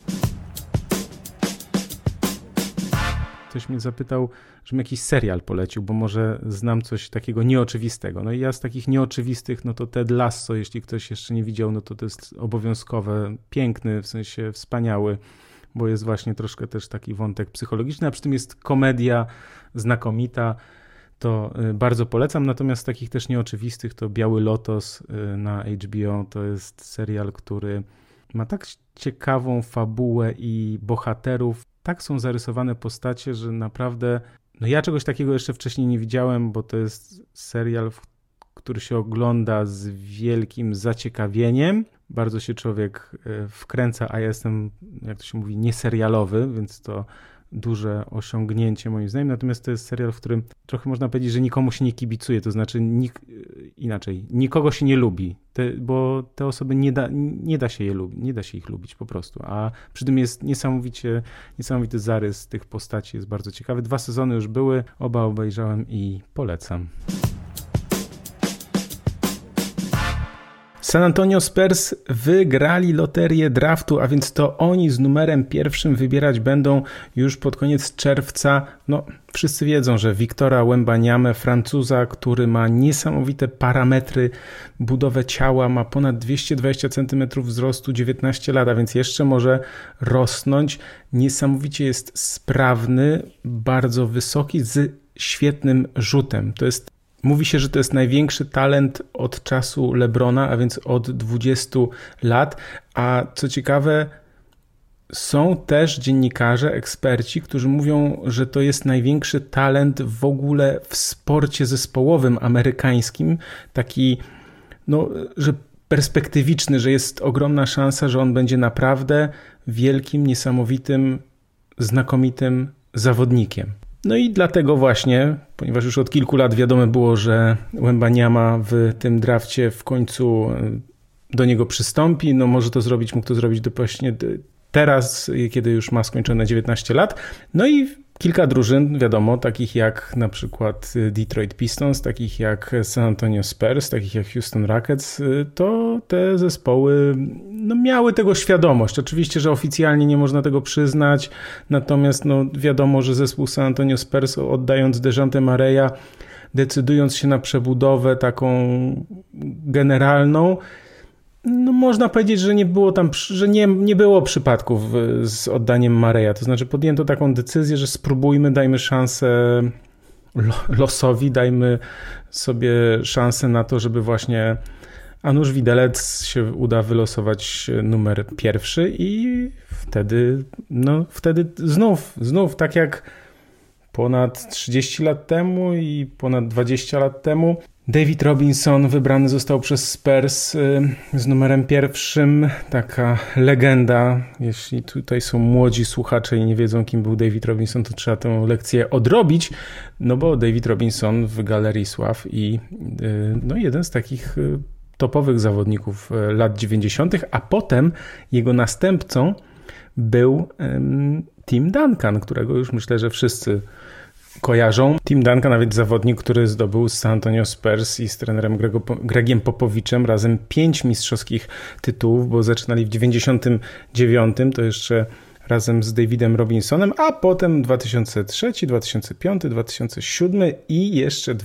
Ktoś mnie zapytał, żebym jakiś serial polecił, bo może znam coś takiego nieoczywistego. No i ja z takich nieoczywistych, no to Ted Lasso, jeśli ktoś jeszcze nie widział, no to jest obowiązkowe, piękny, w sensie wspaniały, bo jest właśnie troszkę też taki wątek psychologiczny, a przy tym jest komedia znakomita, to bardzo polecam. Natomiast z takich też nieoczywistych to Biały Lotos na HBO, to jest serial, który ma tak ciekawą fabułę i bohaterów, tak są zarysowane postacie, że naprawdę, no ja czegoś takiego jeszcze wcześniej nie widziałem, bo to jest serial, który się ogląda z wielkim zaciekawieniem. Bardzo się człowiek wkręca, a ja jestem, jak to się mówi, nieserialowy, więc to duże osiągnięcie moim zdaniem. Natomiast to jest serial, w którym trochę można powiedzieć, że nikomu się nie kibicuje, to znaczy nikogo się nie lubi, bo te osoby nie da się je lubić, nie da się ich lubić po prostu, a przy tym jest niesamowity zarys tych postaci, jest bardzo ciekawy. 2 sezony już były, oba obejrzałem i polecam. San Antonio Spurs wygrali loterię draftu, a więc to oni z numerem 1 wybierać będą już pod koniec czerwca. No, wszyscy wiedzą, że Victora Wembanyamę, Francuza, który ma niesamowite parametry, budowę ciała, ma ponad 220 cm wzrostu, 19 lat, a więc jeszcze może rosnąć. Niesamowicie jest sprawny, bardzo wysoki, z świetnym rzutem. Mówi się, że to jest największy talent od czasu LeBrona, a więc od 20 lat. A co ciekawe, są też dziennikarze, eksperci, którzy mówią, że to jest największy talent w ogóle w sporcie zespołowym amerykańskim. Taki, że perspektywiczny, że jest ogromna szansa, że on będzie naprawdę wielkim, niesamowitym, znakomitym zawodnikiem. No i dlatego właśnie, ponieważ już od kilku lat wiadomo było, że Wembanyama w tym drafcie w końcu do niego przystąpi, mógł to zrobić właśnie teraz, kiedy już ma skończone 19 lat. No i kilka drużyn, wiadomo, takich jak na przykład Detroit Pistons, takich jak San Antonio Spurs, takich jak Houston Rockets, to te zespoły miały tego świadomość. Oczywiście, że oficjalnie nie można tego przyznać, natomiast wiadomo, że zespół San Antonio Spurs, oddając Dejante Mareya, decydując się na przebudowę taką generalną, można powiedzieć, że nie było tam, że nie było przypadków z oddaniem Mareya. To znaczy podjęto taką decyzję, że spróbujmy, dajmy szansę losowi, dajmy sobie szansę na to, żeby właśnie a nuż widelec się uda wylosować numer 1 i wtedy znów tak jak ponad 30 lat temu i ponad 20 lat temu David Robinson wybrany został przez Spurs z numerem 1, taka legenda. Jeśli tutaj są młodzi słuchacze i nie wiedzą, kim był David Robinson, to trzeba tę lekcję odrobić, bo David Robinson w Galerii Sław i jeden z takich topowych zawodników lat 90., a potem jego następcą był Tim Duncan, którego już myślę, że wszyscy kojarzą. Tim Duncan, nawet zawodnik, który zdobył z San Antonio Spurs i z trenerem Gregiem Popowiczem razem 5 mistrzowskich tytułów, bo zaczynali w 99, to jeszcze razem z Davidem Robinsonem, a potem 2003, 2005, 2007 i jeszcze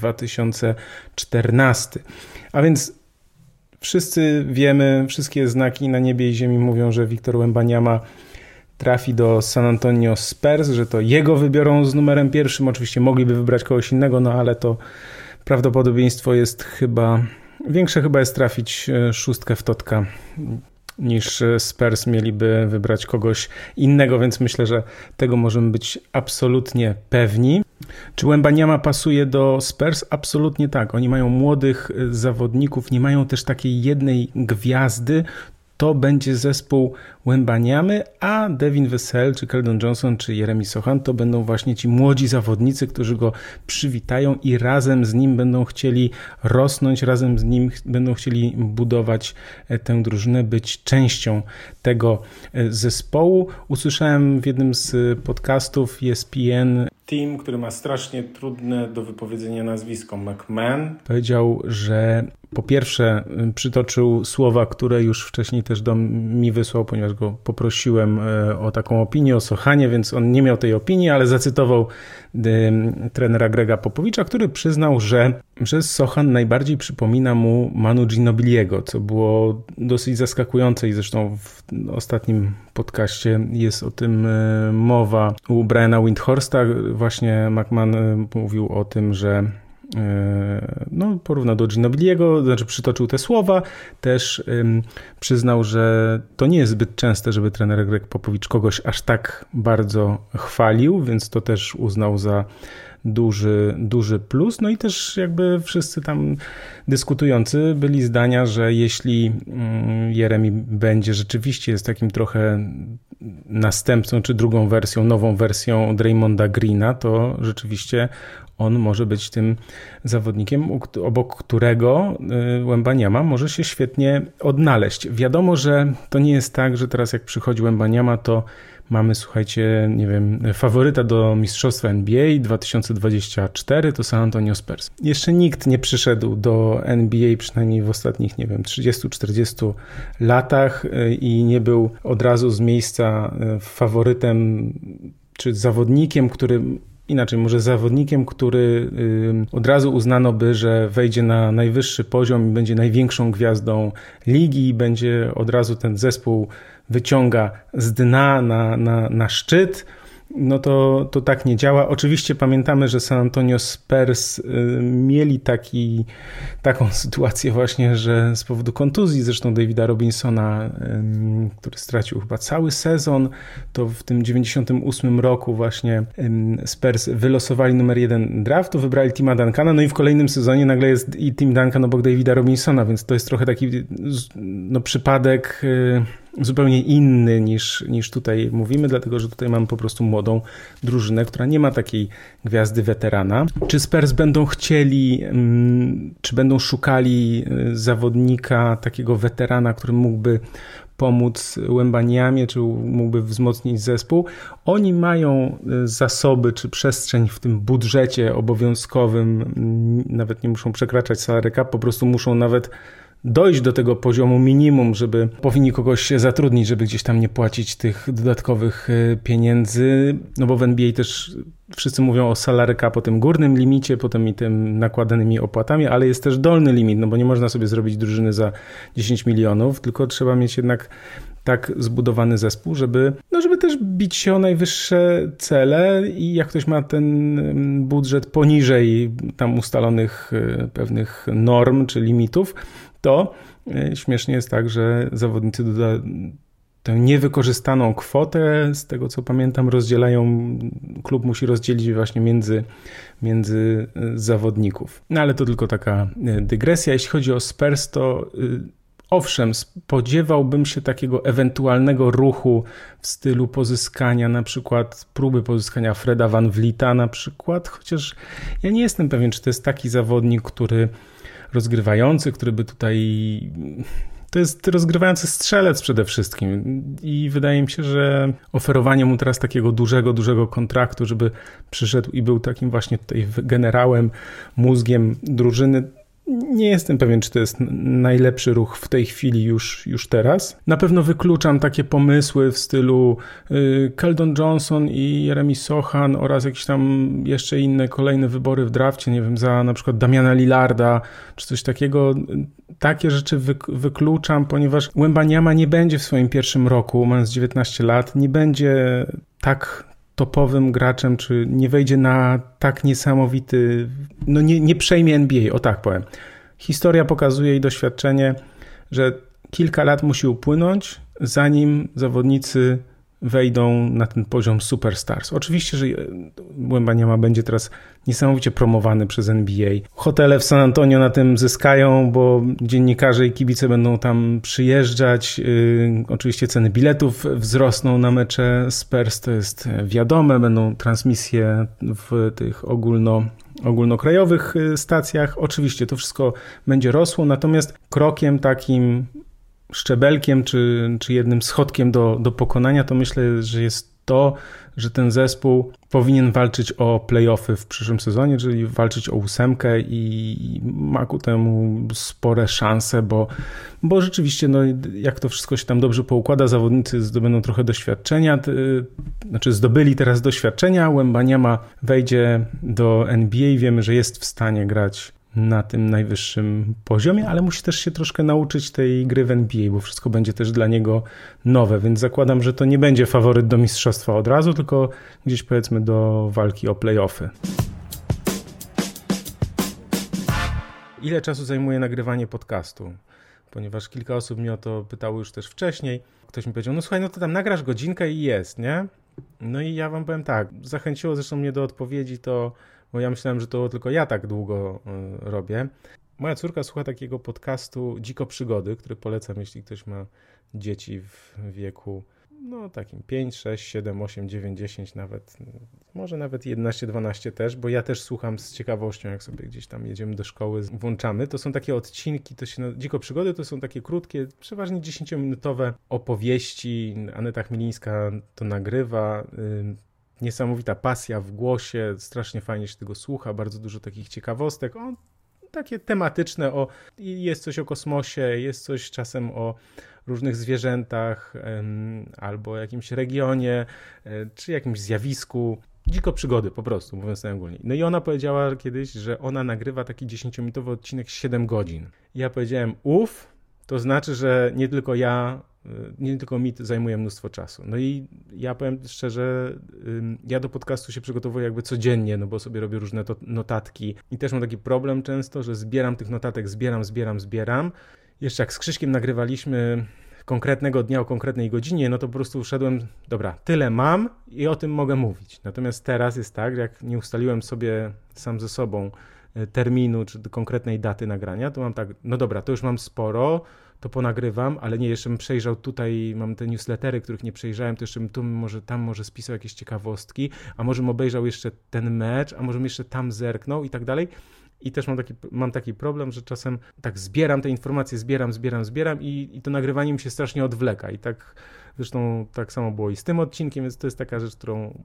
2014. A więc wszyscy wiemy, wszystkie znaki na niebie i ziemi mówią, że Victor Wembanyama trafi do San Antonio Spurs, że to jego wybiorą z numerem 1. Oczywiście mogliby wybrać kogoś innego, ale to prawdopodobieństwo jest większe jest trafić 6 w totka niż Spurs mieliby wybrać kogoś innego, więc myślę, że tego możemy być absolutnie pewni. Czy Wembanyama pasuje do Spurs? Absolutnie tak. Oni mają młodych zawodników, nie mają też takiej jednej gwiazdy. To będzie zespół Wembanyamy, a Devin Vassell, czy Keldon Johnson, czy Jeremy Sochan to będą właśnie ci młodzi zawodnicy, którzy go przywitają i razem z nim będą chcieli rosnąć, razem z nim będą chcieli budować tę drużynę, być częścią tego zespołu. Usłyszałem w jednym z podcastów ESPN team, który ma strasznie trudne do wypowiedzenia nazwisko, McMahon, powiedział, że po pierwsze przytoczył słowa, które już wcześniej też mi wysłał, ponieważ go poprosiłem o taką opinię o Sochanie, więc on nie miał tej opinii, ale zacytował trenera Grega Popowicza, który przyznał, że Sochan najbardziej przypomina mu Manu Ginobiliego, co było dosyć zaskakujące i zresztą w ostatnim podcaście jest o tym mowa u Briana Windhorsta. Właśnie McMahon mówił o tym, że porównał do Ginobiliego, znaczy przytoczył te słowa, też przyznał, że to nie jest zbyt częste, żeby trener Greg Popowicz kogoś aż tak bardzo chwalił, więc to też uznał za duży plus. No i też jakby wszyscy tam dyskutujący byli zdania, że jeśli Jeremy będzie rzeczywiście jest takim trochę następcą, czy drugą wersją, nową wersją Draymonda Greena, to rzeczywiście on może być tym zawodnikiem, obok którego Wembanyama może się świetnie odnaleźć. Wiadomo, że to nie jest tak, że teraz jak przychodzi Wembanyama, to Mamy, słuchajcie, nie wiem, faworyta do mistrzostwa NBA 2024 to San Antonio Spurs. Jeszcze nikt nie przyszedł do NBA, przynajmniej w ostatnich, nie wiem, 30-40 latach i nie był od razu z miejsca faworytem czy zawodnikiem, który od razu uznano by, że wejdzie na najwyższy poziom i będzie największą gwiazdą ligi i będzie od razu ten zespół wyciąga z dna na szczyt. No to tak nie działa. Oczywiście pamiętamy, że San Antonio Spurs mieli taką sytuację właśnie, że z powodu kontuzji zresztą Davida Robinsona, który stracił chyba cały sezon, to w tym 98 roku właśnie Spurs wylosowali numer 1 draftu, wybrali Tima Duncana, no i w kolejnym sezonie nagle jest i Tim Duncan obok Davida Robinsona, więc to jest trochę taki przypadek zupełnie inny niż tutaj mówimy, dlatego że tutaj mamy po prostu młodą drużynę, która nie ma takiej gwiazdy weterana. Czy Spurs będą chcieli, czy będą szukali zawodnika, takiego weterana, który mógłby pomóc Wembanyamie, czy mógłby wzmocnić zespół? Oni mają zasoby, czy przestrzeń w tym budżecie obowiązkowym, nawet nie muszą przekraczać salary cap, po prostu muszą nawet dojść do tego poziomu minimum, żeby powinni kogoś się zatrudnić, żeby gdzieś tam nie płacić tych dodatkowych pieniędzy, no bo w NBA też wszyscy mówią o salary cap, o tym górnym limicie, potem i tym nakładanymi opłatami, ale jest też dolny limit, no bo nie można sobie zrobić drużyny za 10 milionów, tylko trzeba mieć jednak tak zbudowany zespół, żeby też bić się o najwyższe cele i jak ktoś ma ten budżet poniżej tam ustalonych pewnych norm czy limitów, to śmiesznie jest tak, że zawodnicy tę niewykorzystaną kwotę, z tego co pamiętam, klub musi rozdzielić właśnie między zawodników. No ale to tylko taka dygresja. Jeśli chodzi o Spurs, to owszem, spodziewałbym się takiego ewentualnego ruchu w stylu pozyskania, na przykład próby pozyskania Freda VanVleeta na przykład, chociaż ja nie jestem pewien, czy to jest taki zawodnik, rozgrywający, który by tutaj... To jest rozgrywający strzelec przede wszystkim i wydaje mi się, że oferowanie mu teraz takiego dużego kontraktu, żeby przyszedł i był takim właśnie tutaj generałem, mózgiem drużyny, nie jestem pewien, czy to jest najlepszy ruch w tej chwili już teraz. Na pewno wykluczam takie pomysły w stylu Keldon Johnson i Jeremy Sochan oraz jakieś tam jeszcze inne kolejne wybory w drafcie, nie wiem, za na przykład Damiana Lillarda czy coś takiego. Takie rzeczy wykluczam, ponieważ Wembanyama nie będzie w swoim pierwszym roku, mając 19 lat, nie będzie tak topowym graczem, czy nie wejdzie na tak niesamowity, no nie przejmie NBA, o tak powiem. Historia pokazuje i doświadczenie, że kilka lat musi upłynąć, zanim zawodnicy wejdą na ten poziom superstars. Oczywiście, że Wembanyama będzie teraz niesamowicie promowany przez NBA. Hotele w San Antonio na tym zyskają, bo dziennikarze i kibice będą tam przyjeżdżać. Oczywiście ceny biletów wzrosną na mecze Spurs, to jest wiadome. Będą transmisje w tych ogólnokrajowych stacjach. Oczywiście to wszystko będzie rosło, natomiast krokiem takim szczebelkiem czy jednym schodkiem do pokonania, to myślę, że jest to, że ten zespół powinien walczyć o play-offy w przyszłym sezonie, czyli walczyć o 8 i ma ku temu spore szanse, bo rzeczywiście no, jak to wszystko się tam dobrze poukłada, zawodnicy zdobędą trochę doświadczenia, zdobyli teraz doświadczenia, Wembanyama wejdzie do NBA, wiemy, że jest w stanie grać na tym najwyższym poziomie, ale musi też się troszkę nauczyć tej gry w NBA, bo wszystko będzie też dla niego nowe, więc zakładam, że to nie będzie faworyt do mistrzostwa od razu, tylko gdzieś powiedzmy do walki o play-offy. Ile czasu zajmuje nagrywanie podcastu? Ponieważ kilka osób mnie o to pytało już też wcześniej. Ktoś mi powiedział, no słuchaj, no to tam nagrasz godzinkę i jest, nie? No i ja wam powiem tak, zachęciło zresztą mnie do odpowiedzi to, bo ja myślałem, że to tylko ja tak długo robię. Moja córka słucha takiego podcastu Dziko Przygody, który polecam, jeśli ktoś ma dzieci w wieku no takim 5, 6, 7, 8, 9, 10 nawet, może nawet 11, 12 też, bo ja też słucham z ciekawością, jak sobie gdzieś tam jedziemy do szkoły, włączamy. To są takie odcinki, Dziko Przygody to są takie krótkie, przeważnie 10-minutowe opowieści. Aneta Chmielińska to nagrywa. Niesamowita pasja w głosie, strasznie fajnie się tego słucha, bardzo dużo takich ciekawostek. Takie tematyczne, jest coś o kosmosie, jest coś czasem o różnych zwierzętach albo jakimś regionie, czy jakimś zjawisku. Dziko Przygody po prostu, mówiąc najogólniej. No i ona powiedziała kiedyś, że ona nagrywa taki 10-minutowy odcinek 7 godzin. I ja powiedziałem, to znaczy, że nie tylko mi zajmuje mnóstwo czasu. No i ja powiem szczerze, ja do podcastu się przygotowuję jakby codziennie, no bo sobie robię różne notatki i też mam taki problem często, że zbieram tych notatek, zbieram. Jeszcze jak z Krzyśkiem nagrywaliśmy konkretnego dnia o konkretnej godzinie, no to po prostu wszedłem, dobra, tyle mam i o tym mogę mówić. Natomiast teraz jest tak, jak nie ustaliłem sobie sam ze sobą terminu czy konkretnej daty nagrania, to mam tak, no dobra, to już mam sporo, to ponagrywam, ale nie, jeszcze bym przejrzał tutaj, mam te newslettery, których nie przejrzałem, to jeszcze bym tam może spisał jakieś ciekawostki, a może bym obejrzał jeszcze ten mecz, a może bym jeszcze tam zerknął i tak dalej. I też mam taki problem, że czasem tak zbieram te informacje, zbieram i to nagrywanie mi się strasznie odwleka. I tak zresztą tak samo było i z tym odcinkiem, więc to jest taka rzecz,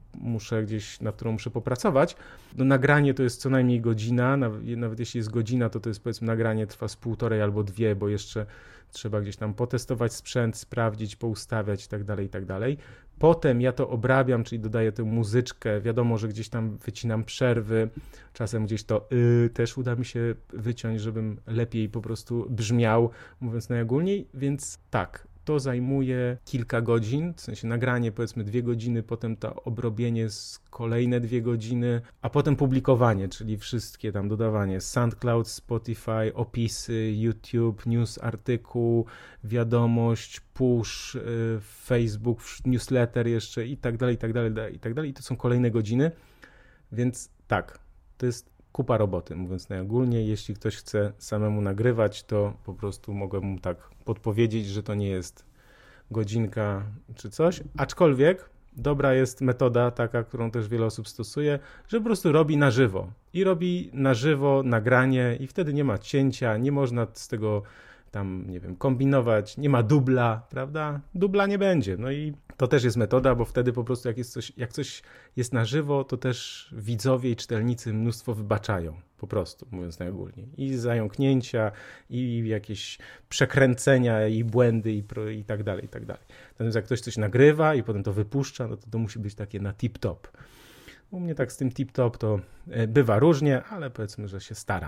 nad którą muszę popracować. No, nagranie to jest co najmniej godzina, nawet jeśli jest godzina, to jest powiedzmy nagranie trwa z 1,5 albo 2, bo jeszcze trzeba gdzieś tam potestować sprzęt, sprawdzić, poustawiać i tak dalej. Potem ja to obrabiam, czyli dodaję tę muzyczkę, wiadomo, że gdzieś tam wycinam przerwy, czasem gdzieś to też uda mi się wyciąć, żebym lepiej po prostu brzmiał, mówiąc najogólniej, więc tak, to zajmuje kilka godzin, w sensie nagranie powiedzmy 2 godziny, potem to obrobienie z kolejne 2 godziny, a potem publikowanie, czyli wszystkie tam dodawanie SoundCloud, Spotify, opisy, YouTube, news, artykuł, wiadomość, push, Facebook, newsletter jeszcze i tak dalej. I to są kolejne godziny, więc tak, to jest kupa roboty, mówiąc najogólniej. Jeśli ktoś chce samemu nagrywać, to po prostu mogę mu tak podpowiedzieć, że to nie jest godzinka czy coś, aczkolwiek dobra jest metoda taka, którą też wiele osób stosuje, że po prostu robi na żywo i robi na żywo nagranie i wtedy nie ma cięcia, nie można z tego tam, nie wiem, kombinować, nie ma dubla, prawda? Dubla nie będzie. No i to też jest metoda, bo wtedy po prostu jak coś jest na żywo, to też widzowie i czytelnicy mnóstwo wybaczają, po prostu, mówiąc najogólniej. I zająknięcia, i jakieś przekręcenia, i błędy, i tak dalej, i tak dalej. Natomiast jak ktoś coś nagrywa i potem to wypuszcza, no to musi być takie na tip-top. U mnie tak z tym tip-top to bywa różnie, ale powiedzmy, że się staram.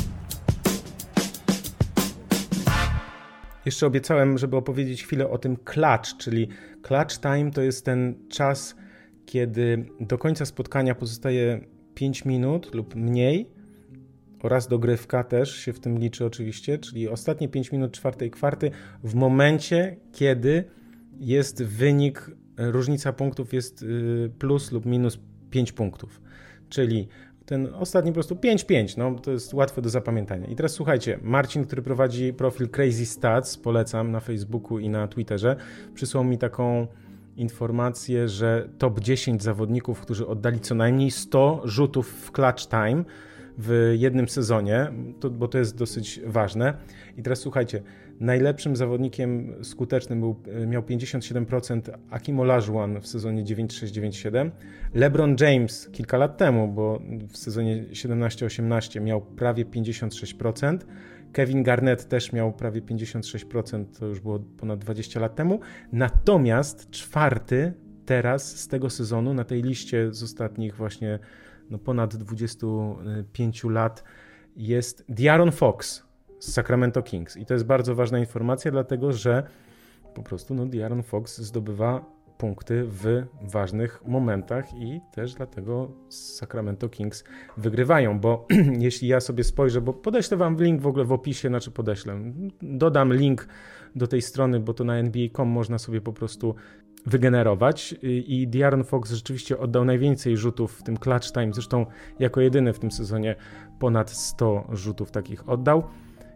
Jeszcze obiecałem, żeby opowiedzieć chwilę o tym clutch, czyli clutch time to jest ten czas, kiedy do końca spotkania pozostaje 5 minut lub mniej oraz dogrywka też się w tym liczy oczywiście, czyli ostatnie 5 minut 4/4 w momencie, kiedy jest wynik, różnica punktów jest plus lub minus 5 punktów, czyli ten ostatni po prostu 5-5, no to jest łatwe do zapamiętania. I teraz słuchajcie, Marcin, który prowadzi profil Crazy Stats, polecam na Facebooku i na Twitterze, przysłał mi taką informację, że top 10 zawodników, którzy oddali co najmniej 100 rzutów w clutch time w jednym sezonie, bo to jest dosyć ważne. I teraz słuchajcie, najlepszym zawodnikiem skutecznym miał 57% Akeem Olajuwon w sezonie 96-97. LeBron James kilka lat temu, bo w sezonie 17-18 miał prawie 56%. Kevin Garnett też miał prawie 56%, to już było ponad 20 lat temu. Natomiast czwarty teraz z tego sezonu na tej liście z ostatnich właśnie ponad 25 lat jest De'Aaron Fox z Sacramento Kings. I to jest bardzo ważna informacja, dlatego że po prostu De'Aaron Fox zdobywa punkty w ważnych momentach i też dlatego Sacramento Kings wygrywają, bo jeśli ja sobie spojrzę, bo podeślę wam link w ogóle w opisie, dodam link do tej strony, bo to na NBA.com można sobie po prostu wygenerować i De'Aaron Fox rzeczywiście oddał najwięcej rzutów w tym clutch time, zresztą jako jedyny w tym sezonie ponad 100 rzutów takich oddał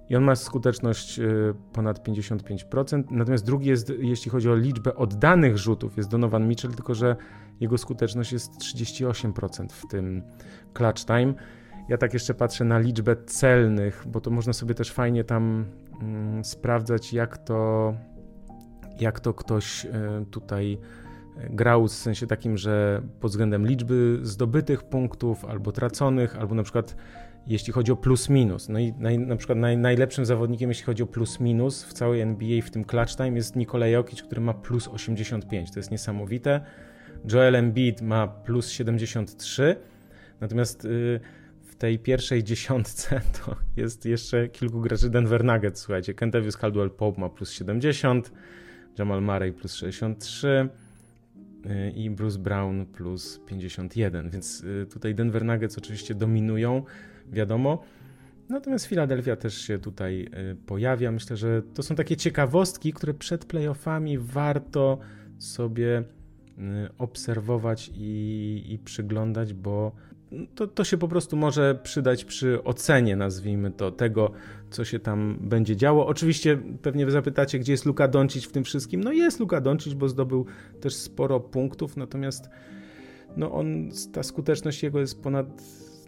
i on ma skuteczność ponad 55%, natomiast drugi jest, jeśli chodzi o liczbę oddanych rzutów, jest Donovan Mitchell, tylko że jego skuteczność jest 38% w tym clutch time. Ja tak jeszcze patrzę na liczbę celnych, bo to można sobie też fajnie tam sprawdzać, jak to ktoś tutaj grał, w sensie takim, że pod względem liczby zdobytych punktów albo traconych, albo na przykład jeśli chodzi o plus minus. No i na przykład najlepszym zawodnikiem, jeśli chodzi o plus minus w całej NBA w tym clutch time jest Nikola Jokic, który ma plus 85. To jest niesamowite. Joel Embiid ma plus 73. Natomiast w tej pierwszej dziesiątce to jest jeszcze kilku graczy Denver Nuggets. Słuchajcie, Kentavious Caldwell-Pope ma plus 70, Jamal Murray plus 63 i Bruce Brown plus 51. Więc tutaj Denver Nuggets oczywiście dominują, wiadomo. Natomiast Philadelphia też się tutaj pojawia. Myślę, że to są takie ciekawostki, które przed playoffami warto sobie obserwować i przyglądać, bo to się po prostu może przydać przy ocenie, nazwijmy to, tego, co się tam będzie działo. Oczywiście pewnie wy zapytacie, gdzie jest Luka Doncic w tym wszystkim. No jest Luka Doncic, bo zdobył też sporo punktów, natomiast ta skuteczność jego jest ponad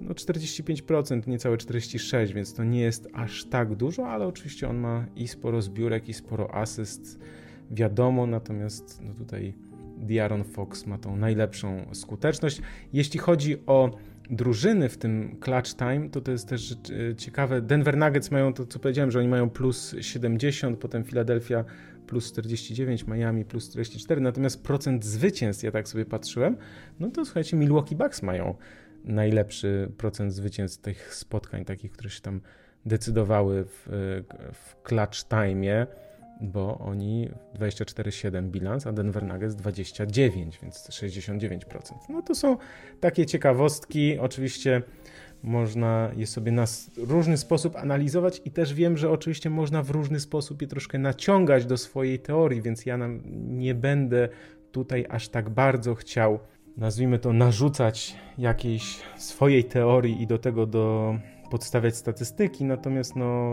45%, niecałe 46%, więc to nie jest aż tak dużo, ale oczywiście on ma i sporo zbiórek, i sporo asyst, wiadomo, natomiast tutaj De'Aaron Fox ma tą najlepszą skuteczność. Jeśli chodzi o drużyny w tym clutch time, to jest też ciekawe. Denver Nuggets mają to, co powiedziałem, że oni mają plus 70, potem Philadelphia plus 49, Miami plus 44, natomiast procent zwycięstw, ja tak sobie patrzyłem, no to słuchajcie, Milwaukee Bucks mają najlepszy procent zwycięstw tych spotkań, takich, które się tam decydowały w clutch time'ie, bo oni 24-7 bilans, a Denver Nuggets 29, więc 69%. No to są takie ciekawostki. Oczywiście można je sobie na różny sposób analizować i też wiem, że oczywiście można w różny sposób je troszkę naciągać do swojej teorii, więc ja nie będę tutaj aż tak bardzo chciał, nazwijmy to, narzucać jakiejś swojej teorii i do tego podstawiać statystyki, natomiast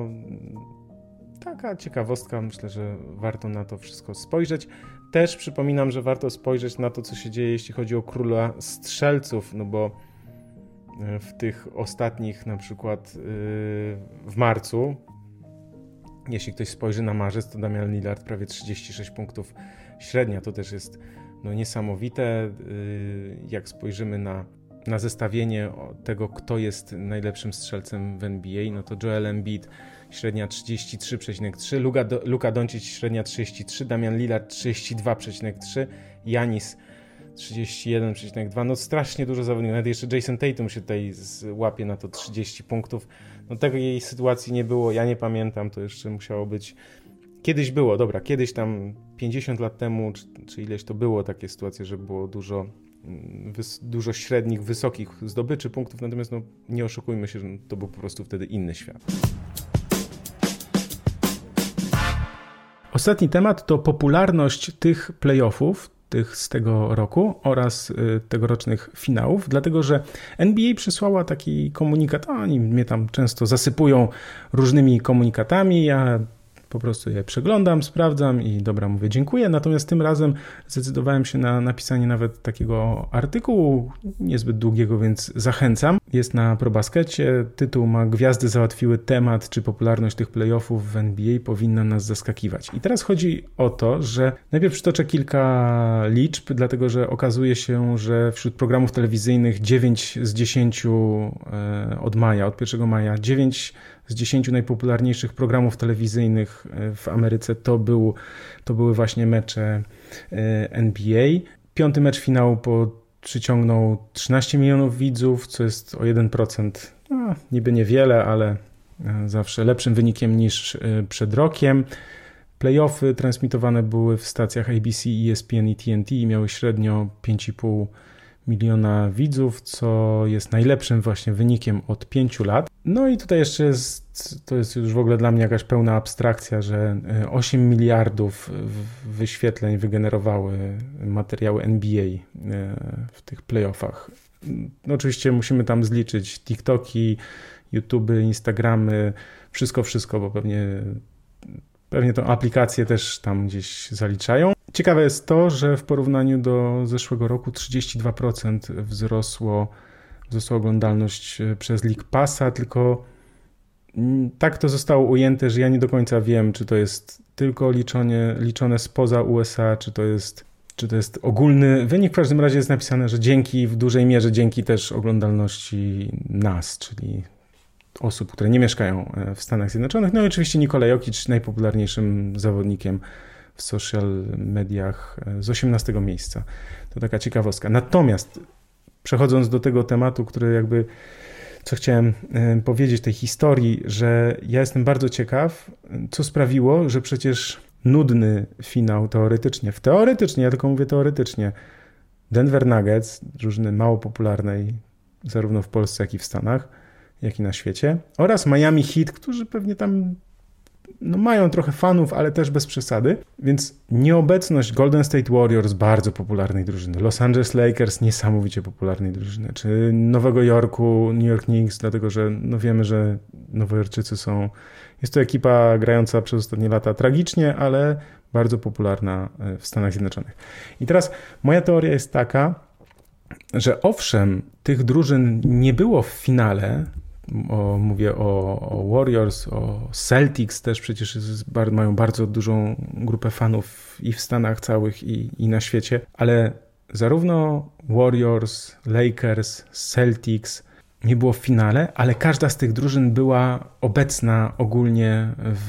taka ciekawostka, myślę, że warto na to wszystko spojrzeć. Też przypominam, że warto spojrzeć na to, co się dzieje, jeśli chodzi o króla strzelców, no bo w tych ostatnich, na przykład w marcu, jeśli ktoś spojrzy na marzec, to Damian Lillard prawie 36 punktów średnia, to też jest niesamowite. Jak spojrzymy na zestawienie tego, kto jest najlepszym strzelcem w NBA, no to Joel Embiid średnia 33,3, Luka Doncic średnia 33, Damian Lillard 32,3, Giannis 31,2, no strasznie dużo zawodników, nawet jeszcze Jason Tatum się tutaj łapie na to 30 punktów, no takiej sytuacji nie było, ja nie pamiętam, to jeszcze musiało być, kiedyś było, dobra, kiedyś tam 50 lat temu, czy ileś to było takie sytuacje, że było dużo średnich, wysokich zdobyczy punktów, natomiast nie oszukujmy się, że to był po prostu wtedy inny świat. Ostatni temat to popularność tych playoffów, tych z tego roku oraz tegorocznych finałów, dlatego że NBA przysłała taki komunikat, oni mnie tam często zasypują różnymi komunikatami, ja po prostu je przeglądam, sprawdzam i dobra, mówię dziękuję, natomiast tym razem zdecydowałem się na napisanie nawet takiego artykułu, niezbyt długiego, więc zachęcam. Jest na ProBaskecie, tytuł ma Gwiazdy załatwiły temat, czy popularność tych playoffów w NBA powinna nas zaskakiwać. I teraz chodzi o to, że najpierw przytoczę kilka liczb, dlatego że okazuje się, że wśród programów telewizyjnych 9 z 10 od maja, od 1 maja, 9 z 10 najpopularniejszych programów telewizyjnych w Ameryce to były właśnie mecze NBA. 5. mecz finału przyciągnął 13 milionów widzów, co jest o 1%, niby niewiele, ale zawsze lepszym wynikiem niż przed rokiem. Playoffy transmitowane były w stacjach ABC, ESPN i TNT i miały średnio 5,5 miliona widzów, co jest najlepszym właśnie wynikiem od 5 lat. No i tutaj jeszcze to jest już w ogóle dla mnie jakaś pełna abstrakcja, że 8 miliardów wyświetleń wygenerowały materiały NBA w tych playoffach. No oczywiście musimy tam zliczyć TikToki, YouTube'y, Instagramy, wszystko, bo pewnie tą aplikację też tam gdzieś zaliczają. Ciekawe jest to, że w porównaniu do zeszłego roku 32% wzrosła oglądalność przez League Passa, tylko tak to zostało ujęte, że ja nie do końca wiem, czy to jest tylko liczone spoza USA, czy to jest ogólny wynik. W każdym razie jest napisane, że w dużej mierze dzięki też oglądalności nas, czyli osób, które nie mieszkają w Stanach Zjednoczonych. No i oczywiście Nikola Jokic, najpopularniejszym zawodnikiem w social mediach z 18 miejsca. To taka ciekawostka. Natomiast przechodząc do tego tematu, co chciałem powiedzieć, tej historii, że ja jestem bardzo ciekaw, co sprawiło, że przecież nudny finał teoretycznie, ja tylko mówię teoretycznie, Denver Nuggets, drużyny mało popularnej zarówno w Polsce, jak i w Stanach, jak i na świecie, oraz Miami Heat, którzy pewnie tam mają trochę fanów, ale też bez przesady, więc nieobecność Golden State Warriors, bardzo popularnej drużyny, Los Angeles Lakers, niesamowicie popularnej drużyny, czy Nowego Jorku, New York Knicks, dlatego że wiemy, że Nowojorczycy jest to ekipa grająca przez ostatnie lata tragicznie, ale bardzo popularna w Stanach Zjednoczonych. I teraz moja teoria jest taka, że owszem, tych drużyn nie było w finale. Mówię o Warriors, o Celtics też przecież mają bardzo dużą grupę fanów i w Stanach całych i na świecie, ale zarówno Warriors, Lakers, Celtics nie było w finale, ale każda z tych drużyn była obecna ogólnie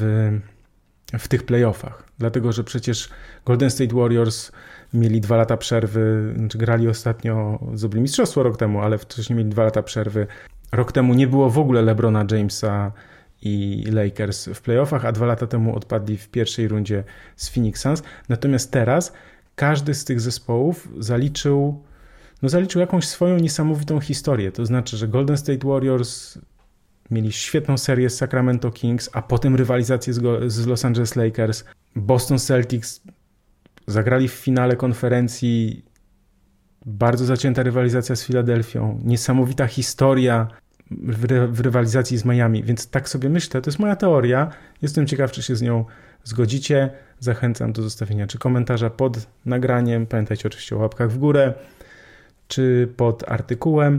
w tych playoffach, dlatego że przecież Golden State Warriors mieli 2 lata przerwy, grali ostatnio, zdobyli mistrzostwo rok temu, ale wcześniej mieli 2 lata przerwy. Rok temu nie było w ogóle LeBrona Jamesa i Lakers w playoffach, a 2 lata temu odpadli w pierwszej rundzie z Phoenix Suns. Natomiast teraz każdy z tych zespołów zaliczył jakąś swoją niesamowitą historię. To znaczy, że Golden State Warriors mieli świetną serię z Sacramento Kings, a potem rywalizację z Los Angeles Lakers. Boston Celtics zagrali w finale konferencji. Bardzo zacięta rywalizacja z Filadelfią, niesamowita historia w rywalizacji z Miami, więc tak sobie myślę, to jest moja teoria, jestem ciekaw, czy się z nią zgodzicie, zachęcam do zostawienia czy komentarza pod nagraniem, pamiętajcie oczywiście o łapkach w górę, czy pod artykułem,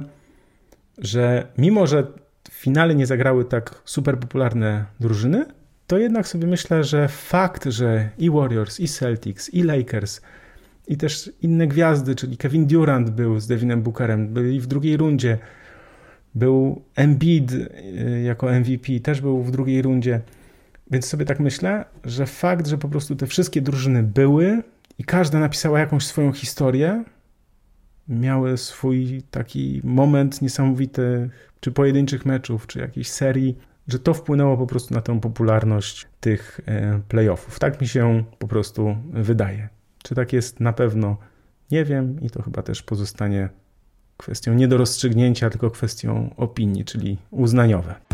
że mimo, że w finale nie zagrały tak super popularne drużyny, to jednak sobie myślę, że fakt, że i Warriors, i Celtics, i Lakers, i też inne gwiazdy, czyli Kevin Durant był z Devinem Bookerem, byli w drugiej rundzie, był Embiid jako MVP, też był w drugiej rundzie, więc sobie tak myślę, że fakt, że po prostu te wszystkie drużyny były i każda napisała jakąś swoją historię, miały swój taki moment niesamowity, czy pojedynczych meczów, czy jakiejś serii, że to wpłynęło po prostu na tę popularność tych playoffów. Tak mi się po prostu wydaje. Czy tak jest? Na pewno nie wiem i to chyba też pozostanie kwestią nie do rozstrzygnięcia, tylko kwestią opinii, czyli uznaniowe.